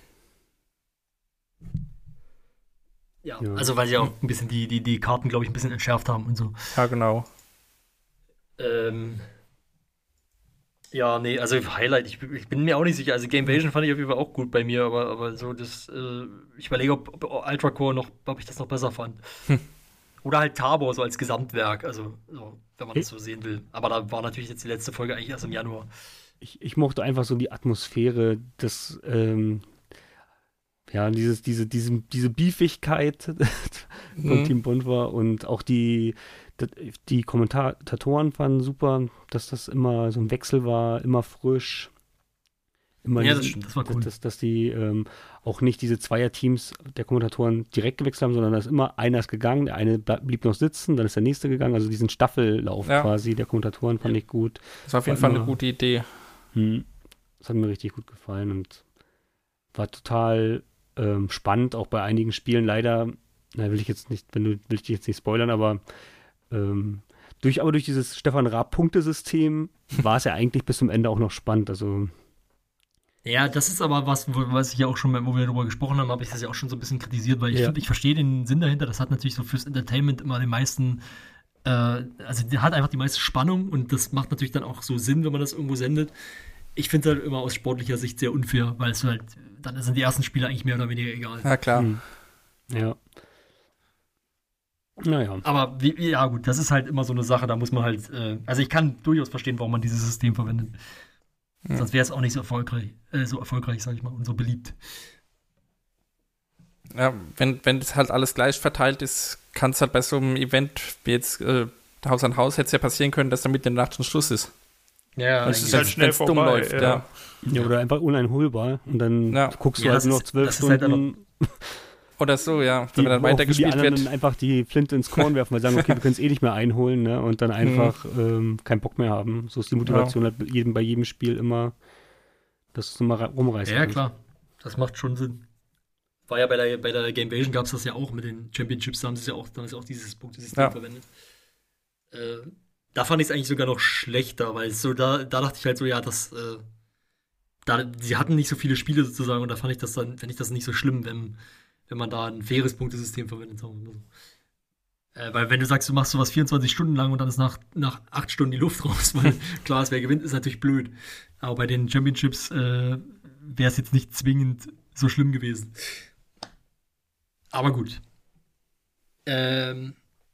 ja. Ja. also weil sie auch ein bisschen die, die, die Karten, glaube ich, ein bisschen entschärft haben und so. Ja, genau. ähm, ja, nee, also Highlight, ich, ich bin mir auch nicht sicher. Also Gamevasion fand ich auf jeden Fall auch gut bei mir, aber, aber so das, äh, ich überlege, ob, ob Ultra Core noch, ob ich das noch besser fand. Oder halt Tabor so als Gesamtwerk, also so, wenn man das so sehen will. Aber da war natürlich jetzt die letzte Folge eigentlich erst im Januar. Ich, ich mochte einfach so die Atmosphäre, das, ähm, ja, dieses, diese, diese, diese Beefigkeit von Mhm. Team Bond war und auch die, die, die Kommentatoren fanden super, dass das immer so ein Wechsel war, immer frisch. Immer Ja, diese- das stimmt, das war cool. Dass, dass die ähm, auch nicht diese Zweierteams der Kommentatoren direkt gewechselt haben, sondern dass immer einer ist gegangen, der eine ble- blieb noch sitzen, dann ist der nächste gegangen. Also diesen Staffellauf Ja. quasi der Kommentatoren fand ich gut. Das war auf jeden War Fall eine immer- gute Idee. Hm. Das hat mir richtig gut gefallen und war total ähm, spannend, auch bei einigen Spielen. Leider, na, will ich jetzt nicht, wenn du, will ich dich jetzt nicht spoilern, aber ähm, durch, aber durch dieses Stefan Raab-Punktesystem war es ja eigentlich bis zum Ende auch noch spannend. Also Ja, das ist aber was, wo- was ich ja auch schon, wo wir darüber gesprochen haben, habe ich das ja auch schon so ein bisschen kritisiert, weil ich Ja. finde, ich verstehe den Sinn dahinter. Das hat natürlich so fürs Entertainment immer den meisten, äh, also der hat einfach die meiste Spannung und das macht natürlich dann auch so Sinn, wenn man das irgendwo sendet. Ich finde es halt immer aus sportlicher Sicht sehr unfair, weil es halt, dann sind die ersten Spiele eigentlich mehr oder weniger egal. Ja, klar. Hm. ja. Naja. Aber wie, ja gut, das ist halt immer so eine Sache, da muss man halt, äh, also ich kann durchaus verstehen, warum man dieses System verwendet. Sonst wäre es auch nicht so erfolgreich, äh, so erfolgreich, sag ich mal, und so beliebt. Ja, wenn, wenn das halt alles gleich verteilt ist, kann es halt bei so einem Event wie jetzt äh, Haus an Haus hätte es ja passieren können, dass damit in der Nacht schon Schluss ist. Ja, Das ist halt schnell Wenn's dumm vorbei. läuft, ja. ja. Ja, oder einfach uneinholbar und dann Ja. guckst du Ja, halt das nur noch ist- zwölf das ist halt Stunden, Oder so, ja. die, Wenn dann wo auch weitergespielt die anderen wird. dann einfach die Flinte ins Korn werfen, weil sie sagen, okay, wir können es eh nicht mehr einholen, ne? Und dann einfach ähm, keinen Bock mehr haben. So ist die Motivation halt bei jedem, bei jedem Spiel immer, dass du es mal rumreißt. Ja, klar. Das macht schon Sinn. War ja bei der, bei der Gamevasion gab es das ja auch mit den Championships, da haben sie es ja auch, da haben sie auch dieses Punktesystem Ja. verwendet. Äh, da fand ich es eigentlich sogar noch schlechter, weil es so, da, da dachte ich halt so, ja, das, äh, da, sie hatten nicht so viele Spiele sozusagen und da fand ich das dann, fände ich das nicht so schlimm, wenn, wenn man da ein faires Punktesystem verwendet. Sagen wir mal so. Äh, weil wenn du sagst, du machst sowas vierundzwanzig Stunden lang und dann ist nach, nach acht Stunden die Luft raus, weil klar ist, wer gewinnt, ist natürlich blöd. Aber bei den Championships äh, wäre es jetzt nicht zwingend so schlimm gewesen. Aber gut. Ähm,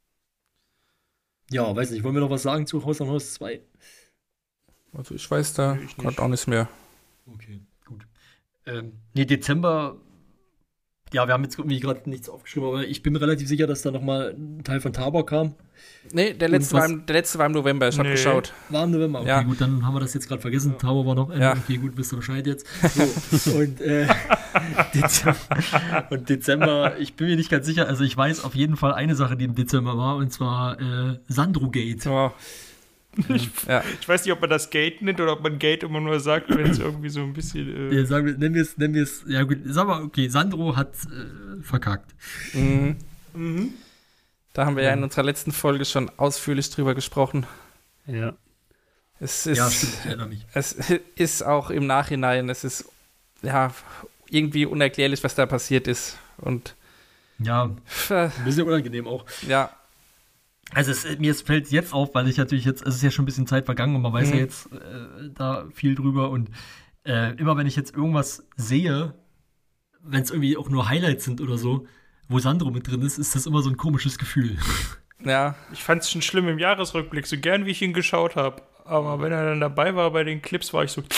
ja, weiß nicht, wollen wir noch was sagen zu Haus an Haus zwei? Also ich weiß da Ich gerade nicht. auch nichts mehr. Okay, gut. Ähm, nee, Dezember, ja, wir haben jetzt irgendwie gerade nichts aufgeschrieben, aber ich bin mir relativ sicher, dass da nochmal ein Teil von Tabor kam. Nee, der letzte, Und war was- im, der letzte war im November, ich hab Nee. geschaut. War im November, okay, Ja. gut, dann haben wir das jetzt gerade vergessen. Tabor war noch, äh, Ja. okay, gut, wisst ihr Bescheid jetzt. So, und, äh, Dezember, und Dezember, ich bin mir nicht ganz sicher, also ich weiß auf jeden Fall eine Sache, die im Dezember war, und zwar äh, Sandro-Gate. Oh. ja. Ich weiß nicht, ob man das Gate nennt oder ob man Gate immer nur sagt, wenn es irgendwie so ein bisschen. Äh, Äh, sagen wir, nennen wir es, nennen wir es, ja gut, sag mal, okay, Sandro hat äh, verkackt. Mhm. mhm. Da haben wir ja in unserer letzten Folge schon ausführlich drüber gesprochen. Ja. Es ist, Ja, stimmt, ich erinnere mich. es ist auch im Nachhinein, es ist ja irgendwie unerklärlich, was da passiert ist. Und Ja, äh, ein bisschen unangenehm auch. ja, Also es, mir fällt jetzt auf, weil ich natürlich jetzt, es ist ja schon ein bisschen Zeit vergangen und man weiß Mhm. ja jetzt äh, da viel drüber und äh, immer wenn ich jetzt irgendwas sehe, wenn es irgendwie auch nur Highlights sind oder so, wo Sandro mit drin ist, ist das immer so ein komisches Gefühl. ja, Ich fand es schon schlimm im Jahresrückblick, so gern wie ich ihn geschaut habe. Aber wenn er dann dabei war bei den Clips, war ich so.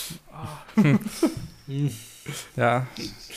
ja.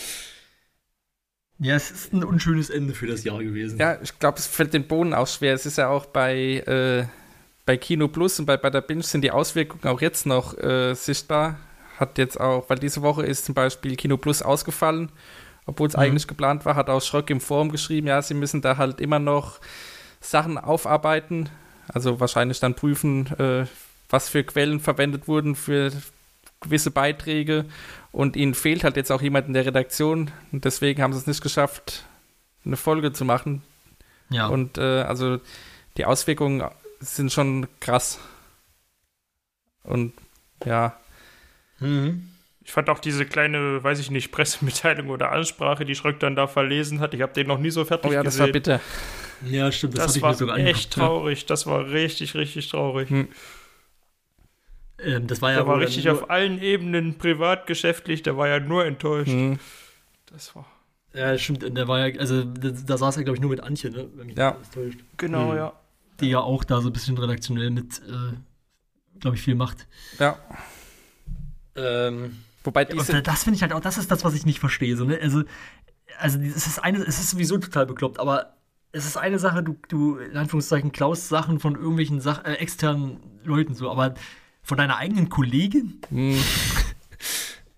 Ja, es ist ein unschönes Ende für das Jahr gewesen. Ja, ich glaube, es fällt den Boden auch schwer. Es ist ja auch bei, äh, bei Kino Plus und bei, bei der Binge sind die Auswirkungen auch jetzt noch äh, sichtbar. Hat jetzt auch, weil diese Woche ist zum Beispiel Kino Plus ausgefallen, obwohl es Mhm. eigentlich geplant war, hat auch Schröck im Forum geschrieben, ja, sie müssen da halt immer noch Sachen aufarbeiten, also wahrscheinlich dann prüfen, äh, was für Quellen verwendet wurden für gewisse Beiträge und ihnen fehlt halt jetzt auch jemand in der Redaktion und deswegen haben sie es nicht geschafft, eine Folge zu machen. Ja. Und äh, also die Auswirkungen sind schon krass. Und ja, Mhm. Ich fand auch diese kleine, weiß ich nicht, Pressemitteilung oder Ansprache, die Schröck dann da verlesen hat. Ich habe den noch nie so fertig oh ja, das gesehen. war bitter. Ja, stimmt, das, Das, hatte ich war mir sogar echt angeguckt. traurig. Das war richtig, richtig traurig. Hm. Ja. Ähm, das war ja Der war wohl richtig nur, auf allen Ebenen, privat, geschäftlich, der war ja nur enttäuscht. Hm. Das war. Ja, stimmt, und der war ja, also da, da saß er, glaube ich, nur mit Antje, ne? Wenn mich Ja. nicht alles täuscht. Genau, Hm. ja. Die ja auch da so ein bisschen redaktionell mit, äh, glaube ich, viel macht. Ja, Ähm, wobei ja, diese, und das finde ich halt auch, das ist das, was ich nicht verstehe. So, ne? Also, also es ist eine, es ist sowieso total bekloppt, aber es ist eine Sache, du, du in Anführungszeichen klaust Sachen von irgendwelchen Sach äh, externen Leuten so, aber von deiner eigenen Kollegin? hm,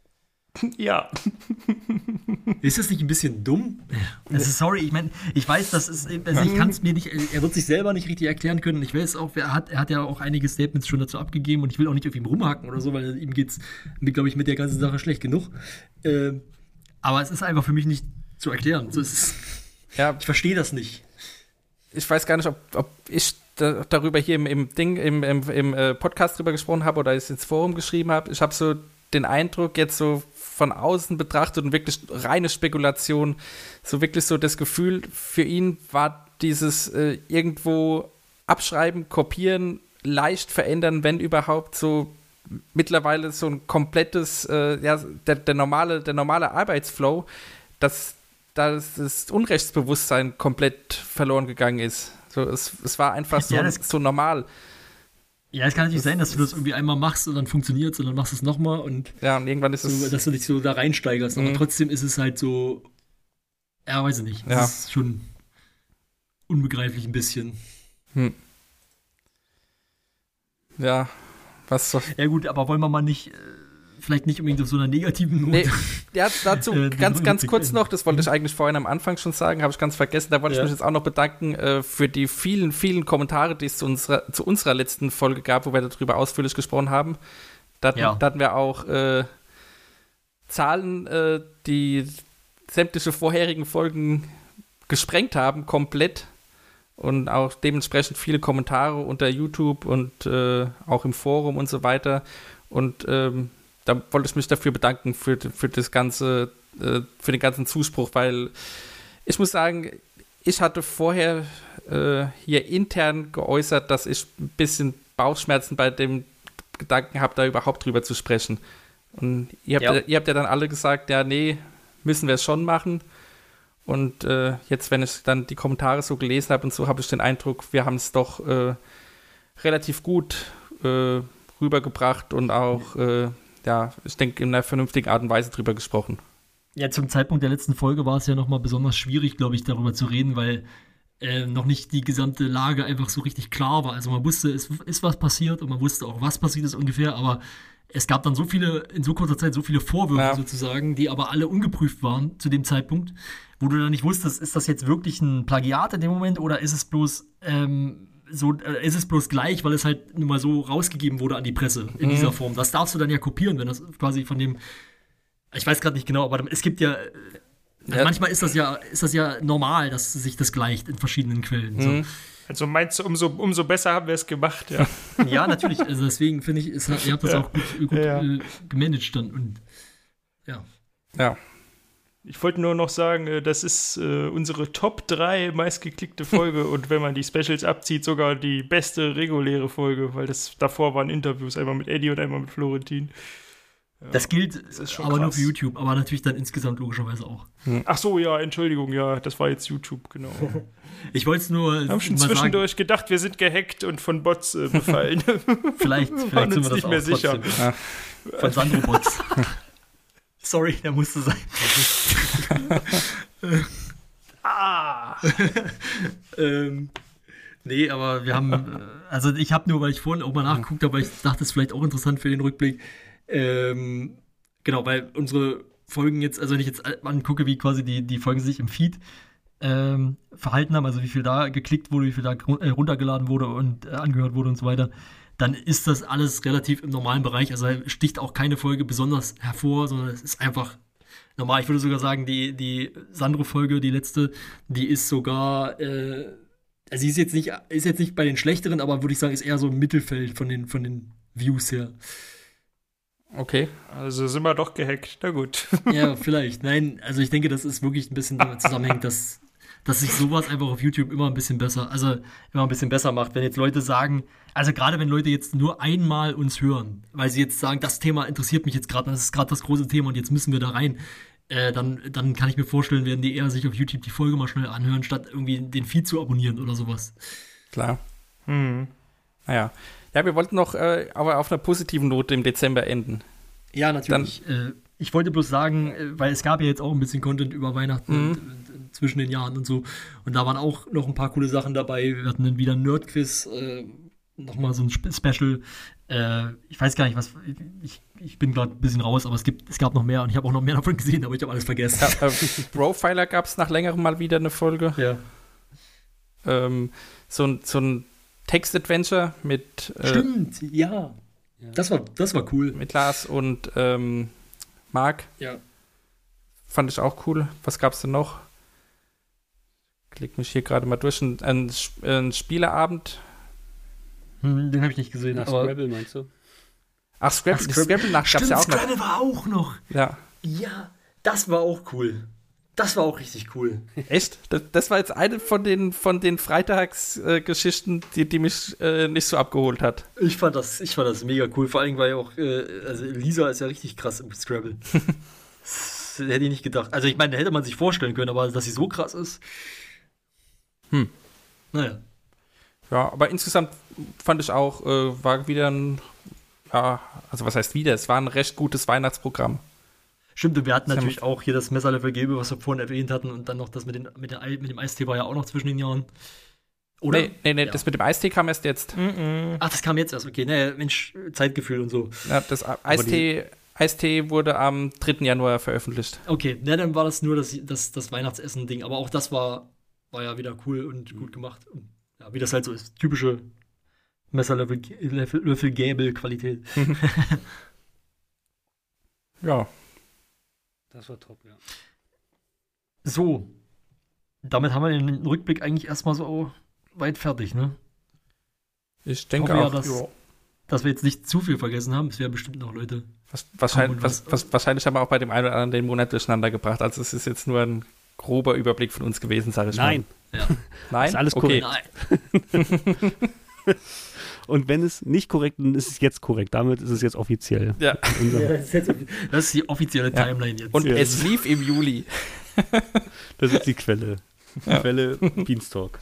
Ja. Ist das nicht ein bisschen dumm? Also sorry, ich meine, ich weiß, das ist, also ich kann es mir nicht, er wird sich selber nicht richtig erklären können. Ich weiß auch, er hat, er hat ja auch einige Statements schon dazu abgegeben und ich will auch nicht auf ihm rumhacken oder so, weil ihm geht's, glaube ich, mit der ganzen Sache schlecht genug. Ähm, aber es ist einfach für mich nicht zu erklären. So, es ist, Ja. Ich verstehe das nicht. Ich weiß gar nicht, ob, ob ich da, darüber hier im, im Ding, im, im, im äh, Podcast drüber gesprochen habe oder es ins Forum geschrieben habe. Ich habe so den Eindruck, jetzt so von außen betrachtet und wirklich reine Spekulation, so wirklich so das Gefühl, für ihn war dieses äh, irgendwo abschreiben, kopieren, leicht verändern, wenn überhaupt, so mittlerweile so ein komplettes, äh, ja, der, der, normale, der normale Arbeitsflow, dass dass das Unrechtsbewusstsein komplett verloren gegangen ist. So, es, es war einfach so, Ja, das- so normal. Ja, es kann natürlich sein, dass du das irgendwie einmal machst und dann funktioniert es und dann machst du es nochmal und Ja, und irgendwann ist so, es. dass du dich so da reinsteigerst. Aber Mhm. trotzdem ist es halt so, ja, weiß ich nicht. Das Ja. ist schon unbegreiflich ein bisschen. Hm. Ja, was so. Ja gut, aber wollen wir mal nicht, äh, vielleicht nicht unbedingt auf so einer negativen Note. Nee, ja, dazu Äh, ganz, den ganz Rückblick kurz enden. noch, das wollte ich eigentlich vorhin am Anfang schon sagen, habe ich ganz vergessen, da wollte Ja. ich mich jetzt auch noch bedanken äh, für die vielen, vielen Kommentare, die es zu unserer, zu unserer letzten Folge gab, wo wir darüber ausführlich gesprochen haben. Da hatten, Ja. da hatten wir auch äh, Zahlen, äh, die sämtliche vorherigen Folgen gesprengt haben, komplett. Und auch dementsprechend viele Kommentare unter YouTube und äh, auch im Forum und so weiter. Und ähm, da wollte ich mich dafür bedanken, für, für das ganze, äh, für den ganzen Zuspruch, weil ich muss sagen, ich hatte vorher äh, hier intern geäußert, dass ich ein bisschen Bauchschmerzen bei dem Gedanken habe, da überhaupt drüber zu sprechen. Und ihr habt ja, Ja. ihr habt ja dann alle gesagt, ja, nee, müssen wir es schon machen. Und äh, jetzt, wenn ich dann die Kommentare so gelesen habe und so, habe ich den Eindruck, wir haben es doch äh, relativ gut äh, rübergebracht und auch, äh, ja, ich denke, in einer vernünftigen Art und Weise drüber gesprochen. Ja, zum Zeitpunkt der letzten Folge war es ja nochmal besonders schwierig, glaube ich, darüber zu reden, weil äh, noch nicht die gesamte Lage einfach so richtig klar war. Also man wusste, es ist was passiert und man wusste auch, was passiert ist ungefähr, aber es gab dann so viele, in so kurzer Zeit so viele Vorwürfe Ja. sozusagen, die aber alle ungeprüft waren zu dem Zeitpunkt, wo du dann nicht wusstest, ist das jetzt wirklich ein Plagiat in dem Moment oder ist es bloß ähm, so, äh, ist es bloß gleich, weil es halt nun mal so rausgegeben wurde an die Presse in Mhm. dieser Form. Das darfst du dann ja kopieren, wenn das quasi von dem, ich weiß gerade nicht genau, aber es gibt ja, äh, Ja. manchmal ist das ja, ist das ja normal, dass sich das gleicht in verschiedenen Quellen. Mhm. Also meinst du, umso, umso besser haben wir es gemacht, ja. So. Ja, natürlich. Also deswegen finde ich, ist, ihr habt das Ja. auch gut, gut Ja. äh, gemanagt dann und ja. Ja. Ich wollte nur noch sagen, äh, das ist äh, unsere Top drei meistgeklickte Folge und wenn man die Specials abzieht, sogar die beste reguläre Folge, weil das davor waren Interviews, einmal mit Eddie und einmal mit Florentin. Das gilt ist schon aber nur krass. für YouTube, aber natürlich dann insgesamt logischerweise auch. Ach so, ja, Entschuldigung, ja, das war jetzt YouTube, genau. Ich wollte es nur Wir haben schon mal sagen, zwischendurch gedacht, wir sind gehackt und von Bots äh, befallen. vielleicht, waren vielleicht sind uns wir das nicht auch mehr sicher. trotzdem. Ja. Von Sandro-Bots. Sorry, der musste sein. Ah! ähm, nee, aber wir haben, äh, also ich habe nur, weil ich vorhin auch mal nachgeguckt habe, weil ich dachte, es ist vielleicht auch interessant für den Rückblick. Ähm, genau, weil unsere Folgen jetzt, also wenn ich jetzt angucke, wie quasi die, die Folgen sich im Feed ähm, verhalten haben, also wie viel da geklickt wurde, wie viel da grun- äh, runtergeladen wurde und äh, angehört wurde und so weiter, dann ist das alles relativ im normalen Bereich. Also sticht auch keine Folge besonders hervor, sondern es ist einfach normal. Ich würde sogar sagen, die, die Sandro-Folge, die letzte, die ist sogar, äh, also sie ist jetzt nicht, ist jetzt nicht bei den schlechteren, aber würde ich sagen, ist eher so im Mittelfeld von den, von den Views her. Okay. Also sind wir doch gehackt, na gut. Ja, vielleicht. Nein, also ich denke, das ist wirklich ein bisschen damit zusammenhängt, dass, dass sich sowas einfach auf YouTube immer ein bisschen besser, also immer ein bisschen besser macht. Wenn jetzt Leute sagen, also gerade wenn Leute jetzt nur einmal uns hören, weil sie jetzt sagen, das Thema interessiert mich jetzt gerade, das ist gerade das große Thema und jetzt müssen wir da rein, äh, dann, dann kann ich mir vorstellen, werden die eher sich auf YouTube die Folge mal schnell anhören, statt irgendwie den Feed zu abonnieren oder sowas. Klar. Hm. Naja. Ja, wir wollten noch äh, aber auf einer positiven Note im Dezember enden. Ja, natürlich. Dann, äh, ich wollte bloß sagen, äh, weil es gab ja jetzt auch ein bisschen Content über Weihnachten Mhm. und, und, und zwischen den Jahren und so. Und da waren auch noch ein paar coole Sachen dabei. Wir hatten dann wieder ein Nerdquiz, äh, nochmal so ein Spe- Special. Äh, ich weiß gar nicht, was. Ich, ich bin gerade ein bisschen raus, aber es, gibt, es gab noch mehr und ich habe auch noch mehr davon gesehen, aber ich habe alles vergessen. Ja, äh, Profiler gab es nach längerem mal wieder eine Folge. Ja. Ähm, so, ein, so ein Text-Adventure mit, äh, Stimmt, ja. Das war, das war cool. mit Lars und ähm, Marc. Ja. Fand ich auch cool. Was gab's denn noch? Klick mich hier gerade mal durch. Ein, ein, ein Spieleabend. Hm, den habe ich nicht gesehen. Na, aber Scrabble meinst du? Ach, Scrabble, Ach, Scrabble, Scrabble nach gab's Stimmt, ja auch noch. Scrabble war auch noch. Ja. Ja, das war auch cool. Das war auch richtig cool. Echt? Das, das war jetzt eine von den, von den Freitagsgeschichten, äh, die, die mich äh, nicht so abgeholt hat. Ich fand das, ich fand das mega cool. Vor allem, weil ja auch, äh, also Lisa ist ja richtig krass im Scrabble. Das hätte ich nicht gedacht. Also ich meine, hätte man sich vorstellen können, aber dass sie so krass ist. Hm. Naja. Ja, aber insgesamt fand ich auch, äh, war wieder ein, ja, also was heißt wieder? Es war ein recht gutes Weihnachtsprogramm. Stimmt, und wir hatten Das natürlich haben auch hier das Messerlevel Gelbe, was wir vorhin erwähnt hatten, und dann noch das mit, den, mit, der, mit dem Eistee war ja auch noch zwischen den Jahren. Oder? Nee, nee, nee Ja. das mit dem Eistee kam erst jetzt. Ach, das kam jetzt erst, okay. Naja, Mensch, Zeitgefühl und so. Ja, das Eistee, Eistee wurde am dritten Januar veröffentlicht. Okay, na, dann war das nur das, das, das Weihnachtsessen-Ding, aber auch das war, war ja wieder cool und gut gemacht. Und, ja, wie das halt so ist. Typische Messerlöffel Löffel, Löffel Gäbel-Qualität. Ja. Das war top, ja. So, damit haben wir den Rückblick eigentlich erstmal so weit fertig, ne? Ich denke hoffe ja, auch, dass- ja. Dass wir jetzt nicht zu viel vergessen haben. Es werden bestimmt noch Leute. was, wahrscheinlich, und was, was- was, wahrscheinlich haben wir auch bei dem einen oder anderen den Monat durcheinander gebracht. Also es ist jetzt nur ein grober Überblick von uns gewesen, sage ich Nein, Ja. mal. Nein? Ist alles okay. Nein. und wenn es nicht korrekt ist, dann ist es jetzt korrekt. Damit ist es jetzt offiziell. Ja. Unser, Das ist, jetzt, das ist die offizielle Ja. Timeline jetzt. Und Ja. es lief im Juli. das ist die Quelle. Quelle Beanstalk.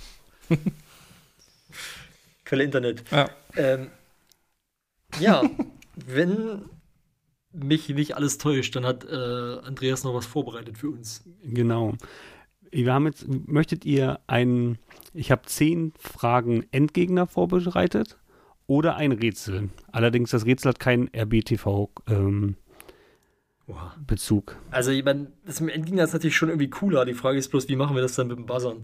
Quelle Internet. Ja. Ähm, ja, wenn mich nicht alles täuscht, dann hat äh, Andreas noch was vorbereitet für uns. Genau. Wir haben jetzt, möchtet ihr einen, ich habe zehn Fragen Endgegner vorbereitet oder ein Rätsel. Allerdings, das Rätsel hat keinen R B T V-Bezug. Wow. Also, ich meine, das mit dem Endgegner ist natürlich schon irgendwie cooler. Die Frage ist bloß, wie machen wir das dann mit dem Buzzern?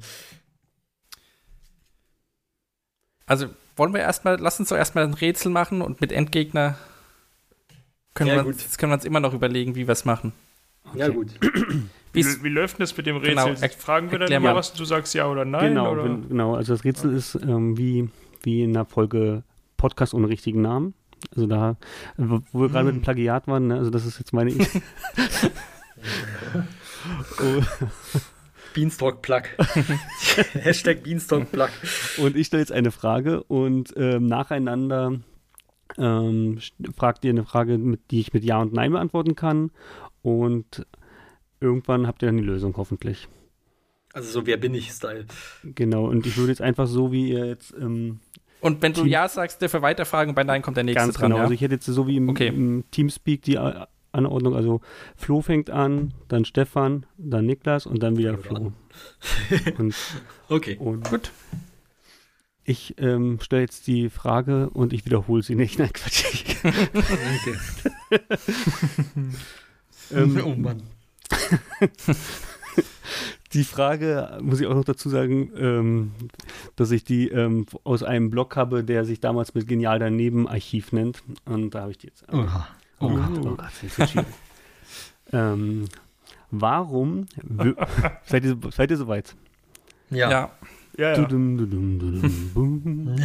Also wollen wir erstmal, lass uns doch erstmal ein Rätsel machen und mit Endgegner können, Ja, wir, gut. uns, können wir uns immer noch überlegen, wie wir es machen. Ja, gut. Wie, Wie's- wie läuft denn das mit dem Genau, Rätsel? er- Fragen wir dann erklär immer mal. was, du sagst ja oder nein? Genau, oder? wenn, genau. Also das Rätsel ist ähm, wie, wie in der Folge Podcast ohne richtigen Namen. Also da, wo wo wir gerade mit dem Plagiat waren, ne? Also das ist jetzt meine Idee. oh, Beanstalk Plug. Hashtag Beanstalk Plug. und ich stelle jetzt eine Frage und ähm, nacheinander ähm, st- fragt ihr eine Frage, mit, die ich mit Ja und Nein beantworten kann. Und irgendwann habt ihr dann die Lösung, hoffentlich. Also so Wer bin ich Style. Genau, und ich würde jetzt einfach so, wie ihr jetzt ähm, Und wenn du Team- Ja sagst, dürfen wir weiterfragen und bei Nein kommt der nächste ganz dran. genau, Ja? also ich hätte jetzt so wie im, Okay. im Teamspeak die A- Anordnung, also Flo fängt an, dann Stefan, dann Niklas und dann wieder Flo Flo. und, Okay. und Gut. ich ähm, stelle jetzt die Frage und ich wiederhole sie nicht. Nein, Quatsch. okay. ähm, Oh Mann. Die Frage, muss ich auch noch dazu sagen, ähm, dass ich die ähm, aus einem Blog habe, der sich damals mit Genial daneben Archiv nennt. Und da habe ich die jetzt. Oha. Oh Gott, oh Gott, das ist schwierig. ähm, warum wö- seid, ihr, seid ihr soweit? Ja. Ja. Ja, ja. Dudum, dudum, dudum, bum.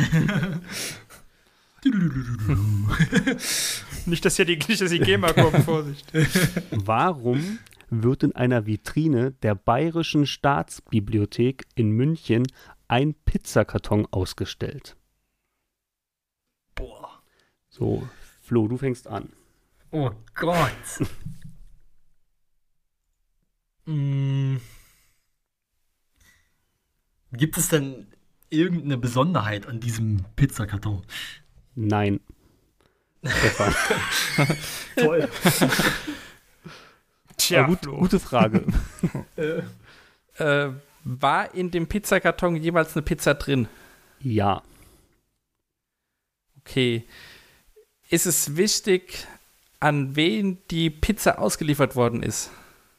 Nicht, dass hier die, nicht, dass die GEMA kommt, Vorsicht. Warum wird in einer Vitrine der Bayerischen Staatsbibliothek in München ein Pizzakarton ausgestellt? Boah. So, Flo, du fängst an. Oh Gott. mm. Gibt es denn irgendeine Besonderheit an diesem Pizzakarton? Nein. Stefan. Toll. Tja, Aber gut, Flo. gute Frage. äh, Äh, war in dem Pizzakarton jeweils eine Pizza drin? Ja. Okay. ist es wichtig, an wen die Pizza ausgeliefert worden ist?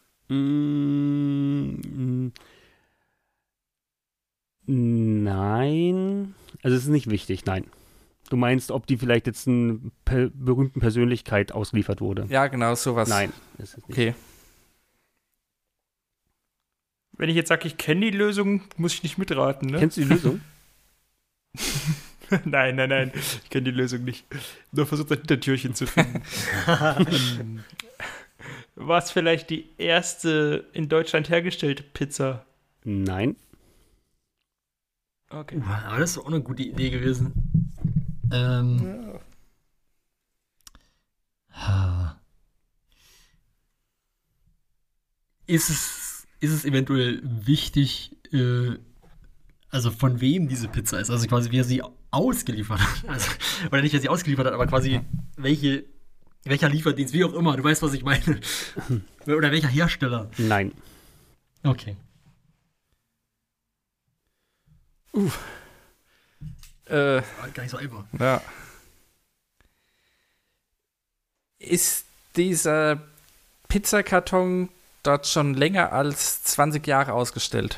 Mm, nein. Also es ist nicht wichtig, nein. Du meinst, ob die vielleicht jetzt einer per berühmten Persönlichkeit ausgeliefert wurde? Ja, genau, sowas. Nein, ist es nicht. Okay. Wenn ich jetzt sage, ich kenne die Lösung, muss ich nicht mitraten, ne? Kennst du die Lösung? Nein, nein, nein, ich kenne die Lösung nicht. Nur versucht, ein Hintertürchen zu finden. ähm, war es vielleicht die erste in Deutschland hergestellte Pizza? Nein. Okay. Uh, aber das ist auch eine gute Idee gewesen. Ähm. Ja. Ist es, ist es eventuell wichtig, äh, also von wem diese Pizza ist? Also quasi, wer sie ausgeliefert hat. Also, oder nicht, wer sie ausgeliefert hat, aber quasi welche, welcher Lieferdienst, wie auch immer. Du weißt, was ich meine. Oder welcher Hersteller. Nein. Okay. Uh. Äh, Gar nicht so einfach. ja. Ist dieser Pizzakarton dort schon länger als zwanzig Jahre ausgestellt?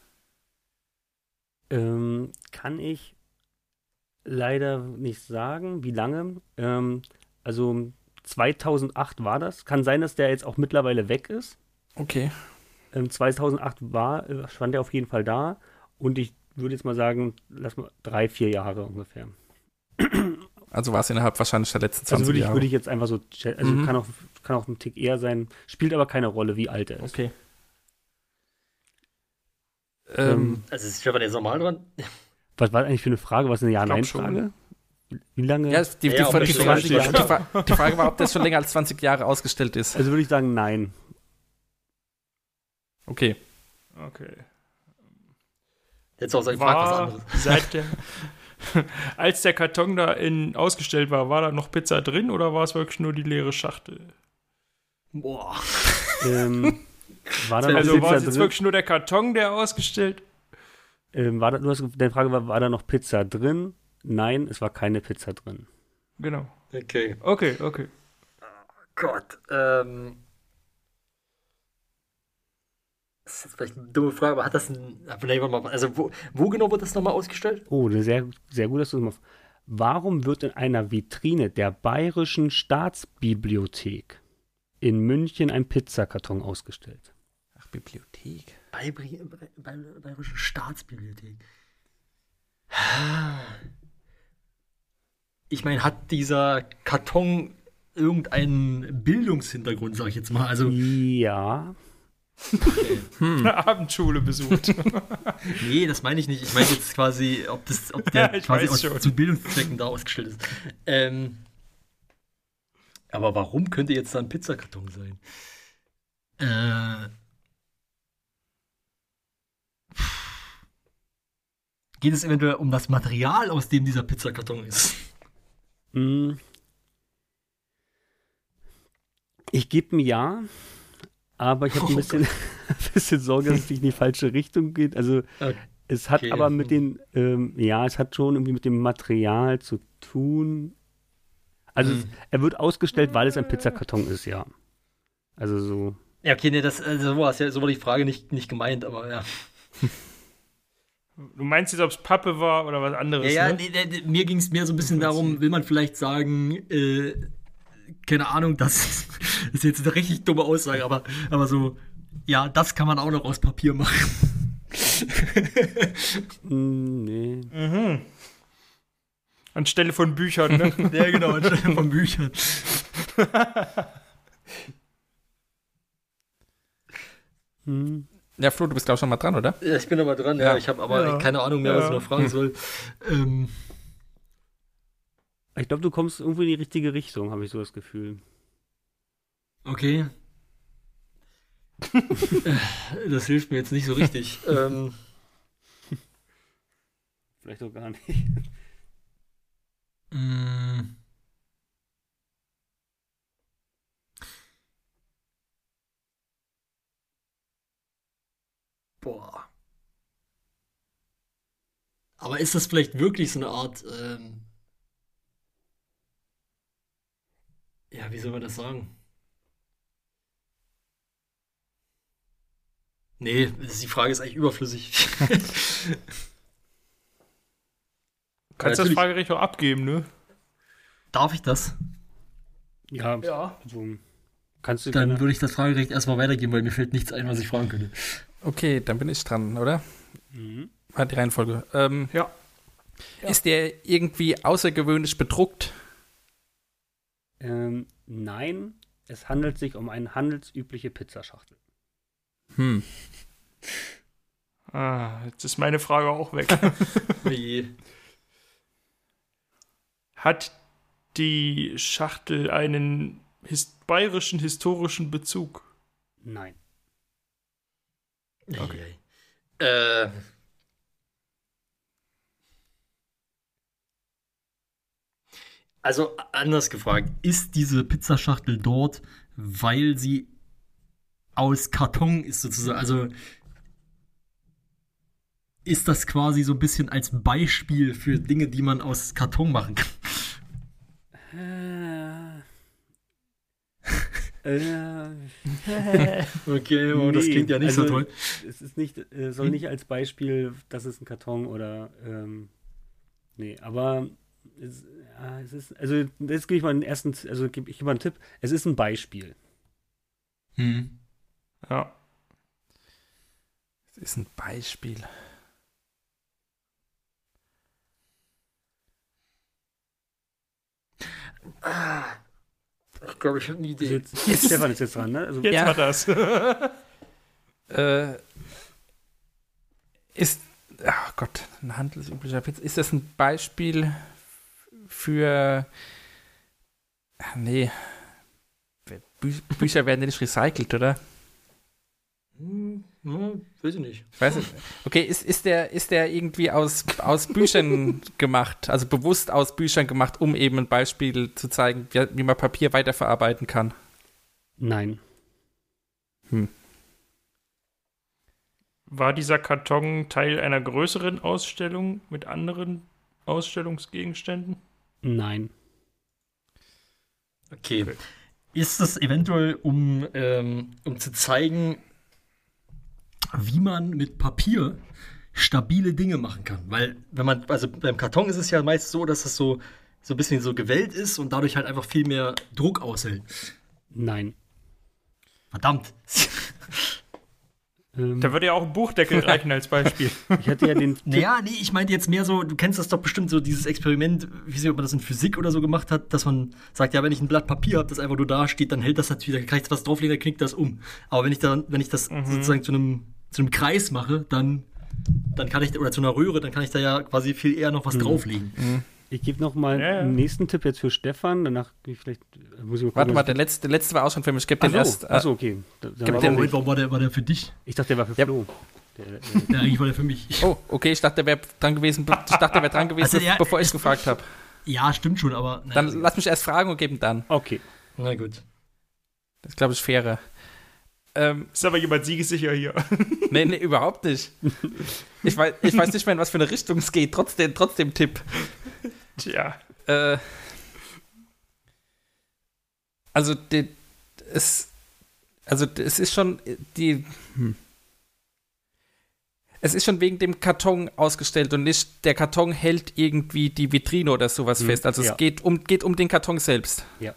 Ähm, kann ich leider nicht sagen, wie lange. Ähm, also zweitausendacht war das. Kann sein, dass der jetzt auch mittlerweile weg ist. Okay. Ähm, zweitausendacht war, äh, stand er auf jeden Fall da. Und ich würde jetzt mal sagen, lass mal drei, vier Jahre ungefähr. Also war es innerhalb wahrscheinlich der letzten Also zwanzig würde ich, Jahre. würde ich jetzt einfach so, ch- also Mhm. kann auch, kann auch ein Tick eher sein, spielt aber keine Rolle, wie alt er ist. Okay. Ähm, Ähm, Also ist Stefan jetzt normal dran? Was war das eigentlich für eine Frage? Was ist eine glaub Ja-Nein-Frage? Wie lange? ja, die, die, Ja, die, aber die, schon Frage, länger die, als die, Fra- die Frage war, ob das schon länger als zwanzig Jahre ausgestellt ist. Also würde ich sagen, nein. Okay. Okay. Jetzt auch sagen, frag was War anderes. seit der, als der Karton da in, ausgestellt war, war da noch Pizza drin oder war es wirklich nur die leere Schachtel? Boah. ähm, war da noch Also war Pizza es jetzt drin? wirklich nur der Karton, der ausgestellt? Ähm, war da, du hast, deine Frage war, war da noch Pizza drin? Nein, es war keine Pizza drin. Genau. Okay. Okay, okay. Gott. Ähm. Das ist jetzt vielleicht eine dumme Frage, aber hat das ein. Vielleicht mal, also, wo, wo genau wird das nochmal ausgestellt? Oh, sehr, sehr gut, dass du das mal. Warum wird in einer Vitrine der Bayerischen Staatsbibliothek in München ein Pizzakarton ausgestellt? Ach, Bibliothek. Bayerische Bay, Bayerische Staatsbibliothek. Ich meine, hat dieser Karton irgendeinen Bildungshintergrund, sag ich jetzt mal? Also, Ja. Eine Abendschule besucht. nee, das meine ich nicht. Ich meine jetzt quasi, ob, das, ob der Ja, ich quasi weiß aus, schon. zu Bildungszwecken da ausgestellt ist. Ähm, aber warum könnte jetzt da ein Pizzakarton sein? Äh, geht es eventuell um das Material, aus dem dieser Pizzakarton ist? Mm. Ich gebe ein Ja, aber ich habe ein Oh bisschen, ein bisschen Sorge, dass es nicht in die falsche Richtung geht. Also Okay. es hat aber mit den, ähm, ja, es hat schon irgendwie mit dem Material zu tun. Also Mhm. es, er wird ausgestellt, weil es ein Pizzakarton ist, ja. Also so. Ja, okay, nee, das, also so war es ja, so war die Frage nicht, nicht gemeint, aber ja. Du meinst jetzt, ob es Pappe war oder was anderes, Ja, ja, ne? nee, nee, nee, mir ging es mehr so ein bisschen darum, will man vielleicht sagen, äh, keine Ahnung, das ist jetzt eine richtig dumme Aussage, aber, aber so, ja, das kann man auch noch aus Papier machen. Mm, nee. Mhm. Anstelle von Büchern, ne? Ja, genau, anstelle von Büchern. Hm. Ja, Flo, du bist, glaube ich, schon mal dran, oder? Ja, ich bin aber dran, ja. Ja. Ich habe aber Ja. keine Ahnung mehr, was Ja. ich noch fragen soll. Ähm, Ich glaube, du kommst irgendwo in die richtige Richtung, habe ich so das Gefühl. okay. Das hilft mir jetzt nicht so richtig. ähm, Vielleicht auch gar nicht. mh. Boah. Aber ist das vielleicht wirklich so eine Art, ähm, Ja, wie soll man das sagen? Nee, die Frage ist eigentlich überflüssig. Du kannst das Natürlich. Fragerecht auch abgeben, ne? Darf ich das? Ja, Ja. so kannst du Dann gerne. würde ich das Fragerecht erstmal weitergeben, weil mir fällt nichts ein, was ich fragen könnte. Okay, dann bin ich dran, oder? Mhm. War die Reihenfolge. Ähm, Ja. Ist der irgendwie außergewöhnlich bedruckt? Ähm, nein, es handelt sich um eine handelsübliche Pizzaschachtel. Hm. Ah, jetzt ist meine Frage auch weg. Oje. Hat die Schachtel einen his bayerischen historischen Bezug? Nein. Okay. Äh. Also anders gefragt, ist diese Pizzaschachtel dort, weil sie aus Karton ist sozusagen, also ist das quasi so ein bisschen als Beispiel für Dinge, die man aus Karton machen kann? Äh, äh, Okay, oh, das nee, klingt ja nicht also, so toll. Es ist nicht, äh, soll Hm? nicht als Beispiel, das ist ein Karton oder ähm, nee, aber es, ja, es ist, also jetzt gebe ich mal einen ersten, also gebe ich mal einen Tipp, es ist ein Beispiel. Hm. Ja. Das ist ein Beispiel. Ich glaube, ich habe eine Also Idee. jetzt, jetzt Stefan ist jetzt dran, ne? Also, Jetzt Ja. war das. Äh, ist, ach Gott, ein handelsüblicher Pizza. Ist das ein Beispiel für, ach, nee, Bü Bücher werden ja nicht recycelt, oder? Hm, ja, weiß ich nicht. Ich weiß nicht. Okay, ist, ist, der, ist der irgendwie aus, aus Büchern gemacht, also bewusst aus Büchern gemacht, um eben ein Beispiel zu zeigen, wie, wie man Papier weiterverarbeiten kann? nein. War dieser Karton Teil einer größeren Ausstellung mit anderen Ausstellungsgegenständen? Nein. Okay. Okay. Ist das eventuell, um, ähm, um zu zeigen, wie man mit Papier stabile Dinge machen kann? Weil, wenn man, also beim Karton ist es ja meist so, dass es so, so ein bisschen so gewellt ist und dadurch halt einfach viel mehr Druck aushält. Nein. Verdammt. Ähm, Da würde ja auch ein Buchdeckel reichen als Beispiel. ich hatte ja den Tipp, Naja, nee, ich meinte jetzt mehr so, du kennst das doch bestimmt so, dieses Experiment, wie sie, ob man das in Physik oder so gemacht hat, dass man sagt, ja, wenn ich ein Blatt Papier habe, das einfach nur da steht, dann hält das natürlich, dann kann ich was drauflegen, dann knickt das um. Aber wenn ich dann, wenn ich das Mhm. sozusagen zu einem, zu einem Kreis mache, dann, dann kann ich, oder zu einer Röhre, dann kann ich da ja quasi viel eher noch was Mhm. drauflegen. ich gebe noch mal Ja, ja. einen nächsten Tipp jetzt für Stefan, danach gebe ich vielleicht, muss ich mal gucken, Warte mal, was der ich- letzte, der letzte war auch schon für mich. Ich gebe Ach den so, erst. ach so, okay. Da, da Gib war den- aber- Moment, warum war der, war der für dich? ich dachte, der war für Ja. Flo. Der, der, Ja, eigentlich war der für mich. Oh, okay, ich dachte, der wäre dran gewesen, be- ich dachte, der wäre dran gewesen, Also, ja, bevor ich gefragt habe. Ja, stimmt schon, aber. naja, Dann also- lass mich erst fragen und geben dann. okay. Na gut. Das ist, glaube ich, fairer. Ähm, Ist aber jemand siegessicher hier. nee, nee, überhaupt nicht. Ich weiß, ich weiß nicht mehr, in was für eine Richtung es geht. Trotzdem, trotzdem Tipp. Tja. Äh, also, die, es, also, es ist schon die. Hm. Es ist schon wegen dem Karton ausgestellt und nicht der Karton hält irgendwie die Vitrine oder sowas Hm, fest. Also, ja. es geht um, geht um den Karton selbst. Ja.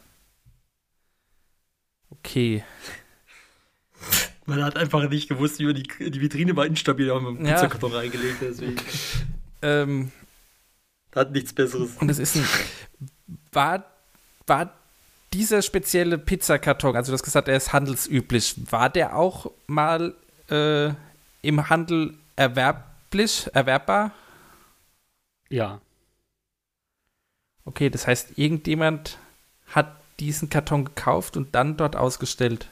Okay. Man hat einfach nicht gewusst, wie man die, die Vitrine war instabil, haben wir einen Ja. Pizzakarton reingelegt, deswegen. Ähm, Hat nichts Besseres. und es ist ein. War, war dieser spezielle Pizzakarton, also du hast gesagt, er ist handelsüblich, war der auch mal äh, im Handel erwerblich, erwerbbar? Ja. Okay, das heißt, irgendjemand hat diesen Karton gekauft und dann dort ausgestellt.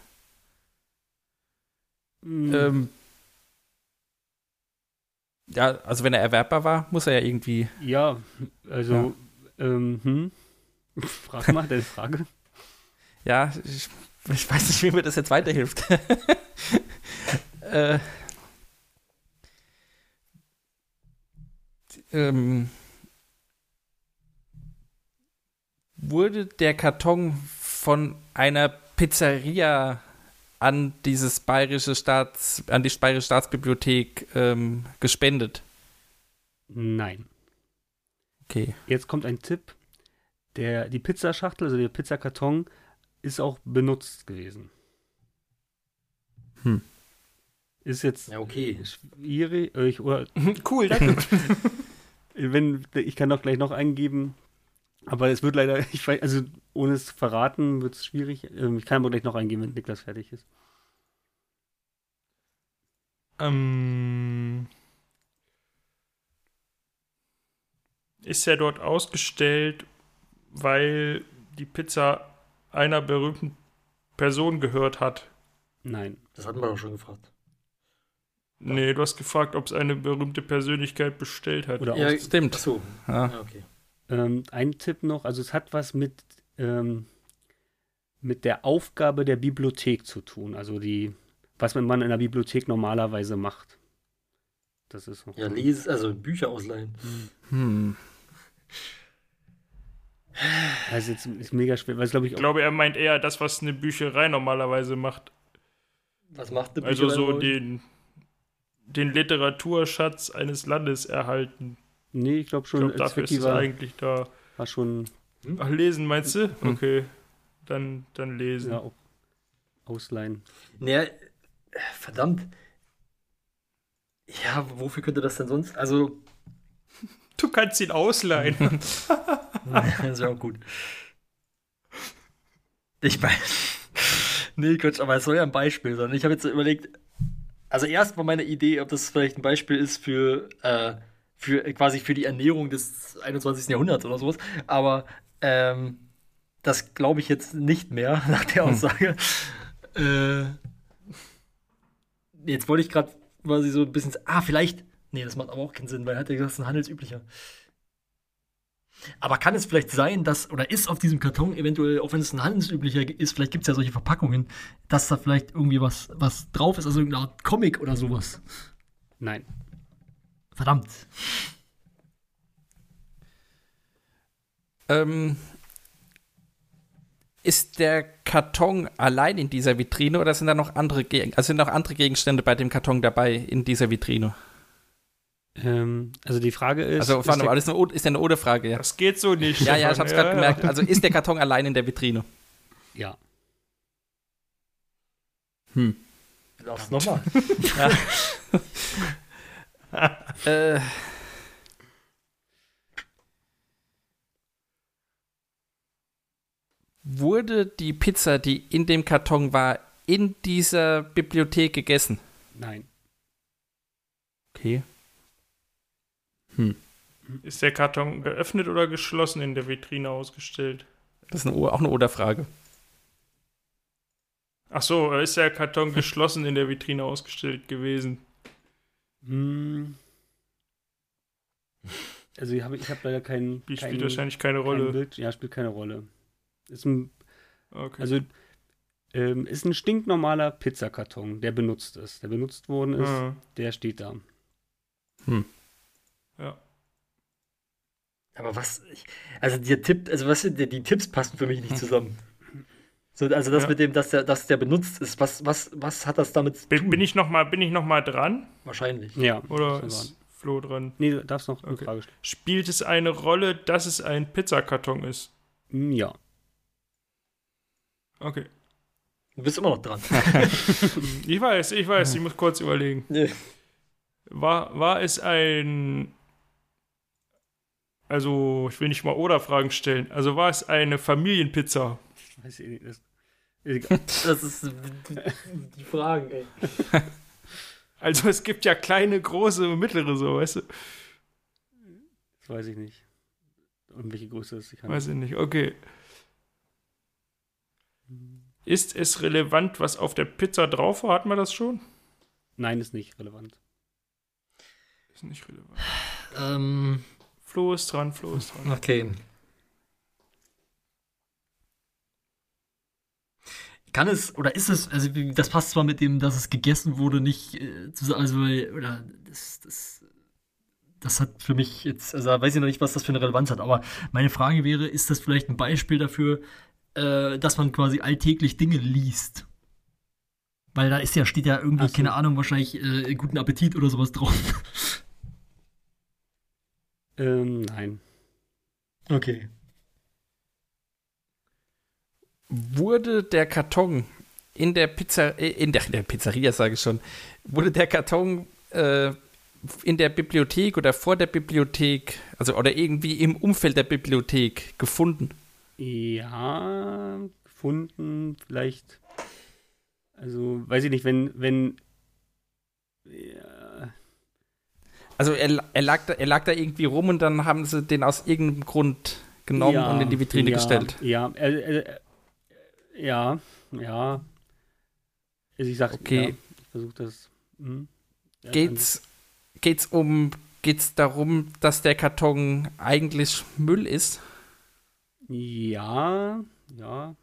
Mhm. Ähm, ja, also wenn er erwerbbar war, muss er ja irgendwie. Ja, also, ähm, hm? Frag mal, deine Frage. Ja, ich, ich weiß nicht, wie mir das jetzt weiterhilft. äh, ähm, wurde der Karton von einer Pizzeria an dieses bayerische Staats, an die Bayerische Staatsbibliothek ähm, gespendet? Nein. Okay. Jetzt kommt ein Tipp. Der, die Pizzaschachtel, also der Pizzakarton, ist auch benutzt gewesen. Hm. Ist jetzt Ja, okay. schwierig. äh, Ich, oder, Cool, danke. wenn, ich kann doch gleich noch eingeben, aber es wird leider, ich weiß, also ohne es zu verraten, wird es schwierig. Ähm, Ich kann aber gleich noch eingeben, wenn Niklas fertig ist. ähm, ist er dort ausgestellt, weil die Pizza einer berühmten Person gehört hat? Nein. Das hatten wir doch schon gefragt. Nee, du hast gefragt, ob es eine berühmte Persönlichkeit bestellt hat. Oder Ja, aus, Stimmt. Achso. Ja. Ja, okay. ähm, ein Tipp noch, also es hat was mit, ähm, mit der Aufgabe der Bibliothek zu tun. Also die, was man in der Bibliothek normalerweise macht. Das ist noch. Ja, lese, also Bücher ausleihen. Hm. Also jetzt ist mega schwer, weil es glaube ich Ich auch. glaube, er meint eher das, was eine Bücherei normalerweise macht. Was macht eine Also so Bücherei? den, den Literaturschatz eines Landes erhalten. Nee, ich glaube Ich schon, glaube, dafür ist Zwecki es war, eigentlich da. war schon Ach, lesen meinst du? Hm. Okay. Dann, dann lesen. ja, auch ausleihen. Naja, verdammt. Ja, wofür könnte das denn sonst? Also, Du kannst ihn ausleihen. das wäre auch gut. Ich meine, nee, Quatsch, aber es soll ja ein Beispiel sein. Ich habe jetzt so überlegt, also erst war meine Idee, ob das vielleicht ein Beispiel ist für, äh, für quasi für die Ernährung des einundzwanzigsten Jahrhunderts oder sowas, aber ähm, das glaube ich jetzt nicht mehr nach der Aussage. Äh, jetzt wollte ich gerade quasi so ein bisschen, ah, vielleicht, nee, das macht aber auch keinen Sinn, weil er hat ja gesagt, das ist ein handelsüblicher. Aber kann es vielleicht sein, dass, oder ist auf diesem Karton eventuell, auch wenn es ein handelsüblicher ist, vielleicht gibt es ja solche Verpackungen, dass da vielleicht irgendwie was, was drauf ist, also irgendeine Art Comic oder sowas. Nein. Verdammt. Ähm, ist der Karton allein in dieser Vitrine oder sind da noch andere, Geg also sind noch andere Gegenstände bei dem Karton dabei in dieser Vitrine? Ähm, also die Frage ist. Also ist war der, nur alles eine, O- ist ja eine Oder-Frage, ja. Das geht so nicht. Ja, ja, ich hab's gerade gemerkt. Also ist der Karton allein in der Vitrine? ja. Hm. Du darfst nochmal. Äh. Wurde die Pizza, die in dem Karton war, in dieser Bibliothek gegessen? Nein. Okay. Hm. Ist der Karton geöffnet oder geschlossen in der Vitrine ausgestellt? Das ist eine, O- auch eine Oder-Frage. Ach so, ist der Karton geschlossen in der Vitrine ausgestellt gewesen? Hm. Also ich habe ich hab leider keinen. Die kein, spielt wahrscheinlich keine kein Rolle. Bild. Ja, spielt keine Rolle. Ist ein, Okay. also ähm, ist ein stinknormaler Pizzakarton, der benutzt ist, der benutzt worden ist, Ah, der steht da. ja. Aber was, ich, also der Tipp, also was sind die, die Tipps passen für mich nicht zusammen. So, also das Ja. mit dem, dass der, dass der benutzt ist, was, was, was hat das damit zu Bin, tun? bin ich noch mal, bin ich noch mal dran? Wahrscheinlich. Ja. Oder ist ist Flo dran? Nee, du darfst noch eine Okay. Frage stellen. Spielt es eine Rolle, dass es ein Pizzakarton ist? Hm, Ja. Okay. Du bist immer noch dran. Ich weiß, ich weiß, ich muss kurz überlegen. Nee. War, war es ein. Also, ich will nicht mal Oder-Fragen stellen. Also, war es eine Familienpizza? Weiß ich nicht. Das, egal. Das ist die, die Fragen, ey. Also, es gibt ja kleine, große und mittlere, so, weißt du? Das weiß ich nicht. Und welche Größe ist? Ich kann Weiß ich nicht, okay. Ist es relevant, was auf der Pizza drauf war? Hatten wir das schon? Nein, ist nicht relevant. Ist nicht relevant. Ähm, Flo ist dran, Flo ist dran. okay. Kann es, oder ist es, also das passt zwar mit dem, dass es gegessen wurde, nicht äh, zu sagen, also, weil- oder das, das, das hat für mich jetzt, also da weiß ich noch nicht, was das für eine Relevanz hat, aber meine Frage wäre, ist das vielleicht ein Beispiel dafür, äh, dass man quasi alltäglich Dinge liest. Weil da ist ja, steht ja irgendwie, Ach so. keine Ahnung, wahrscheinlich äh, guten Appetit oder sowas drauf. Ähm, nein. Okay. Wurde der Karton in der Pizza, äh, in der, in der Pizzeria, sage ich schon, wurde der Karton äh, in der Bibliothek oder vor der Bibliothek, also oder irgendwie im Umfeld der Bibliothek gefunden? Ja, gefunden, vielleicht. Also, weiß ich nicht, wenn, wenn. Ja, Also er, er, lag da, er lag da irgendwie rum und dann haben sie den aus irgendeinem Grund genommen ja, und in die Vitrine ja, gestellt. Ja, äh, äh, ja, ja. Also ich sag, Okay. ja, ich versuche das. Hm. Ja, Geht's, geht's um, geht's darum, dass der Karton eigentlich Müll ist? Ja, ja.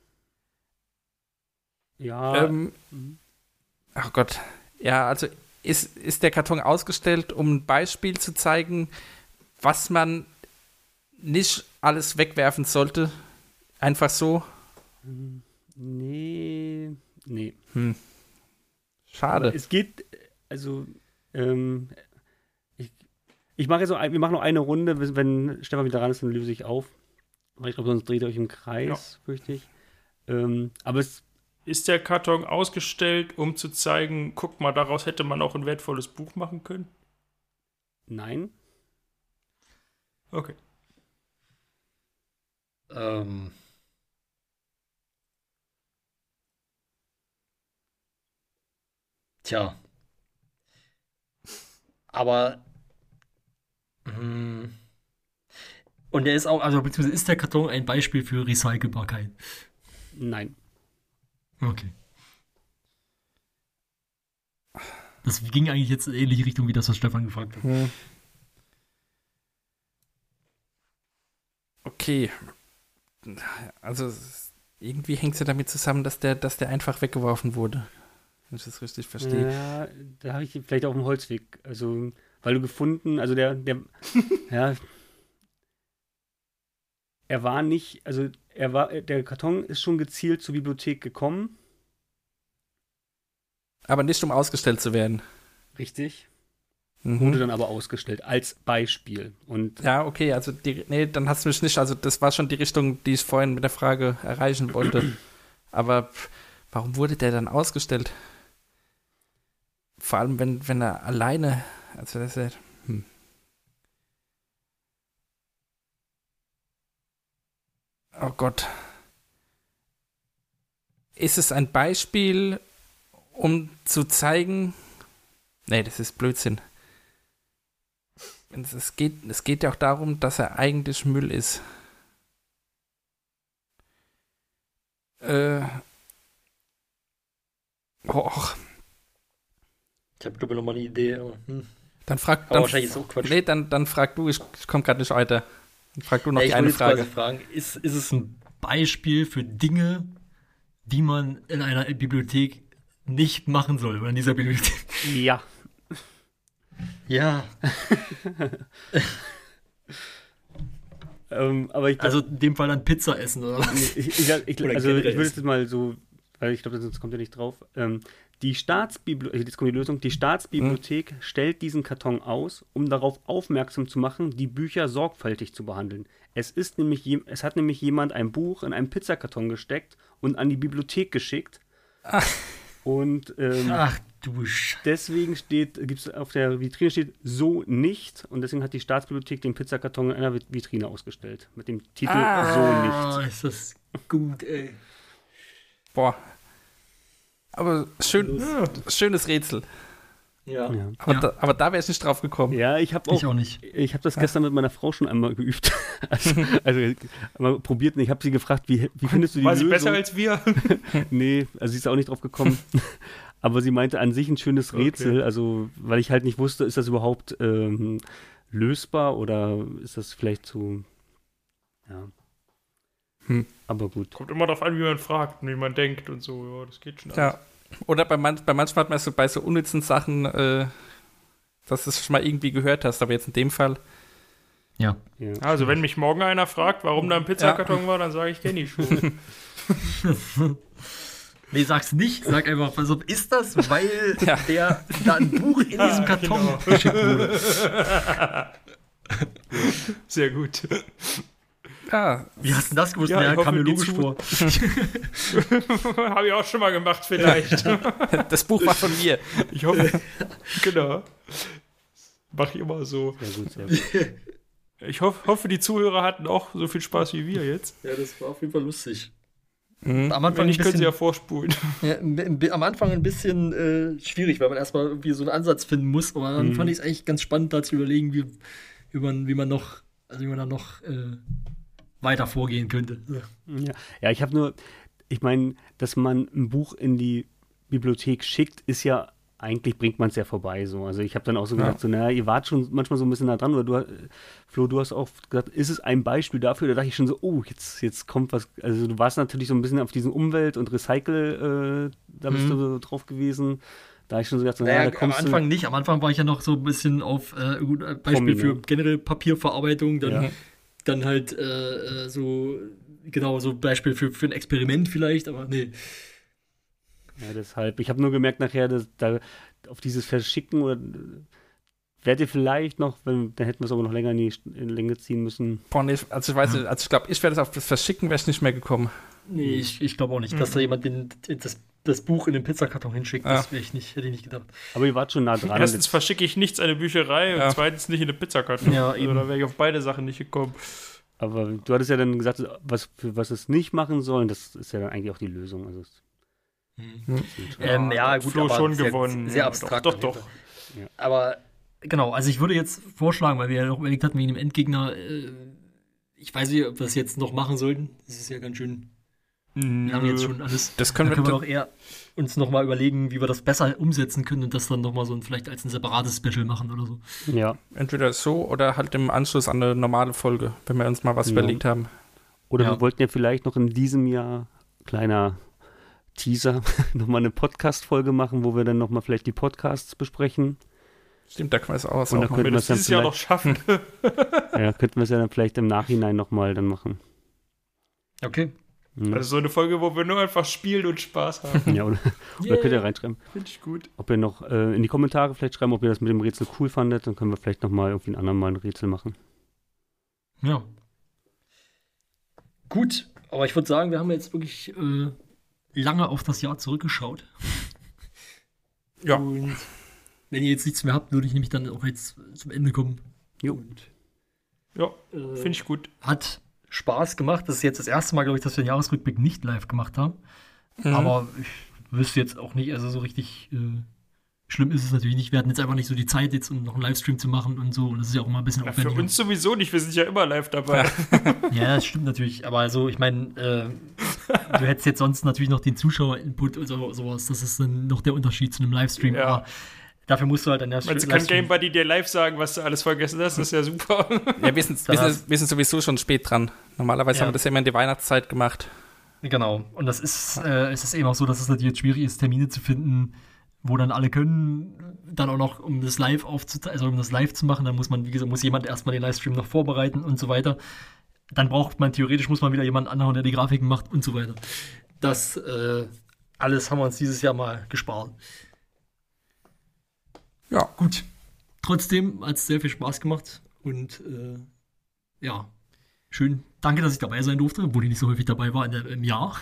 Ja. Ähm, mhm. ach Gott. Ja, also ist, ist der Karton ausgestellt, um ein Beispiel zu zeigen, was man nicht alles wegwerfen sollte? Einfach so? Nee, nee. Hm. Aber Schade. es geht, also, ähm, ich, ich mache jetzt noch, ein, wir machen noch eine Runde, wenn, wenn Stefan wieder ran ist, dann löse ich auf. Weil ich glaube, sonst dreht ihr euch im Kreis, fürchte ich. Ähm, aber es, Ist der Karton ausgestellt, um zu zeigen, guck mal, daraus hätte man auch ein wertvolles Buch machen können? nein. Okay. Ähm. Tja. Aber. Hm. Und der ist auch, also beziehungsweise ist der Karton ein Beispiel für Recycelbarkeit? Nein. Okay. Das ging eigentlich jetzt in ähnliche Richtung wie das, was Stefan gefragt hat. Hm. Okay. Also es- irgendwie hängt es ja damit zusammen, dass der, dass der einfach weggeworfen wurde. Wenn ich das richtig verstehe. Ja, da habe ich vielleicht auf dem Holzweg. Also, weil du gefunden, also der, der, ja, er war nicht, also er war, der Karton ist schon gezielt zur Bibliothek gekommen. Aber nicht, um ausgestellt zu werden. Richtig. Mhm. Wurde dann aber ausgestellt als Beispiel. Und Ja, okay, also die, nee, dann hast du mich nicht, also das war schon die Richtung, die ich vorhin mit der Frage erreichen wollte. Aber pff, warum wurde der dann ausgestellt? Vor allem, wenn, wenn er alleine, also das ist ja, hm. Oh Gott. Ist es ein Beispiel, um zu zeigen, nee, das ist Blödsinn. Es es geht, es geht ja auch darum, dass er eigentlich Müll ist. Äh. Och, Ich habe, glaube ich, nochmal eine Idee. Aber, hm. dann frag, aber dann, wahrscheinlich ist auch Quatsch. nee, dann, dann frag du, ich, ich komme gerade nicht weiter. Dann frag du noch Ja, die ich eine wollte jetzt Frage. quasi fragen, Ist, ist es ein Beispiel für Dinge, die man in einer Bibliothek nicht machen soll, oder in dieser Bibliothek? ja. ja, Ähm, aber ich glaub, Also in dem Fall dann Pizza essen, oder was? ich, ich, ich, Oder also ich generell würde ist- es mal so, weil ich glaube, sonst kommt er nicht drauf. Ähm, die Staatsbibliothek, jetzt kommt die Lösung, die Staatsbibliothek stellt diesen Karton aus, um darauf aufmerksam zu machen, die Bücher sorgfältig zu behandeln. Es ist nämlich, je- es hat nämlich jemand ein Buch in einen Pizzakarton gesteckt und an die Bibliothek geschickt. Und ähm, Ach du Sch... deswegen steht, gibt's auf der Vitrine steht so nicht und deswegen hat die Staatsbibliothek den Pizzakarton in einer Vitrine ausgestellt mit dem Titel Ah. so nicht. Oh, ist das gut, ey. Boah. Aber schön, schönes Rätsel. ja. Ja, Aber Ja. da, aber da wäre ich nicht drauf gekommen. ja ich habe Ich auch, auch nicht. ich habe das gestern mit meiner Frau schon einmal geübt. also, also mal probiert und ich habe sie gefragt, wie, wie findest du die War sie Lösung? besser als wir? Nee, also sie ist auch nicht drauf gekommen. Aber sie meinte an sich ein schönes Rätsel, Okay. also weil ich halt nicht wusste, ist das überhaupt ähm, lösbar oder ist das vielleicht zu, ja. Hm. Aber gut. Kommt immer darauf an, wie man fragt und wie man denkt und so. Ja, das geht schon. Ja. Oder bei, manch, bei manchmal hat man so bei so unnützen Sachen, äh, dass du es schon mal irgendwie gehört hast, aber jetzt in dem Fall. Ja. Ja. Also, wenn mich morgen einer fragt, warum da ein Pizzakarton war, dann sage ich, kenne ich schon. Nee, sag's nicht. Sag einfach, also ist das, weil Ja. der da ein Buch in diesem Karton genau. geschickt wurde. Sehr gut. Ja, Wie hast du das gewusst? Ja, Ja, ich hoffe, kam mir die logisch zu- vor. Habe ich auch schon mal gemacht, vielleicht. das Buch war von mir. Ich hoffe, genau. Mach ich immer so. Sehr gut, sehr gut. Ich hoff, hoffe, die Zuhörer hatten auch so viel Spaß wie wir jetzt. Ja, das war auf jeden Fall lustig. Mhm. Am Anfang Wenn ein nicht, können sie bisschen, ja vorspulen. ja, ein bi- ein bi- am Anfang ein bisschen äh, schwierig, weil man erstmal irgendwie so einen Ansatz finden muss. Aber dann Mhm. fand ich es eigentlich ganz spannend, da zu überlegen, wie, wie, man, wie man noch, also wie man da noch äh, weiter vorgehen könnte. Ja, ja ich habe nur, ich meine, dass man ein Buch in die Bibliothek schickt, ist ja, eigentlich bringt man es ja vorbei. So. Also ich habe dann auch so Ja. gedacht, so, naja, ihr wart schon manchmal so ein bisschen nah dran. Oder du, äh, Flo, du hast auch gesagt, ist es ein Beispiel dafür? Da dachte ich schon so, oh, jetzt, jetzt kommt was. Also du warst natürlich so ein bisschen auf diesen Umwelt- und Recycle, äh, da bist Mhm. du so drauf gewesen. Da habe ich schon so gedacht, so, Naja, naja, da am kommst Anfang nicht. Am Anfang war ich ja noch so ein bisschen auf äh, gut, äh, Beispiel Kombi, für ne? generell Papierverarbeitung, dann, Ja. dann halt äh, äh, so, genau, so Beispiel für, für ein Experiment vielleicht, aber nee. du. Ja, deshalb. Ich habe nur gemerkt nachher, dass da auf dieses Verschicken oder werdet ihr vielleicht noch, wenn, dann hätten wir es aber noch länger in die in die Länge ziehen müssen. Boah, nee, also ich weiß nicht, also ich glaube, ich wäre das auf das Verschicken wäre ich nicht mehr gekommen. Nee, ich, ich glaube auch nicht, dass da jemand den, das, das Buch in den Pizzakarton hinschickt. Ja. Das wäre ich nicht, hätte ich nicht gedacht. Aber ihr wart schon nah dran. Erstens verschicke ich nichts an eine Bücherei Ja. und zweitens nicht in eine Pizzakarton. Ja, also, eben. da wäre ich auf beide Sachen nicht gekommen. Aber du hattest ja dann gesagt, was, für was es nicht machen sollen, das ist ja dann eigentlich auch die Lösung. Also es- Ähm, ja, hat gut, Flo aber schon sehr, gewonnen. sehr Ja, abstrakt. doch, auf doch, jeden doch. Fall. Ja. Aber genau, also ich würde jetzt vorschlagen, weil wir ja noch überlegt hatten wegen dem Endgegner, äh, ich weiß nicht, ob wir das jetzt noch machen sollten. Das ist ja ganz schön lange jetzt schon alles. Das können da wir können wir doch- doch eher uns nochmal überlegen, wie wir das besser umsetzen können und das dann nochmal so ein, vielleicht als ein separates Special machen oder so. Ja. Entweder so oder halt im Anschluss an eine normale Folge, wenn wir uns mal was Ja. überlegt haben. Oder Ja. wir wollten ja vielleicht noch in diesem Jahr, kleiner Teaser, nochmal eine Podcast-Folge machen, wo wir dann nochmal vielleicht die Podcasts besprechen. Stimmt, da können wir es auch Und da saugen. könnten Wenn wir wir das es dann dieses Jahr noch vielleicht, schaffen. ja, könnten wir es ja dann vielleicht im Nachhinein nochmal dann machen. Okay. Ja, Also so eine Folge, wo wir nur einfach spielen und Spaß haben. ja oder, oder könnt ihr reinschreiben, Finde ich gut. ob ihr noch äh, in die Kommentare vielleicht schreiben, ob ihr das mit dem Rätsel cool fandet, dann können wir vielleicht nochmal irgendwie ein andermal ein Rätsel machen. Ja. Gut, aber ich würde sagen, wir haben jetzt wirklich äh, lange auf das Jahr zurückgeschaut. Ja. Und wenn ihr jetzt nichts mehr habt, würde ich nämlich dann auch jetzt zum Ende kommen. Jo. Und, Ja, äh, finde ich gut. hat Spaß gemacht. Das ist jetzt das erste Mal, glaube ich, dass wir den Jahresrückblick nicht live gemacht haben. Mhm. Aber ich wüsste jetzt auch nicht, also so richtig äh, schlimm ist es natürlich nicht. Wir hatten jetzt einfach nicht so die Zeit, jetzt um noch einen Livestream zu machen und so. Und das ist ja auch immer ein bisschen Ja, für aufwendiger. uns sowieso nicht, wir sind ja immer live dabei. Ja, das stimmt natürlich. Aber also, ich meine, äh, du hättest jetzt sonst natürlich noch den Zuschauer-Input oder so, sowas. Das ist dann noch der Unterschied zu einem Livestream. Ja. Aber dafür musst du halt dann erst Meinst du, kann Game Buddy dir live sagen, was du alles vergessen hast? Das ist ja super. Ja, wir sind, wir, sind, wir sind sowieso schon spät dran. Normalerweise Ja. haben wir das ja immer in die Weihnachtszeit gemacht. Genau. Und das ist, äh, es ist eben auch so, dass es natürlich jetzt schwierig ist, Termine zu finden, wo dann alle können, dann auch noch, um das live aufzuzeichnen, also um das live zu machen, dann muss man, wie gesagt, muss jemand erstmal den Livestream noch vorbereiten und so weiter. Dann braucht man, theoretisch muss man wieder jemanden anhauen, der die Grafiken macht und so weiter. Das äh, alles haben wir uns dieses Jahr mal gespart. Ja. Gut. Trotzdem hat es sehr viel Spaß gemacht und äh, ja, schön. Danke, dass ich dabei sein durfte, obwohl ich nicht so häufig dabei war in der, im Jahr.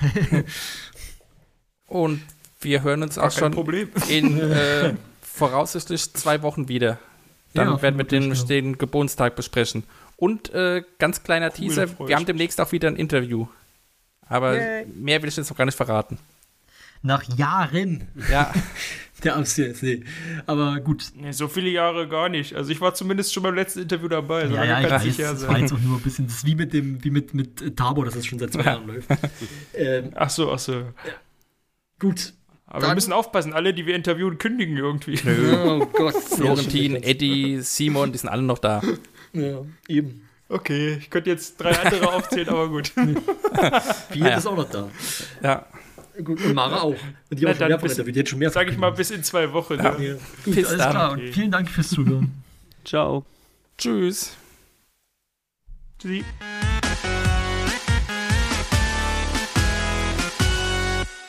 Und wir hören uns Gar auch kein schon Problem. in äh, voraussichtlich zwei Wochen wieder. Dann Ja, werden wir den, vermutlich, den Geburtstag besprechen. Und äh, ganz kleiner Teaser, freu wir ich haben demnächst auch wieder ein Interview. Aber Yay. mehr will ich jetzt noch gar nicht verraten. Nach Jahren. Ja, Der Abstinenz, nee. Aber gut. Nee, so viele Jahre gar nicht. Also ich war zumindest schon beim letzten Interview dabei. So Ja, lange ja, ich kann's weiß, nicht her das sein. war jetzt auch nur ein bisschen, das ist wie mit dem, wie mit, mit äh, Tabor, dass das schon seit zwei Jahren läuft. Ähm, Ach so, ach so. gut. Aber wir Dann- müssen aufpassen, alle, die wir interviewen, kündigen irgendwie. Oh Gott. Florentin, Eddie, Simon, die sind alle noch da. Ja, eben. Okay, ich könnte jetzt drei andere aufzählen, aber gut. Piet ja. ist auch noch da. Ja, Gut, und Mara auch. Und die Na, haben schon dann mehrfach bis- interviewt. Die hat schon mehr Sag ich mal, bis in zwei Wochen. Ja. ne? Ja. Gut, Bis alles dann. klar. Und Okay. vielen Dank fürs Zuhören. Ciao. tschüss. Tschüssi.